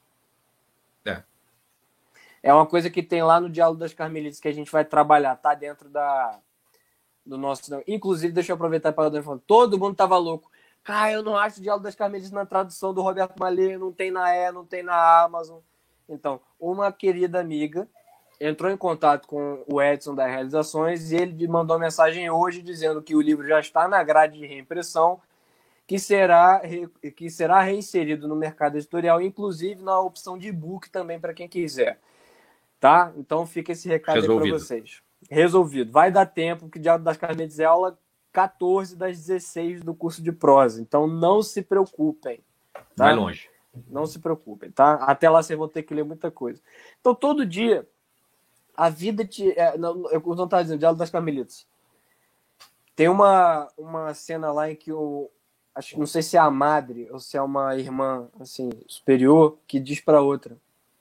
[SPEAKER 1] É uma coisa que tem lá no Diálogo das Carmelitas que a gente vai trabalhar, tá dentro do nosso... Inclusive, deixa eu aproveitar para dar falando, todo mundo tava louco. Cara, eu não acho o Diálogo das Carmelitas na tradução do Roberto Malê, não tem na não tem na Amazon. Então, uma querida amiga entrou em contato com o Edson das Realizações e ele mandou uma mensagem hoje dizendo que o livro já está na grade de reimpressão, que será reinserido no mercado editorial, inclusive na opção de e-book também para quem quiser. Tá? Então fica esse recado aí para vocês. Resolvido. Vai dar tempo, que o Diálogo das Carmelitas é aula 14 das 16 do curso de prosa. Então não se preocupem. Tá?
[SPEAKER 2] Vai longe.
[SPEAKER 1] Não se preocupem, tá? Até lá vocês vão ter que ler muita coisa. Então todo dia a vida eu não estava dizendo, Diálogo das Carmelitas. Tem uma cena lá em que não sei se é a madre ou se é uma irmã assim, superior que diz para outra: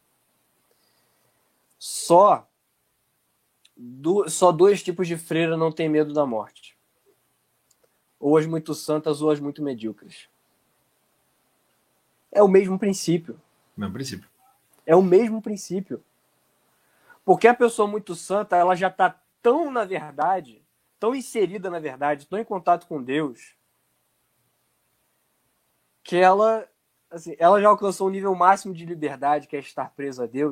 [SPEAKER 1] Só 2 tipos de freira não têm medo da morte. Ou as muito santas ou as muito medíocres. É o mesmo princípio. É o mesmo princípio. Porque a pessoa muito santa, ela já está tão na verdade, tão inserida na verdade, tão em contato com Deus, que ela já alcançou um nível máximo de liberdade, que é estar presa a Deus.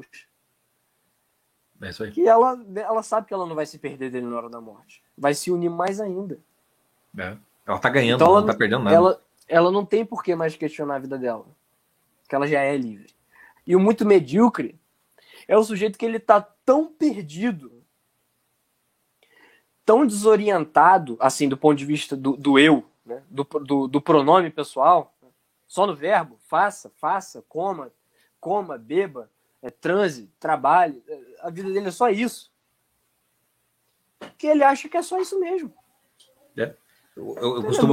[SPEAKER 2] É isso aí.
[SPEAKER 1] Que ela sabe que ela não vai se perder dele na hora da morte. Vai se unir mais ainda.
[SPEAKER 2] Ela tá ganhando,
[SPEAKER 1] então
[SPEAKER 2] ela não tá perdendo nada.
[SPEAKER 1] Ela não tem por que mais questionar a vida dela. Porque ela já é livre. E o muito medíocre é o sujeito que ele tá tão perdido, tão desorientado, assim, do ponto de vista do eu, né? do pronome pessoal, só no verbo, faça, coma, beba, transe, trabalhe, a vida dele é só isso. Que ele acha que é só isso mesmo.
[SPEAKER 2] Eu costumo,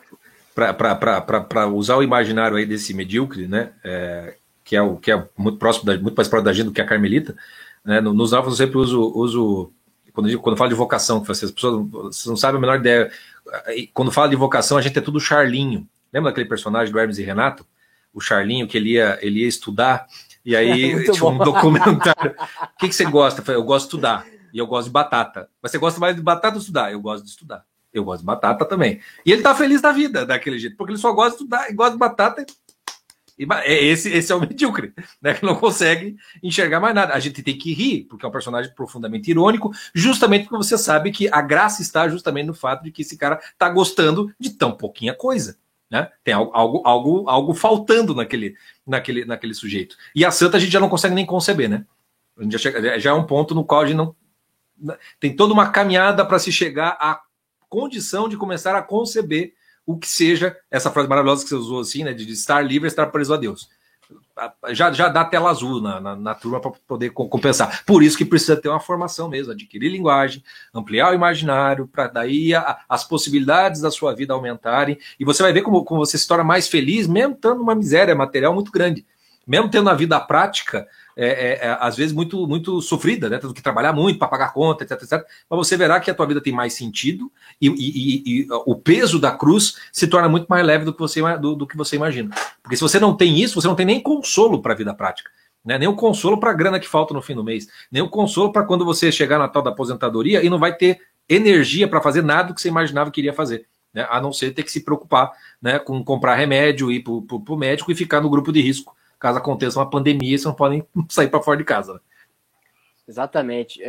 [SPEAKER 2] para usar o imaginário aí desse medíocre, né, que é muito próximo, muito mais próximo da gente do que a Carmelita, né, nos novos eu sempre uso quando falo de vocação, que as pessoas não sabem a menor ideia. Quando fala de vocação, a gente é tudo Charlinho. Lembra daquele personagem do Hermes e Renato? O Charlinho, que ele ia estudar, e aí tinha um documentário. O que você gosta? Eu falei, eu gosto de estudar, e eu gosto de batata. Mas você gosta mais de batata ou estudar? Eu gosto de estudar. Eu gosto de batata também. E ele tá feliz da vida daquele jeito, porque ele só gosta de estudar e gosta de batata. Esse é o medíocre, né? Que não consegue enxergar mais nada. A gente tem que rir, porque é um personagem profundamente irônico, justamente porque você sabe que a graça está justamente no fato de que esse cara tá gostando de tão pouquinha coisa. Né? Tem algo faltando naquele sujeito. E a santa a gente já não consegue nem conceber, né? A gente já é um ponto no qual a gente não. Tem toda uma caminhada para se chegar à condição de começar a conceber o que seja essa frase maravilhosa que você usou assim, né? De estar livre, estar preso a Deus. Já dá tela azul na turma para poder compensar. Por isso que precisa ter uma formação mesmo, adquirir linguagem, ampliar o imaginário, para daí as possibilidades da sua vida aumentarem. E você vai ver como você se torna mais feliz, mesmo estando numa miséria material muito grande. Mesmo tendo a vida prática, às vezes, muito sofrida, né? Tendo que trabalhar muito para pagar conta, etc, etc. Mas você verá que a tua vida tem mais sentido e o peso da cruz se torna muito mais leve do que você imagina. Porque se você não tem isso, você não tem nem consolo para a vida prática. Né? Nem o consolo para a grana que falta no fim do mês. Nem o consolo para quando você chegar na tal da aposentadoria e não vai ter energia para fazer nada do que você imaginava que iria fazer. Né? A não ser ter que se preocupar, né, com comprar remédio, ir para o médico e ficar no grupo de risco. Caso aconteça uma pandemia, vocês não podem sair para fora de casa. Né?
[SPEAKER 1] Exatamente.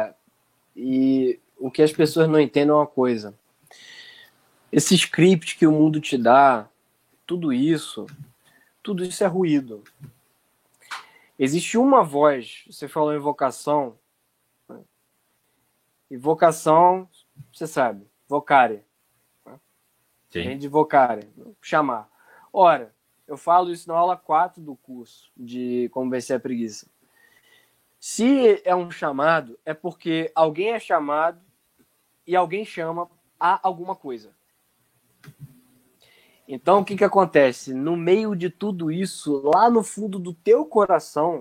[SPEAKER 1] E o que as pessoas não entendem é uma coisa. Esse script que o mundo te dá, tudo isso é ruído. Existe uma voz, você falou em vocação, né? E vocação, você sabe, vocare. Né? Vem de vocare, chamar. Ora, eu falo isso na aula 4 do curso de Como Vencer a Preguiça. Se é um chamado, é porque alguém é chamado e alguém chama a alguma coisa. Então, o que acontece? No meio de tudo isso, lá no fundo do teu coração,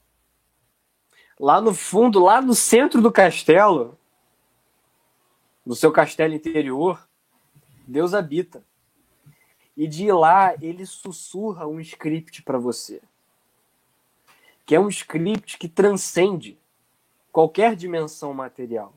[SPEAKER 1] lá no fundo, lá no centro do castelo, no seu castelo interior, Deus habita. E de lá ele sussurra um script para você. Que é um script que transcende qualquer dimensão material.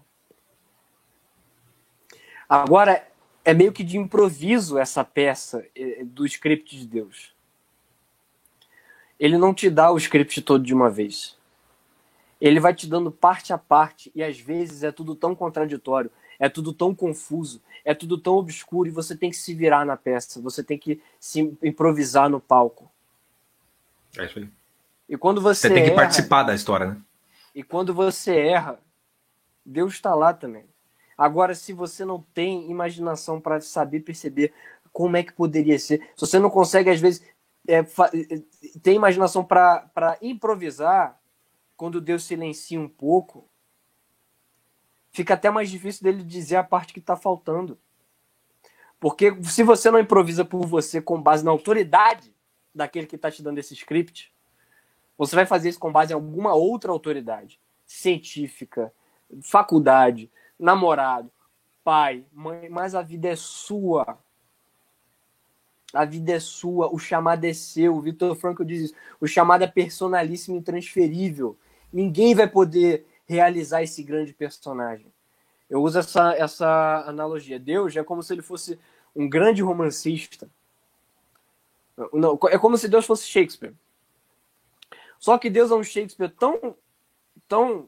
[SPEAKER 1] Agora, é meio que de improviso essa peça do script de Deus. Ele não te dá o script todo de uma vez. Ele vai te dando parte a parte e às vezes é tudo tão contraditório, é tudo tão confuso, é tudo tão obscuro e você tem que se virar na peça, você tem que se improvisar no palco.
[SPEAKER 2] É isso aí.
[SPEAKER 1] E quando você
[SPEAKER 2] tem que
[SPEAKER 1] erra,
[SPEAKER 2] participar da história, né?
[SPEAKER 1] E quando você erra, Deus está lá também. Agora, se você não tem imaginação para saber perceber como é que poderia ser, se você não consegue, às vezes, ter imaginação para improvisar, quando Deus silencia um pouco, fica até mais difícil dele dizer a parte que está faltando. Porque se você não improvisa por você com base na autoridade daquele que está te dando esse script, você vai fazer isso com base em alguma outra autoridade, científica, faculdade, namorado, pai, mãe, mas a vida é sua. A vida é sua, o chamado é seu. O Viktor Frankl diz isso. O chamado é personalíssimo e intransferível. Ninguém vai poder realizar esse grande personagem. Eu uso essa analogia. Deus é como se ele fosse um grande romancista. Não, é como se Deus fosse Shakespeare. Só que Deus é um Shakespeare tão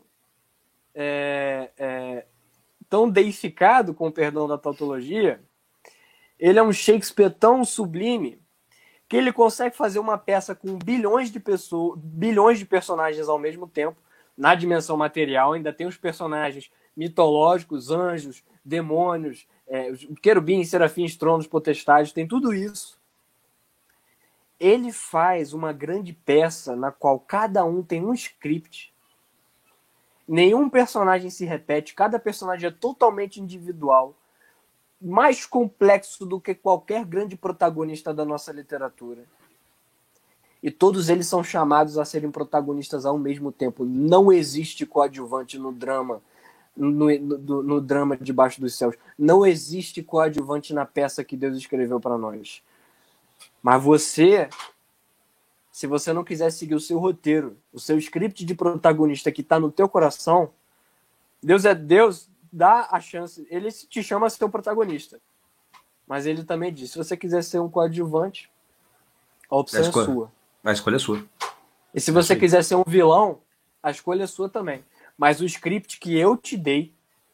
[SPEAKER 1] deificado, com o perdão da tautologia. Ele é um Shakespeare tão sublime que ele consegue fazer uma peça com bilhões de personagens ao mesmo tempo, na dimensão material. Ainda tem os personagens mitológicos, anjos, demônios, querubins, serafins, tronos, potestades, tem tudo isso. Ele faz uma grande peça na qual cada um tem um script. Nenhum personagem se repete, cada personagem é totalmente individual, mais complexo do que qualquer grande protagonista da nossa literatura. E todos eles são chamados a serem protagonistas ao mesmo tempo. Não existe coadjuvante no drama, no drama debaixo dos céus. Não existe coadjuvante na peça que Deus escreveu para nós. Mas você, se você não quiser seguir o seu roteiro, o seu script de protagonista que está no teu coração, Deus é Deus, dá a chance, ele te chama a ser o protagonista. Mas ele também diz, se você quiser ser um coadjuvante, a opção é sua.
[SPEAKER 2] A escolha é sua.
[SPEAKER 1] E se você quiser ser um vilão, a escolha é sua também. Mas o script que eu te dei,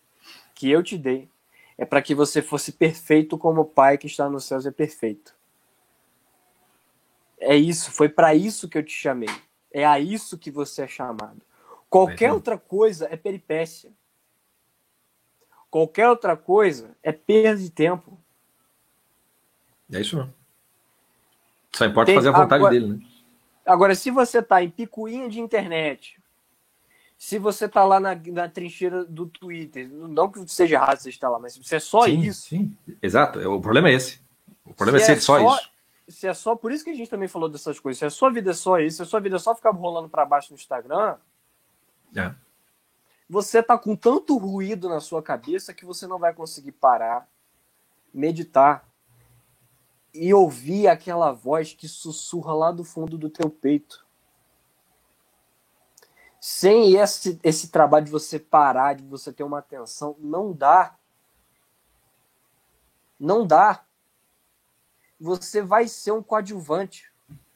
[SPEAKER 1] é para que você fosse perfeito como o Pai que está nos céus é perfeito. É isso, foi para isso que eu te chamei. É a isso que você é chamado. Qualquer outra coisa é peripécia. Qualquer outra coisa é perda de tempo.
[SPEAKER 2] É isso não. Só importa fazer a vontade dele, né?
[SPEAKER 1] Agora, se você tá em picuinha de internet, se você tá lá na trincheira do Twitter, não que seja errado você estar lá, mas se é só isso...
[SPEAKER 2] Sim, exato. O problema é esse. O problema é ser só isso.
[SPEAKER 1] Se é só... Por isso que a gente também falou dessas coisas. Se a sua vida é só isso, se a sua vida é só ficar rolando para baixo no Instagram, você tá com tanto ruído na sua cabeça que você não vai conseguir parar, meditar e ouvir aquela voz que sussurra lá do fundo do teu peito. Sem esse trabalho de você parar, de você ter uma atenção, não dá. Não dá. Você vai ser um coadjuvante.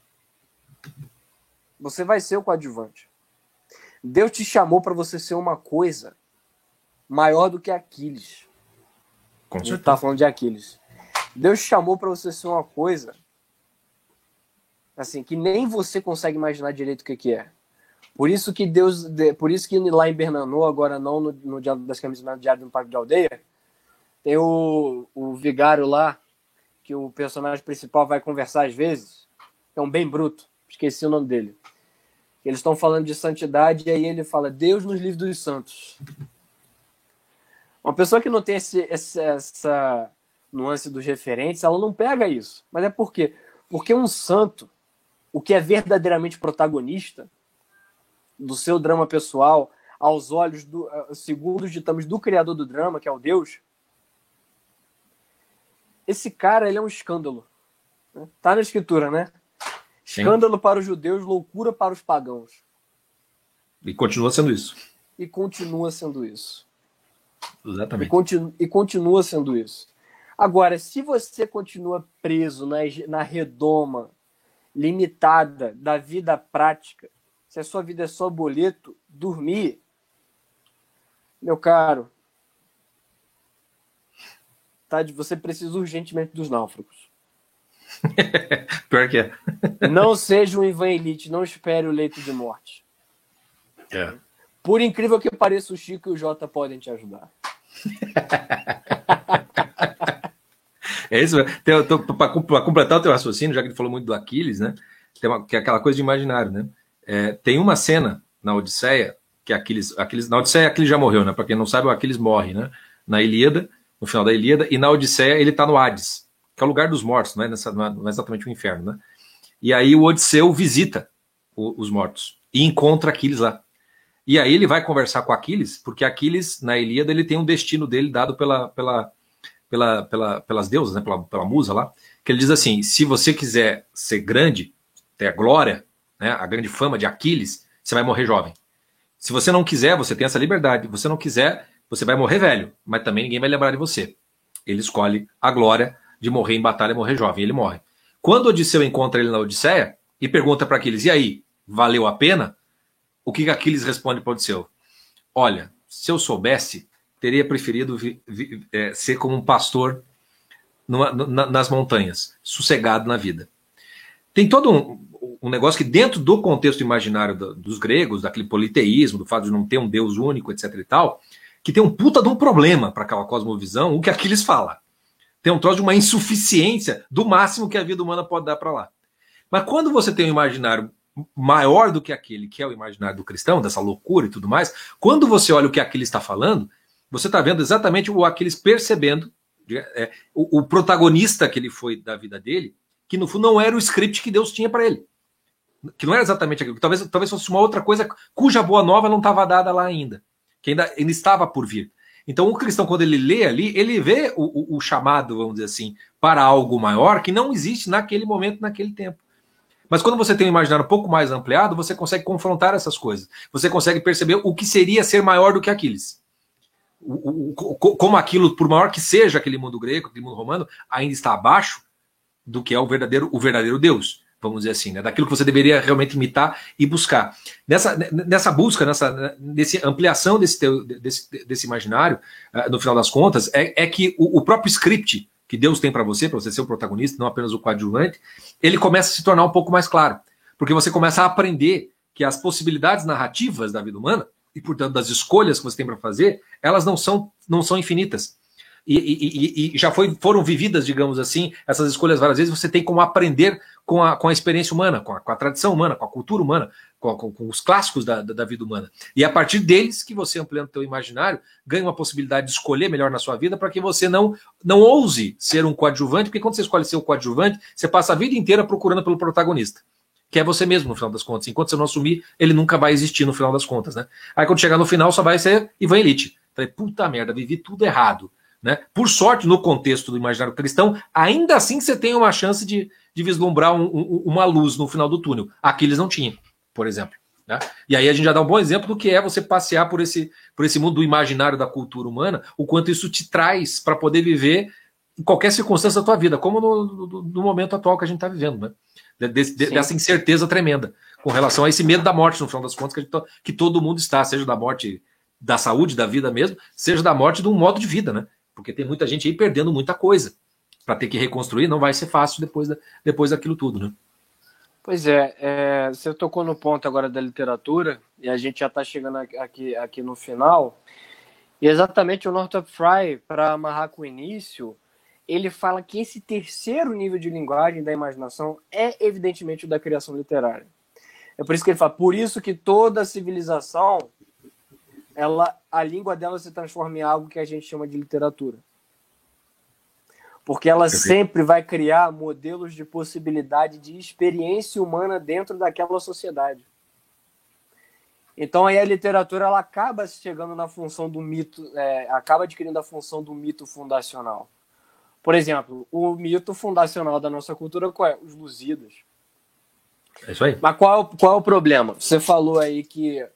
[SPEAKER 1] Você vai ser um coadjuvante. Deus te chamou para você ser uma coisa maior do que Aquiles.
[SPEAKER 2] Com certeza.
[SPEAKER 1] A gente tá falando de Aquiles. Deus te chamou para você ser uma coisa assim, que nem você consegue imaginar direito o que é. Por isso que lá em Bernanô, agora não no Diálogo das Camisas, mas no Diário do Parque de Aldeia, tem o vigário lá, que o personagem principal vai conversar às vezes, é um bem bruto, esqueci o nome dele. Eles estão falando de santidade e aí ele fala, Deus nos livre dos santos. Uma pessoa que não tem essa nuance dos referentes, ela não pega isso. Mas é por quê? Porque um santo, o que é verdadeiramente protagonista do seu drama pessoal, aos olhos, segundo os ditames do criador do drama, que é o Deus, esse cara, ele é um escândalo. Tá na escritura, né? Sim. Escândalo para os judeus, loucura para os pagãos.
[SPEAKER 2] E continua sendo isso.
[SPEAKER 1] E continua sendo isso.
[SPEAKER 2] Exatamente.
[SPEAKER 1] E continua sendo isso. Agora, se você continua preso na redoma limitada da vida prática, se a sua vida é só boleto, dormir, meu caro, tá? Você precisa urgentemente dos náufragos.
[SPEAKER 2] Pior que é.
[SPEAKER 1] Não seja um evangelite, não espere o leito de morte.
[SPEAKER 2] É.
[SPEAKER 1] Por incrível que pareça, o Chico e o Jota podem te ajudar.
[SPEAKER 2] É isso. Para completar o teu raciocínio, já que ele falou muito do Aquiles, né? Que é aquela coisa de imaginário, né? Tem uma cena na Odisseia que Aquiles na Odisseia Aquiles já morreu, né? Para quem não sabe, o Aquiles morre, né? Na Ilíada, no final da Ilíada, e na Odisseia ele está no Hades, que é o lugar dos mortos, não é exatamente o inferno, né? E aí o Odisseu visita os mortos e encontra Aquiles lá. E aí ele vai conversar com Aquiles, porque Aquiles, na Ilíada, ele tem um destino dele dado pelas deusas, né? pela musa lá, que ele diz assim, se você quiser ser grande, ter a glória, né? A grande fama de Aquiles, você vai morrer jovem. Se você não quiser, você tem essa liberdade. Se você não quiser, você vai morrer velho, mas também ninguém vai lembrar de você. Ele escolhe a glória de morrer em batalha e morrer jovem, ele morre. Quando Odisseu encontra ele na Odisseia e pergunta para Aquiles, e aí, valeu a pena? O que Aquiles responde para Odisseu? Olha, se eu soubesse, teria preferido ser como um pastor nas montanhas, sossegado na vida. Tem todo um negócio que dentro do contexto imaginário dos gregos, daquele politeísmo, do fato de não ter um Deus único, etc e tal, que tem um puta de um problema para aquela cosmovisão, o que Aquiles fala. Tem um troço de uma insuficiência do máximo que a vida humana pode dar para lá. Mas quando você tem um imaginário maior do que aquele que é o imaginário do cristão, dessa loucura e tudo mais, quando você olha o que Aquiles está falando, você está vendo exatamente o Aquiles percebendo o protagonista que ele foi da vida dele, que no fundo não era o script que Deus tinha para ele. Que não era exatamente aquilo, que talvez fosse uma outra coisa cuja boa nova não estava dada lá ainda, que ainda estava por vir. Então o cristão, quando ele lê ali, ele vê o chamado, vamos dizer assim, para algo maior que não existe naquele momento, naquele tempo. Mas quando você tem um imaginário um pouco mais ampliado, você consegue confrontar essas coisas. Você consegue perceber o que seria ser maior do que Aquiles. como aquilo, por maior que seja aquele mundo grego, aquele mundo romano, ainda está abaixo do que é o verdadeiro Deus, vamos dizer assim, né? Daquilo que você deveria realmente imitar e buscar. Nessa busca, nessa ampliação desse imaginário, no final das contas, é que o próprio script que Deus tem para você ser o protagonista, não apenas o coadjuvante, ele começa a se tornar um pouco mais claro. Porque você começa a aprender que as possibilidades narrativas da vida humana, e portanto das escolhas que você tem para fazer, elas não são infinitas. E já foram vividas, digamos assim, essas escolhas várias vezes. Você tem como aprender com a experiência humana, com a tradição humana, com a cultura humana, com os clássicos da vida humana. E é a partir deles que você, ampliando o teu imaginário, ganha uma possibilidade de escolher melhor na sua vida, para que você não ouse ser um coadjuvante, porque quando você escolhe ser um coadjuvante, você passa a vida inteira procurando pelo protagonista, que é você mesmo, no final das contas. Enquanto você não assumir, ele nunca vai existir no final das contas, né? Aí quando chegar no final, só vai ser Ivan Illich. Falei, puta merda, vivi tudo errado. Né? Por sorte, no contexto do imaginário cristão, ainda assim você tem uma chance de vislumbrar uma luz no final do túnel. Aqui eles não tinham, por exemplo. Né? E aí a gente já dá um bom exemplo do que é você passear por esse mundo do imaginário da cultura humana, o quanto isso te traz para poder viver em qualquer circunstância da tua vida, como no momento atual que a gente está vivendo. Né? Dessa incerteza tremenda com relação a esse medo da morte, no final das contas, que todo mundo está, seja da morte da saúde, da vida mesmo, seja da morte de um modo de vida, né? Porque tem muita gente aí perdendo muita coisa. Para ter que reconstruir, não vai ser fácil depois daquilo tudo, né?
[SPEAKER 1] Pois você tocou no ponto agora da literatura, e a gente já está chegando aqui no final. E exatamente o Northrop Frye, para amarrar com o início, ele fala que esse terceiro nível de linguagem da imaginação é evidentemente o da criação literária. É por isso que ele fala, por isso que toda civilização, a língua dela se transforma em algo que a gente chama de literatura. Porque ela sempre vai criar modelos de possibilidade de experiência humana dentro daquela sociedade. Então aí a literatura ela acaba chegando na função do mito, acaba adquirindo a função do mito fundacional. Por exemplo, o mito fundacional da nossa cultura qual é? Os Lusíadas.
[SPEAKER 2] É isso aí.
[SPEAKER 1] Mas qual é o problema? Você falou aí que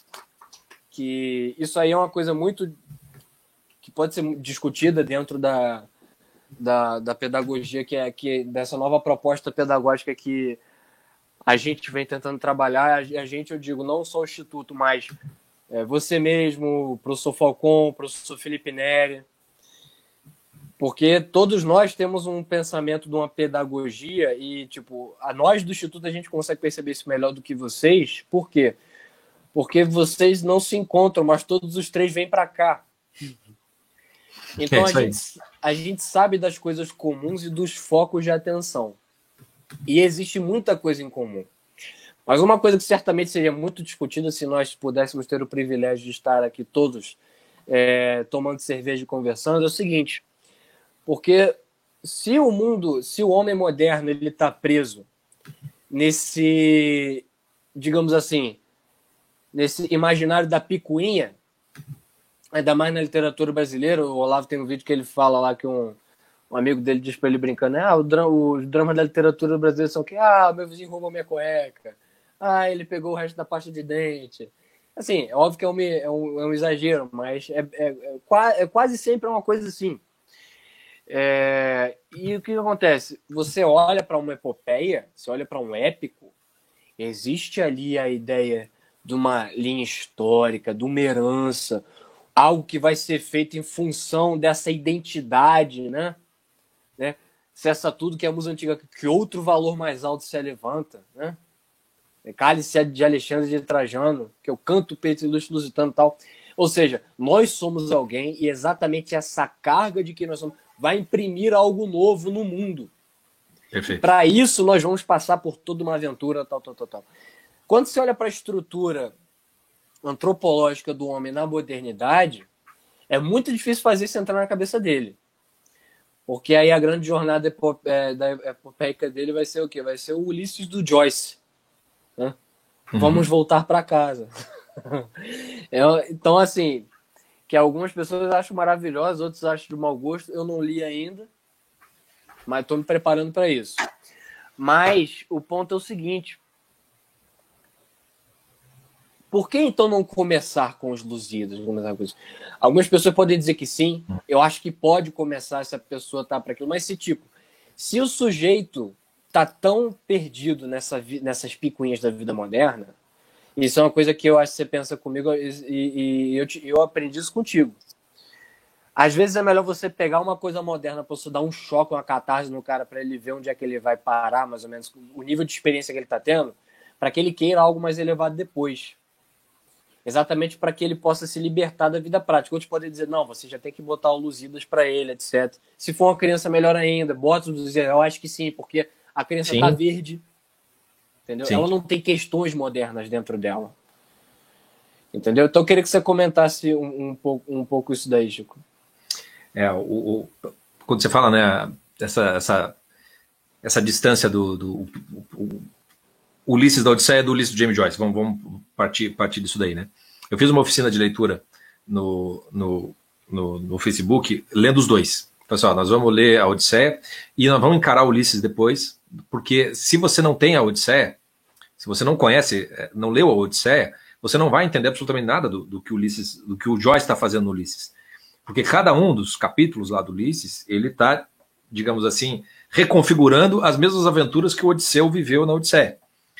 [SPEAKER 1] isso aí é uma coisa muito que pode ser discutida dentro da pedagogia, que dessa nova proposta pedagógica que a gente vem tentando trabalhar. A gente, eu digo, não só o Instituto, mas você mesmo, o professor Falcon, o professor Felipe Neri, porque todos nós temos um pensamento de uma pedagogia e, tipo, nós do Instituto a gente consegue perceber isso melhor do que vocês. Por quê? Porque vocês não se encontram, mas todos os três vêm para cá. Então a gente sabe das coisas comuns e dos focos de atenção. E existe muita coisa em comum. Mas uma coisa que certamente seria muito discutida se nós pudéssemos ter o privilégio de estar aqui todos tomando cerveja e conversando, é o seguinte. Porque se o homem moderno ele está preso nesse, digamos assim, nesse imaginário da picuinha, ainda mais na literatura brasileira, o Olavo tem um vídeo que ele fala lá que um amigo dele diz pra ele brincando, os dramas da literatura brasileira são que, meu vizinho roubou minha cueca, ele pegou o resto da pasta de dente. Assim, é óbvio que é um exagero, mas é quase sempre uma coisa assim. E o que acontece? Você olha para uma epopeia, você olha para um épico, existe ali a ideia de uma linha histórica, de uma herança, algo que vai ser feito em função dessa identidade, né? Cessa tudo que é a musa antiga, que outro valor mais alto se levanta, né? Cálice de Alexandre de Trajano, que eu canto o peito ilustre lusitano e tal. Ou seja, nós somos alguém e exatamente essa carga de que nós somos vai imprimir algo novo no mundo. Para isso, nós vamos passar por toda uma aventura, tal. Quando você olha para a estrutura antropológica do homem na modernidade, é muito difícil fazer isso entrar na cabeça dele. Porque aí a grande jornada da epopeica dele vai ser o quê? Vai ser o Ulisses do Joyce. Né? Vamos voltar para casa. Então, assim, que algumas pessoas acham maravilhoso, outros acham de mau gosto. Eu não li ainda, mas estou me preparando para isso. Mas o ponto é o seguinte. por que então não começar com os Lusíadas? Algumas pessoas podem dizer que sim, eu acho que pode começar se a pessoa tá para aquilo, mas se o sujeito tá tão perdido nessas picuinhas da vida moderna, isso é uma coisa que eu acho que você pensa comigo e eu aprendi isso contigo. Às vezes é melhor você pegar uma coisa moderna para você dar um choque, uma catarse no cara, para ele ver onde é que ele vai parar, mais ou menos, o nível de experiência que ele está tendo, para que ele queira algo mais elevado depois. Exatamente para que ele possa se libertar da vida prática. Outros podem dizer, não, você já tem que botar o Lusíadas para ele, etc. Se for uma criança, melhor ainda, bota o Lusíadas. Eu acho que sim, porque a criança está verde, entendeu? Sim. Ela não tem questões modernas dentro dela. Entendeu? Então eu queria que você comentasse um pouco isso daí, Chico.
[SPEAKER 2] Quando você fala, né, essa distância do Ulisses da Odisseia do Ulisses do James Joyce, vamos partir disso daí, né? Eu fiz uma oficina de leitura no Facebook, lendo os dois. Pessoal, nós vamos ler a Odisseia e nós vamos encarar o Ulisses depois, porque se você não tem a Odisseia, se você não conhece, não leu a Odisseia, você não vai entender absolutamente nada do que o Joyce está fazendo no Ulisses. Porque cada um dos capítulos lá do Ulisses, ele está, digamos assim, reconfigurando as mesmas aventuras que o Odisseu viveu na Odisseia.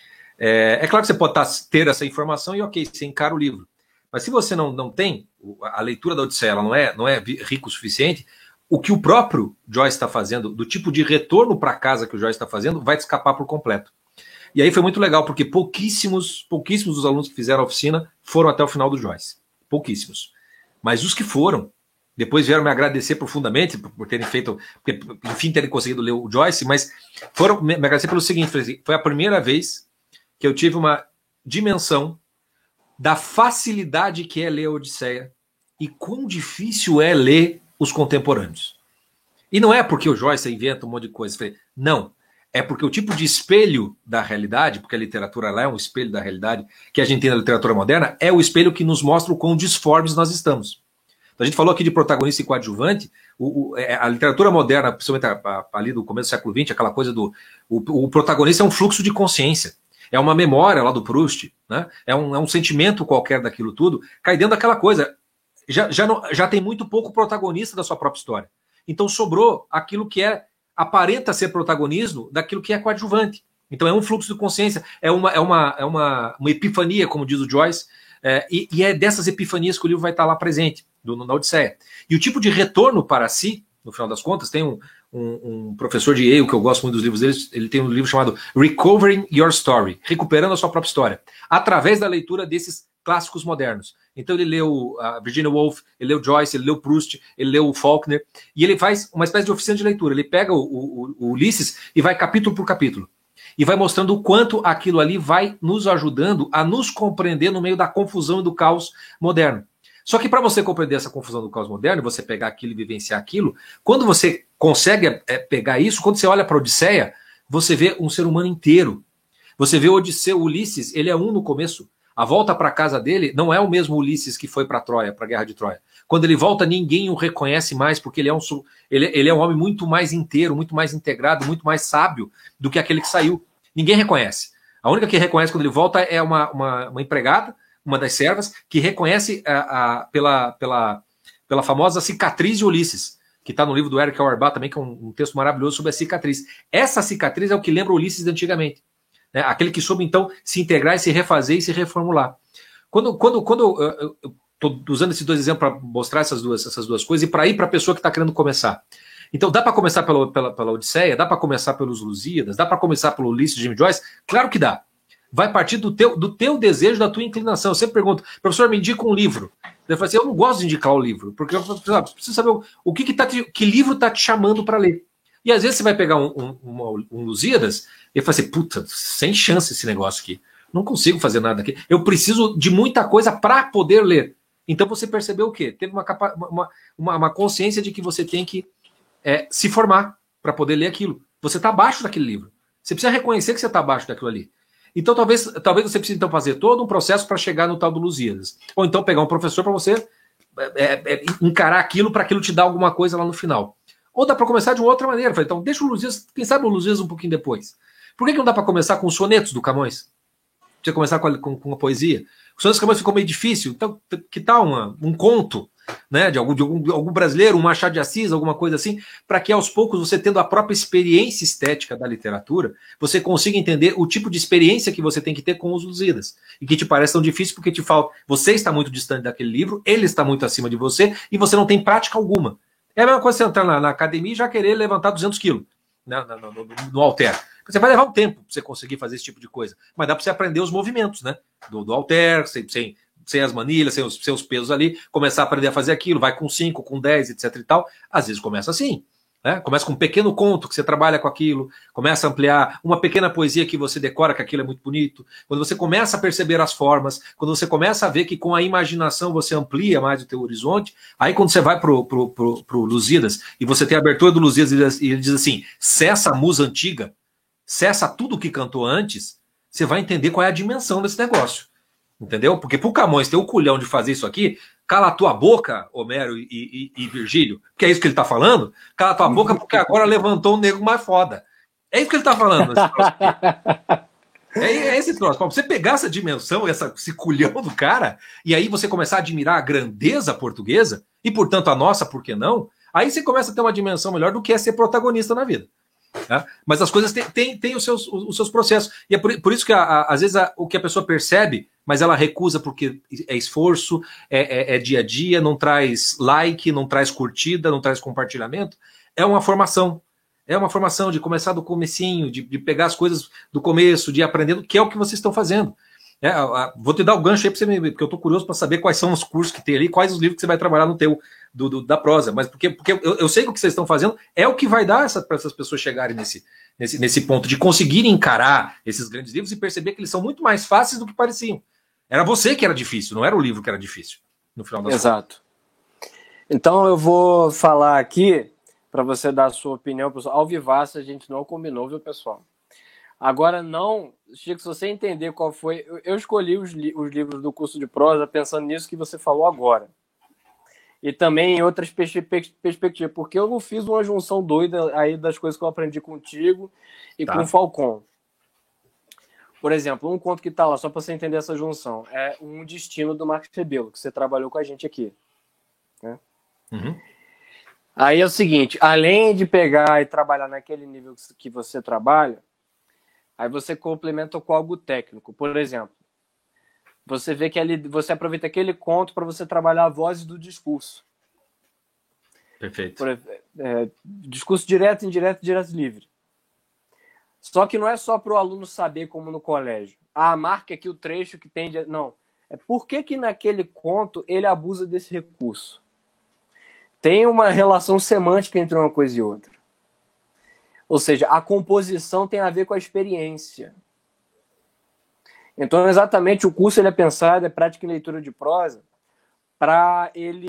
[SPEAKER 2] É claro que você pode ter essa informação e ok, você encara o livro. Mas se você não tem, a leitura da Odisseia ela não é rico o suficiente, o que o próprio Joyce está fazendo, do tipo de retorno para casa que o Joyce está fazendo, vai te escapar por completo. E aí foi muito legal, porque pouquíssimos dos alunos que fizeram a oficina foram até o final do Joyce. Pouquíssimos. Mas os que foram, depois vieram me agradecer profundamente por terem feito, porque, enfim, terem conseguido ler o Joyce, mas foram me agradecer pelo seguinte, foi a primeira vez que eu tive uma dimensão da facilidade que é ler a Odisseia e quão difícil é ler os contemporâneos. E não é porque o Joyce inventa um monte de coisa, não, é porque o tipo de espelho da realidade, porque a literatura lá é um espelho da realidade, que a gente tem na literatura moderna, é o espelho que nos mostra o quão disformes nós estamos. Então, a gente falou aqui de protagonista e coadjuvante, a literatura moderna, principalmente ali do começo do século XX, aquela coisa o protagonista é um fluxo de consciência, é uma memória lá do Proust, né? É um sentimento qualquer daquilo tudo, cai dentro daquela coisa. Já tem muito pouco protagonista da sua própria história. Então sobrou aquilo que aparenta ser protagonismo daquilo que é coadjuvante. Então é um fluxo de consciência, é uma epifania, como diz o Joyce, e é dessas epifanias que o livro vai estar lá presente, na Odisseia. E o tipo de retorno para si, no final das contas, tem um professor de Yale, que eu gosto muito dos livros dele, ele tem um livro chamado Recovering Your Story, recuperando a sua própria história, através da leitura desses clássicos modernos. Então ele leu a Virginia Woolf, ele leu Joyce, ele leu Proust, ele leu Faulkner, e ele faz uma espécie de oficina de leitura. Ele pega o Ulisses e vai capítulo por capítulo. E vai mostrando o quanto aquilo ali vai nos ajudando a nos compreender no meio da confusão e do caos moderno. Só que para você compreender essa confusão do caos moderno, você pegar aquilo e vivenciar aquilo, quando você consegue pegar isso, quando você olha para a Odisseia, você vê um ser humano inteiro. Você vê o Ulisses, ele é um no começo. A volta para casa dele não é o mesmo Ulisses que foi para Troia, para a Guerra de Troia. Quando ele volta, ninguém o reconhece mais, porque ele é um homem muito mais inteiro, muito mais integrado, muito mais sábio do que aquele que saiu. Ninguém reconhece. A única que reconhece quando ele volta é uma empregada, uma das servas, que reconhece pela famosa cicatriz de Ulisses, que está no livro do Eric Auerbach também, que é um texto maravilhoso sobre a cicatriz. Essa cicatriz é o que lembra Ulisses de antigamente. Né? Aquele que soube, então, se integrar e se refazer e se reformular. Quando eu estou usando esses dois exemplos para mostrar essas duas coisas e para ir para a pessoa que está querendo começar. Então, dá para começar pela Odisseia, dá para começar pelos Lusíadas, dá para começar pelo Ulisses de James Joyce? Claro que dá. Vai partir do teu desejo, da tua inclinação. Eu sempre pergunto, professor, me indica um livro. Eu falo assim, eu não gosto de indicar o livro, porque eu preciso saber que livro está te chamando para ler. E às vezes você vai pegar um Lusíadas e fala assim, puta, sem chance esse negócio aqui. Não consigo fazer nada aqui. Eu preciso de muita coisa para poder ler. Então você percebeu o quê? Teve uma consciência de que você tem que se formar para poder ler aquilo. Você está abaixo daquele livro. Você precisa reconhecer que você está abaixo daquilo ali. Então talvez você precise então fazer todo um processo para chegar no tal do Lusíadas. Ou então pegar um professor para você encarar aquilo para aquilo te dar alguma coisa lá no final. Ou dá para começar de uma outra maneira. Então deixa o Lusíadas, quem sabe o Lusíadas um pouquinho depois. Por que não dá para começar com os sonetos do Camões? Você começar com a poesia. O Senhor dos Caminhos ficou meio difícil. Então, que tal um conto, né, de algum brasileiro, um Machado de Assis, alguma coisa assim, para que aos poucos você, tendo a própria experiência estética da literatura, você consiga entender o tipo de experiência que você tem que ter com os Lusíadas. E que te parece tão difícil porque te falta. Você está muito distante daquele livro, ele está muito acima de você e você não tem prática alguma. É a mesma coisa você entrar na academia e já querer levantar 200 quilos, né, no halter. Você vai levar um tempo para você conseguir fazer esse tipo de coisa. Mas dá para você aprender os movimentos, né? Do halter, sem as manilhas, sem os pesos ali, começar a aprender a fazer aquilo, vai com 5, com 10, etc e tal. Às vezes começa assim, né? Começa com um pequeno conto que você trabalha com aquilo, começa a ampliar uma pequena poesia que você decora que aquilo é muito bonito. Quando você começa a perceber as formas, quando você começa a ver que com a imaginação você amplia mais o teu horizonte, aí quando você vai pro Lusíadas e você tem a abertura do Lusíadas e ele diz assim, cessa a musa antiga, cessa tudo que cantou antes, você vai entender qual é a dimensão desse negócio. Entendeu? Porque pro Camões ter o culhão de fazer isso aqui, cala a tua boca, Homero e Virgílio, que é isso que ele tá falando, cala a tua boca porque agora levantou um nego mais foda. É isso que ele tá falando. É esse troço. Pra você pegar essa dimensão, esse culhão do cara, e aí você começar a admirar a grandeza portuguesa, e portanto a nossa, por que não? Aí você começa a ter uma dimensão melhor do que é ser protagonista na vida. Tá? Mas as coisas têm os seus processos. E é por isso que às vezes o que a pessoa percebe, mas ela recusa porque é esforço, é dia a dia, não traz like, não traz curtida, não traz compartilhamento. É uma formação. É uma formação de começar do comecinho, de pegar as coisas do começo, de ir aprendendo, que é o que vocês estão fazendo. Vou te dar o gancho aí para você porque eu estou curioso para saber quais são os cursos que tem ali, quais os livros que você vai trabalhar no teu da prosa, mas porque eu sei que o que vocês estão fazendo é o que vai dar para essas pessoas chegarem nesse ponto de conseguirem encarar esses grandes livros e perceber que eles são muito mais fáceis do que pareciam. Era você que era difícil, não era o livro que era difícil, no final das
[SPEAKER 1] Exato. Contas. Então eu vou falar aqui para você dar a sua opinião, pessoal. Ao vivaço a gente não combinou, viu, pessoal? Agora não, Chico, se você entender qual foi... Eu escolhi os livros do curso de prosa pensando nisso que você falou agora. E também em outras perspectivas, porque eu não fiz uma junção doida aí das coisas que eu aprendi contigo e com o Falcon. Por exemplo, um conto que está lá, só para você entender essa junção, é Um Destino do Marcos Rebelo, que você trabalhou com a gente aqui. Né?
[SPEAKER 2] Uhum.
[SPEAKER 1] Aí é o seguinte, além de pegar e trabalhar naquele nível que você trabalha, aí você complementa com algo técnico. Por exemplo, você vê que ali você aproveita aquele conto para você trabalhar a voz do discurso.
[SPEAKER 2] Perfeito.
[SPEAKER 1] Discurso direto, indireto, direto, livre. Só que não é só para o aluno saber como no colégio. Marca aqui o trecho que tem... Não. É por que naquele conto ele abusa desse recurso. Tem uma relação semântica entre uma coisa e outra. Ou seja, a composição tem a ver com a experiência. Então, exatamente, o curso ele é pensado, é prática em leitura de prosa, para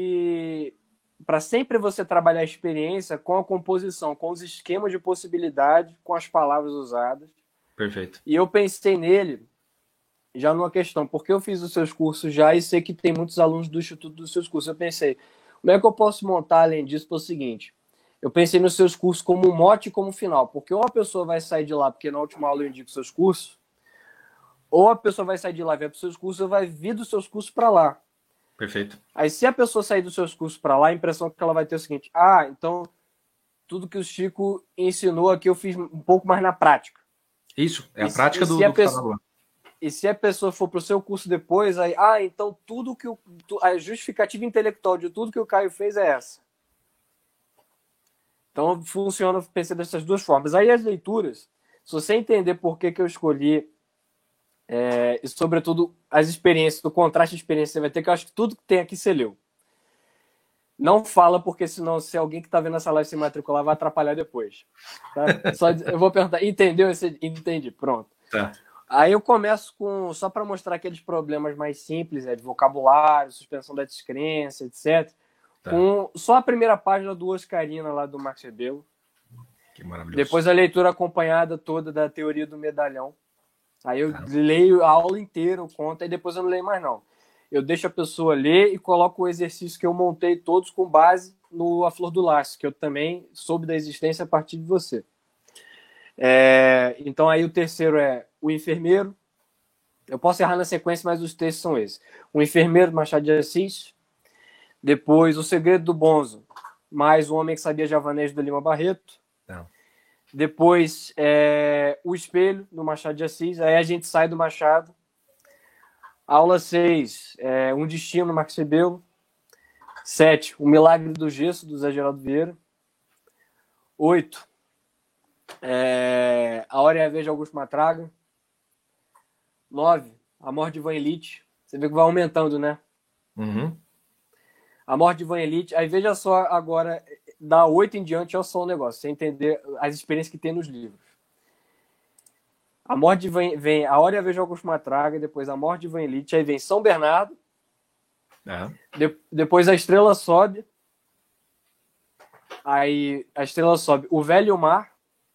[SPEAKER 1] sempre você trabalhar a experiência com a composição, com os esquemas de possibilidade, com as palavras usadas.
[SPEAKER 2] Perfeito.
[SPEAKER 1] E eu pensei nele já numa questão, porque eu fiz os seus cursos já e sei que tem muitos alunos do Instituto dos seus cursos. Eu pensei, como é que eu posso montar além disso? Foi o seguinte, eu pensei nos seus cursos como um mote e como final, porque ou a pessoa vai sair de lá, porque na última aula eu indico seus cursos, ou a pessoa vai sair de lá, ver para os seus cursos, ou vai vir dos seus cursos para lá.
[SPEAKER 2] Perfeito.
[SPEAKER 1] Aí, se a pessoa sair dos seus cursos para lá, a impressão que ela vai ter é o seguinte, então, tudo que o Chico ensinou aqui eu fiz um pouco mais na prática.
[SPEAKER 2] Isso, é a prática do
[SPEAKER 1] pessoa, e se a pessoa for para o seu curso depois, aí, então tudo que a justificativa intelectual de tudo que o Caio fez é essa. Então, funciona, pensei dessas duas formas. Aí, as leituras, se você entender por que eu escolhi e sobretudo as experiências, do contraste de experiência que você vai ter, que eu acho que tudo que tem aqui você leu. Não fala, porque senão se alguém que está vendo essa live se matricular vai atrapalhar depois. Tá? Eu vou perguntar, entendeu? Entendi, pronto.
[SPEAKER 2] Tá.
[SPEAKER 1] Aí eu começo só para mostrar aqueles problemas mais simples, de vocabulário, suspensão da descrença, etc. Tá. Com só a primeira página do Oscarina lá do Marcos Rebelo.
[SPEAKER 2] Que maravilhoso.
[SPEAKER 1] Depois a leitura acompanhada toda da teoria do medalhão. Aí eu leio a aula inteira, o conto, e depois eu não leio mais não. Eu deixo a pessoa ler e coloco o exercício que eu montei todos com base no A Flor do Laço, que eu também soube da existência a partir de você. Então aí o terceiro é O Enfermeiro, Eu posso errar na sequência, mas os textos são esses. O Enfermeiro, do Machado de Assis. Depois, O Segredo do Bonzo, mais O Homem que Sabia Javanês, do Lima Barreto.
[SPEAKER 2] Não.
[SPEAKER 1] Depois, O Espelho, do Machado de Assis. Aí a gente sai do Machado. Aula 6, Um Destino, do Marcos Rebelo. 7, O Milagre do Gesso, do Zé Geraldo Vieira. 8, A Hora e a Vez, de Augusto Matraga. 9, A Morte de Van Elite. Você vê que vai aumentando, né?
[SPEAKER 2] Uhum.
[SPEAKER 1] A Morte de Van Elite. Aí veja só agora, da 8 em diante é só um negócio, você entender as experiências que tem nos livros. A Morte de vem A Hora e a Vez, de Augusto Matraga, depois A Morte de Van Elite, aí vem São Bernardo, depois A Estrela Sobe, aí A Estrela Sobe, O Velho e o Mar,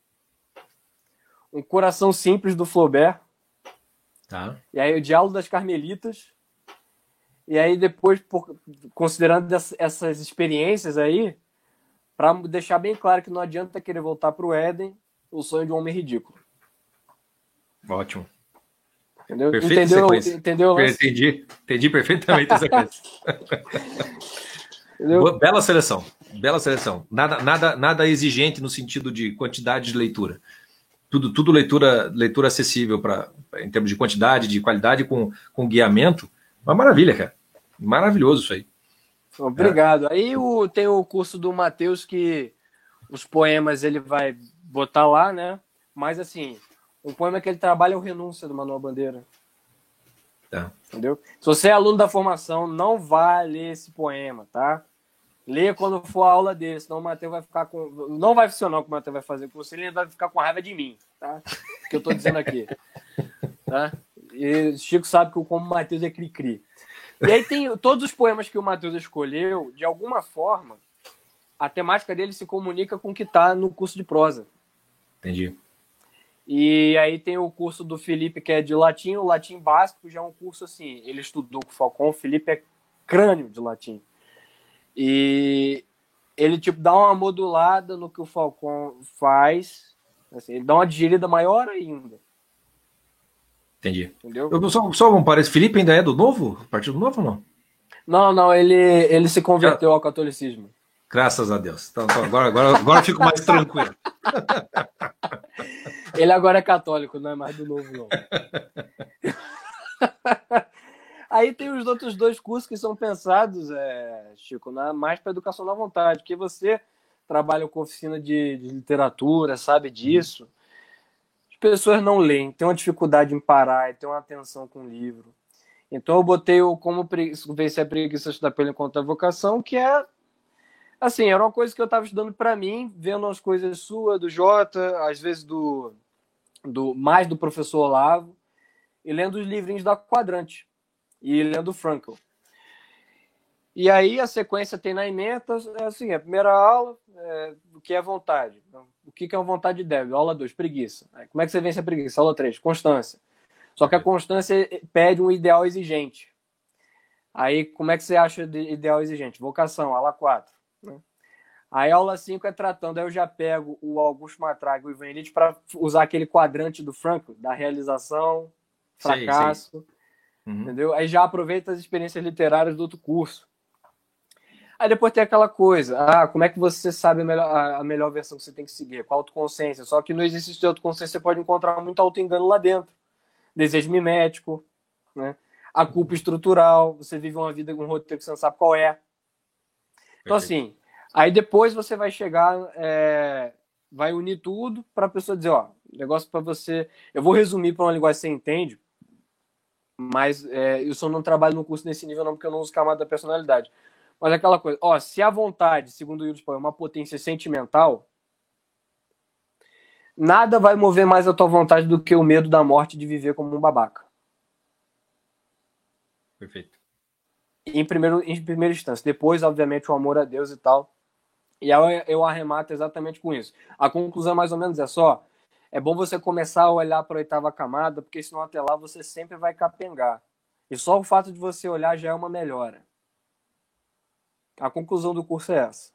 [SPEAKER 1] Um Coração Simples, do Flaubert, e aí O Diálogo das Carmelitas, e aí depois, considerando essas experiências aí, para deixar bem claro que não adianta querer voltar para o Éden, O Sonho de um Homem Ridículo.
[SPEAKER 2] Ótimo.
[SPEAKER 1] Entendeu?
[SPEAKER 2] Perfeita sequência.
[SPEAKER 1] Entendeu?
[SPEAKER 2] Entendi perfeitamente essa sequência. Bela seleção. Bela seleção. Nada exigente no sentido de quantidade de leitura. Tudo leitura acessível em termos de quantidade, de qualidade, com guiamento. Uma maravilha, cara. Maravilhoso isso aí.
[SPEAKER 1] Obrigado. Aí tem o curso do Matheus, que os poemas ele vai botar lá, né? Mas assim, um poema que ele trabalha é o Renúncia, do Manuel Bandeira. Entendeu? Se você é aluno da formação, não vai ler esse poema, tá? Leia quando for a aula dele, senão o Matheus vai ficar com... Não vai funcionar o que o Matheus vai fazer com você, ele vai ficar com raiva de mim, tá? O que eu tô dizendo aqui. Tá? E Chico sabe que como o Matheus é cri-cri. E aí tem todos os poemas que o Matheus escolheu, de alguma forma, a temática dele se comunica com o que está no curso de prosa.
[SPEAKER 2] Entendi.
[SPEAKER 1] E aí tem o curso do Felipe, que é de latim, o latim básico já é um curso assim, ele estudou com o Falcão, o Felipe é crânio de latim. E ele tipo dá uma modulada no que o Falcão faz, assim, ele dá uma digerida maior ainda.
[SPEAKER 2] Entendi.
[SPEAKER 1] Entendeu?
[SPEAKER 2] Só um parênteses, Felipe ainda é do Novo? Partido Novo ou não?
[SPEAKER 1] Não, ele se converteu ao catolicismo.
[SPEAKER 2] Graças a Deus. Então agora eu fico mais tranquilo.
[SPEAKER 1] Ele agora é católico, não é mais do Novo, não. Aí tem os outros dois cursos que são pensados, Chico, mais para educação da vontade, porque você trabalha com oficina de literatura, sabe disso. As pessoas não leem, tem uma dificuldade em parar, tem uma atenção com o livro. Então eu botei o Como Vencer a Preguiça Estudar pelo Encontro da Vocação, que é, assim, era uma coisa que eu estava estudando para mim, vendo as coisas suas, do Jota, às vezes mais do professor Olavo, e lendo os livrinhos da Quadrante, e lendo Frankl. E aí a sequência tem na ementa, assim, a primeira aula, o que é vontade. O que é uma vontade débil? Aula 2, preguiça. Como é que você vence a preguiça? Aula 3, constância. Só que a constância pede um ideal exigente. Aí, como é que você acha de ideal exigente? Vocação, aula 4. Né? Aí, aula 5 é tratando. Aí eu já pego o Augusto Matraga e o Ivan Illich para usar aquele quadrante do Frankl, da realização, fracasso. Sei. Uhum. Entendeu? Aí já aproveita as experiências literárias do outro curso. Aí depois tem aquela coisa, como é que você sabe a melhor versão que você tem que seguir? Com a autoconsciência. Só que no exercício de autoconsciência você pode encontrar muito auto-engano lá dentro. Desejo mimético, né? A culpa estrutural, você vive uma vida com um roteiro que você não sabe qual é. Então, assim, aí depois você vai chegar, vai unir tudo para a pessoa dizer, negócio para você... Eu vou resumir para uma linguagem que você entende, mas eu só não trabalho no curso nesse nível não, porque eu não uso camada da personalidade. Mas aquela coisa, se a vontade, segundo o Yuri, é uma potência sentimental, nada vai mover mais a tua vontade do que o medo da morte de viver como um babaca.
[SPEAKER 2] Perfeito.
[SPEAKER 1] Em primeira instância. Depois, obviamente, o amor a Deus e tal. E aí eu arremato exatamente com isso. A conclusão mais ou menos é bom você começar a olhar para a 8ª camada, porque senão até lá você sempre vai capengar. E só o fato de você olhar já é uma melhora. A conclusão do curso é essa.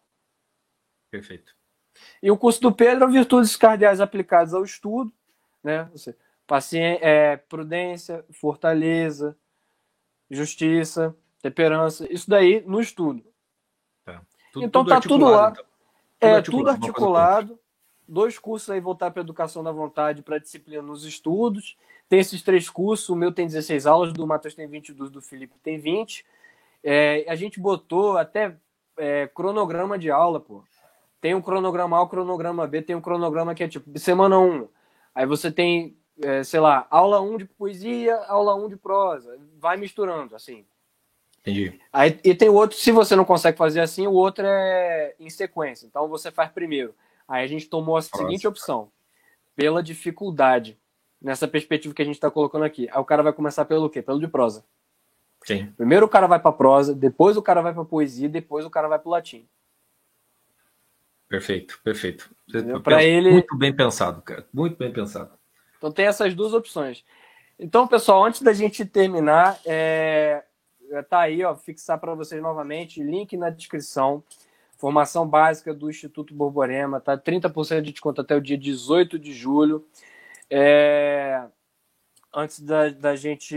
[SPEAKER 2] Perfeito.
[SPEAKER 1] E o curso do Pedro é Virtudes Cardeais Aplicadas ao Estudo, né? Prudência, fortaleza, justiça, temperança, isso daí no estudo. Então tá tudo lá. Então. Tudo articulado. 2 cursos aí voltados para educação da vontade, para disciplina nos estudos. Tem esses 3 cursos, o meu tem 16 aulas, do Matheus tem 22, do Felipe tem 20. A gente botou até cronograma de aula, pô. Tem um cronograma A, um cronograma B, tem um cronograma que é tipo semana 1. Aí você tem, sei lá, aula 1 de poesia, aula 1 de prosa. Vai misturando, assim.
[SPEAKER 2] Entendi.
[SPEAKER 1] Aí, e tem o outro, se você não consegue fazer assim, o outro é em sequência. Então você faz primeiro. Aí a gente tomou a seguinte opção. Pela dificuldade. Nessa perspectiva que a gente está colocando aqui. Aí o cara vai começar pelo quê? Pelo de prosa.
[SPEAKER 2] Sim.
[SPEAKER 1] Primeiro o cara vai para prosa, depois o cara vai para poesia, depois o cara vai para o latim.
[SPEAKER 2] Perfeito.
[SPEAKER 1] Ele...
[SPEAKER 2] Muito bem pensado, cara. Muito bem pensado.
[SPEAKER 1] Então tem essas 2 opções. Então, pessoal, antes da gente terminar, tá aí, ó, fixar para vocês novamente, link na descrição. Formação básica do Instituto Borborema, tá? 30% de desconto até o dia 18 de julho. Antes da gente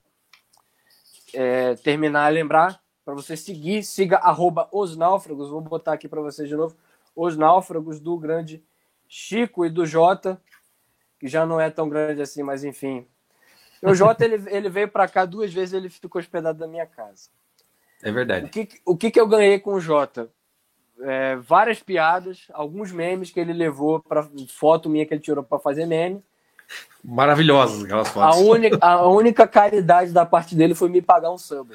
[SPEAKER 1] terminar, lembrar para você siga @osnáufragos, vou botar aqui para vocês de novo, Os Náufragos, do grande Chico e do Jota, que já não é tão grande assim, mas enfim. O Jota, ele veio para cá 2 vezes, ele ficou hospedado na minha casa.
[SPEAKER 2] É verdade.
[SPEAKER 1] O que eu ganhei com o Jota? Várias piadas, alguns memes que ele levou para foto minha que ele tirou para fazer meme.
[SPEAKER 2] Maravilhosas aquelas fotos.
[SPEAKER 1] A única caridade da parte dele foi me pagar um sub.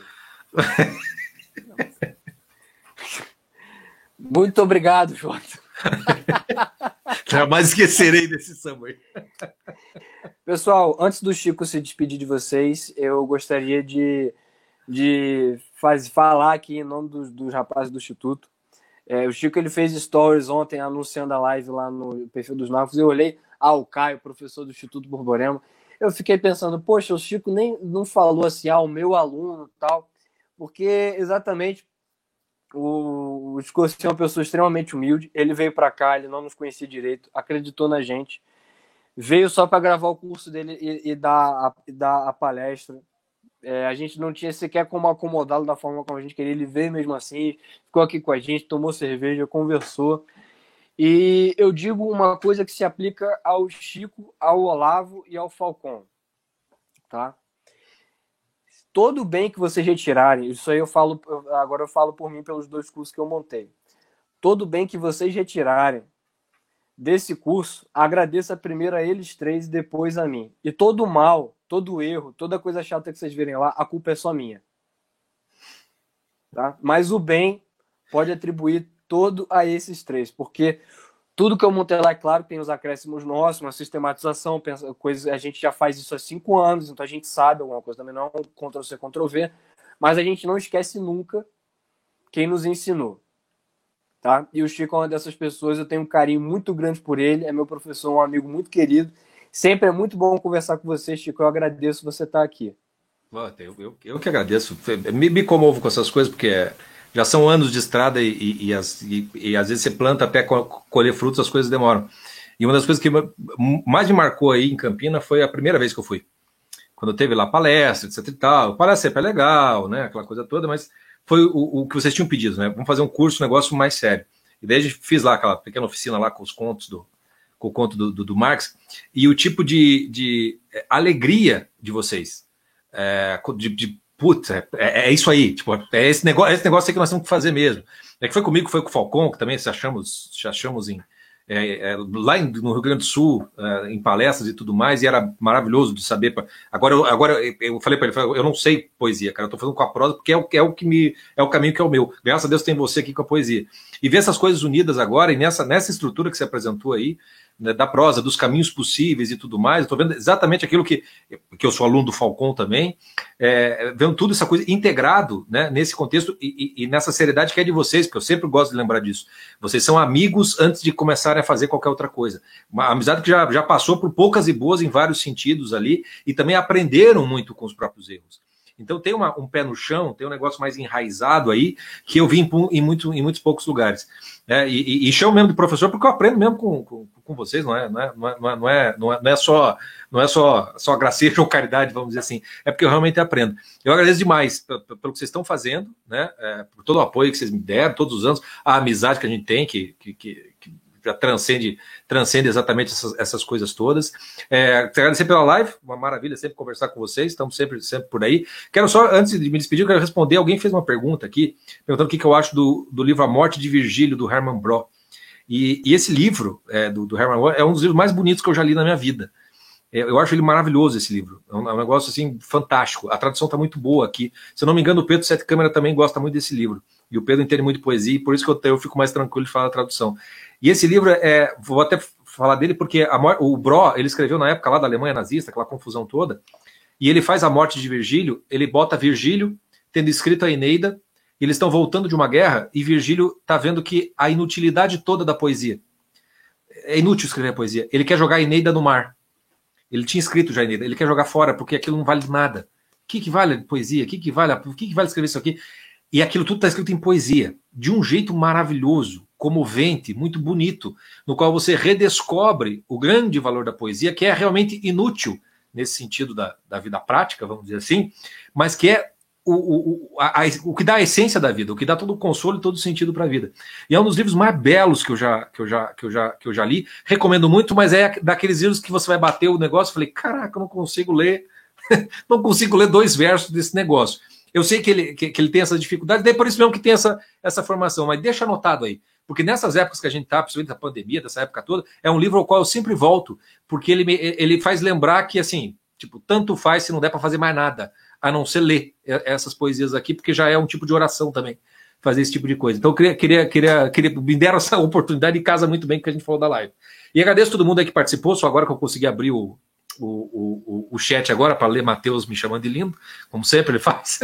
[SPEAKER 1] Muito obrigado, Jota.
[SPEAKER 2] Jamais esquecerei desse samba aí.
[SPEAKER 1] Pessoal, antes do Chico se despedir de vocês, eu gostaria de falar aqui em nome dos rapazes do Instituto. O Chico, ele fez stories ontem anunciando a live lá no perfil dos Náufragos. Eu olhei, o Caio, professor do Instituto Borborema. Eu fiquei pensando, poxa, o Chico nem não falou assim, o meu aluno e tal, porque exatamente o Chico é uma pessoa extremamente humilde. Ele veio para cá, ele não nos conhecia direito, acreditou na gente, veio só para gravar o curso dele e dar a palestra. A gente não tinha sequer como acomodá-lo da forma como a gente queria. Ele veio mesmo assim, ficou aqui com a gente, tomou cerveja, conversou. E eu digo uma coisa que se aplica ao Chico, ao Olavo e ao Falcão, tá? Todo bem que vocês retirarem, isso aí agora eu falo por mim pelos 2 cursos que eu montei. Todo bem que vocês retirarem desse curso, agradeça primeiro a eles 3 e depois a mim. E todo mal, todo erro, toda coisa chata que vocês verem lá, a culpa é só minha. Tá? Mas o bem pode atribuir todo a esses 3, porque tudo que eu montei lá, é claro, tem os acréscimos nossos, uma sistematização, a gente já faz isso há 5 anos, então a gente sabe alguma coisa também, não Ctrl-C, Ctrl-V, mas a gente não esquece nunca quem nos ensinou. Tá? E o Chico é uma dessas pessoas, eu tenho um carinho muito grande por ele, é meu professor, um amigo muito querido. Sempre é muito bom conversar com você, Chico, eu agradeço você estar aqui.
[SPEAKER 2] Eu que agradeço, me comovo com essas coisas, porque já são anos de estrada e às vezes você planta até colher frutos, as coisas demoram. E uma das coisas que mais me marcou aí em Campina foi a primeira vez que eu fui. Quando teve lá palestra, etc e tal. O palestra sempre é legal, né? Aquela coisa toda, mas foi o que vocês tinham pedido, né? Vamos fazer um curso, um negócio mais sério. E daí a gente fiz lá aquela pequena oficina lá com os contos com o conto do Marx, e o tipo de alegria de vocês. Putz, é isso aí, tipo, é esse negócio aí que nós temos que fazer mesmo. Que foi comigo, foi com o Falcão, que também achamos lá no Rio Grande do Sul, em palestras e tudo mais, e era maravilhoso de saber. Agora eu falei para ele, eu não sei poesia, cara, eu tô fazendo com a prosa porque é o caminho que é o meu. Graças a Deus tem você aqui com a poesia. E ver essas coisas unidas agora, e nessa estrutura que você apresentou aí, né, da prosa, dos caminhos possíveis e tudo mais, eu tô vendo exatamente aquilo que eu sou aluno do Falcão também, vendo tudo essa coisa integrado, né, nesse contexto e nessa seriedade que é de vocês, porque eu sempre gosto de lembrar disso. Vocês são amigos antes de começarem a fazer qualquer outra coisa. Uma amizade que já passou por poucas e boas em vários sentidos ali, e também aprenderam muito com os próprios erros. Então tem um pé no chão, tem um negócio mais enraizado aí, que eu vi em muitos poucos lugares. E chamo mesmo de professor, porque eu aprendo mesmo com vocês, não é só gracejo ou caridade, vamos dizer assim, é porque eu realmente aprendo. Eu agradeço demais pelo que vocês estão fazendo, né? Por todo o apoio que vocês me deram, todos os anos, a amizade que a gente tem, que já transcende exatamente essas coisas todas. Te agradecer pela live, uma maravilha sempre conversar com vocês, estamos sempre por aí. Quero só, antes de me despedir, eu quero responder, alguém fez uma pergunta aqui, perguntando o que eu acho do livro A Morte de Virgílio, do Hermann Broch. E esse livro do Hermann Broch é um dos livros mais bonitos que eu já li na minha vida. Eu acho ele maravilhoso, esse livro. É um negócio assim fantástico. A tradução está muito boa aqui. Se eu não me engano, o Pedro Sete Câmara também gosta muito desse livro. E o Pedro entende muito de poesia, e por isso que eu fico mais tranquilo de falar a tradução. E esse livro, vou até falar dele, porque o Broch, ele escreveu na época lá da Alemanha nazista, aquela confusão toda, e ele faz A Morte de Virgílio, ele bota Virgílio tendo escrito a Eneida, e eles estão voltando de uma guerra, e Virgílio está vendo que a inutilidade toda da poesia. É inútil escrever a poesia. Ele quer jogar a Eneida no mar. Ele tinha escrito já a Eneida, ele quer jogar fora, porque aquilo não vale nada. O que vale poesia? O que vale escrever isso aqui? E aquilo tudo está escrito em poesia, de um jeito maravilhoso, comovente, muito bonito, no qual você redescobre o grande valor da poesia, que é realmente inútil, nesse sentido da vida prática, vamos dizer assim, mas que é o que dá a essência da vida, o que dá todo o consolo e todo o sentido para a vida. E é um dos livros mais belos que eu já li, recomendo muito, mas é daqueles livros que você vai bater o negócio e falei, caraca, eu não consigo ler, não consigo ler 2 versos desse negócio. Eu sei que ele tem essa dificuldade, daí por isso mesmo que tem essa formação, mas deixa anotado aí, porque nessas épocas que a gente está, principalmente da pandemia, dessa época toda, é um livro ao qual eu sempre volto, porque ele faz lembrar que, assim, tipo, tanto faz se não der para fazer mais nada, a não ser ler essas poesias aqui, porque já é um tipo de oração também, fazer esse tipo de coisa. Então eu queria me deram essa oportunidade e casa muito bem com o que a gente falou da live. E agradeço todo mundo aí que participou, só agora que eu consegui abrir o chat agora para ler Matheus me chamando de lindo, como sempre ele faz.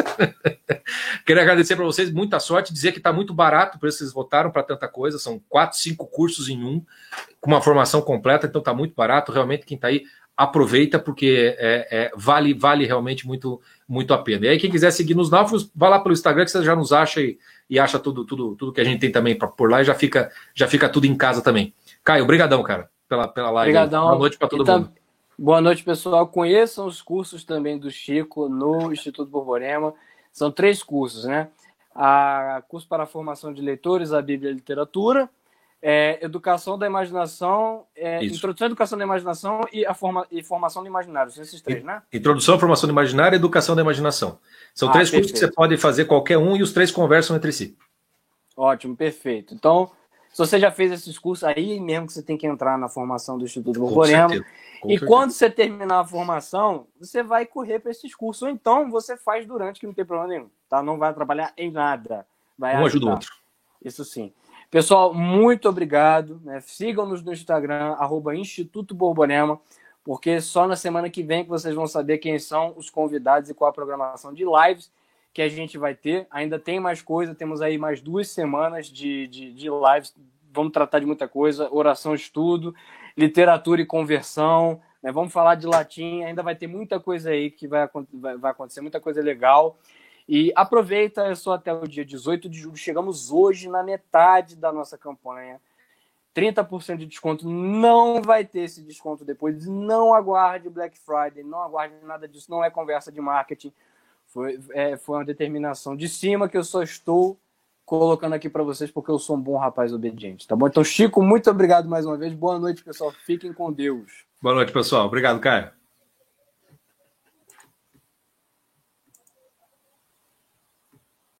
[SPEAKER 2] Queria agradecer para vocês, muita sorte, dizer que está muito barato, por isso vocês votaram para tanta coisa, são 4, 5 cursos em um, com uma formação completa, então está muito barato, realmente quem está aí aproveita, porque vale realmente muito, muito a pena. E aí quem quiser seguir nos náufragos, vai lá pelo Instagram que você já nos acha e acha tudo que a gente tem também por lá e já fica tudo em casa também. Caio, obrigadão, cara, pela live.
[SPEAKER 1] Obrigadão.
[SPEAKER 2] Boa noite para todo mundo.
[SPEAKER 1] Boa noite, pessoal. Conheçam os cursos também do Chico no Instituto Borborema. São 3 cursos, né? Curso para a formação de leitores, a Bíblia e a Literatura, Educação da Imaginação, Introdução à Educação da Imaginação e Formação do Imaginário. São esses 3, né? Introdução,
[SPEAKER 2] Formação do Imaginário e Educação da Imaginação. São 3 cursos que você pode fazer qualquer um e os 3 conversam entre si.
[SPEAKER 1] Ótimo, perfeito. Então, se você já fez esses cursos, aí mesmo que você tem que entrar na formação do Instituto Borborema. Quando você terminar a formação, você vai correr para esses cursos. Ou então você faz durante, que não tem problema nenhum. Tá? Não vai atrapalhar em nada. Um
[SPEAKER 2] ajuda o outro.
[SPEAKER 1] Isso sim. Pessoal, muito obrigado. Né? Sigam-nos no Instagram, @Instituto Borborema, porque só na semana que vem que vocês vão saber quem são os convidados e qual a programação de lives que a gente vai ter. Ainda tem mais coisa, temos aí mais 2 semanas de lives. Vamos tratar de muita coisa, oração, estudo, literatura e conversão, né? Vamos falar de latim, ainda vai ter muita coisa aí que vai acontecer, muita coisa legal. E aproveita, é só até o dia 18 de julho, chegamos hoje na metade da nossa campanha. 30% de desconto, não vai ter esse desconto depois, não aguarde Black Friday, não aguarde nada disso, não é conversa de marketing, foi uma determinação de cima que eu só estou colocando aqui para vocês porque eu sou um bom rapaz obediente, tá bom? Então, Chico, muito obrigado mais uma vez, boa noite, pessoal, fiquem com Deus.
[SPEAKER 2] Boa noite, pessoal, obrigado, Caio.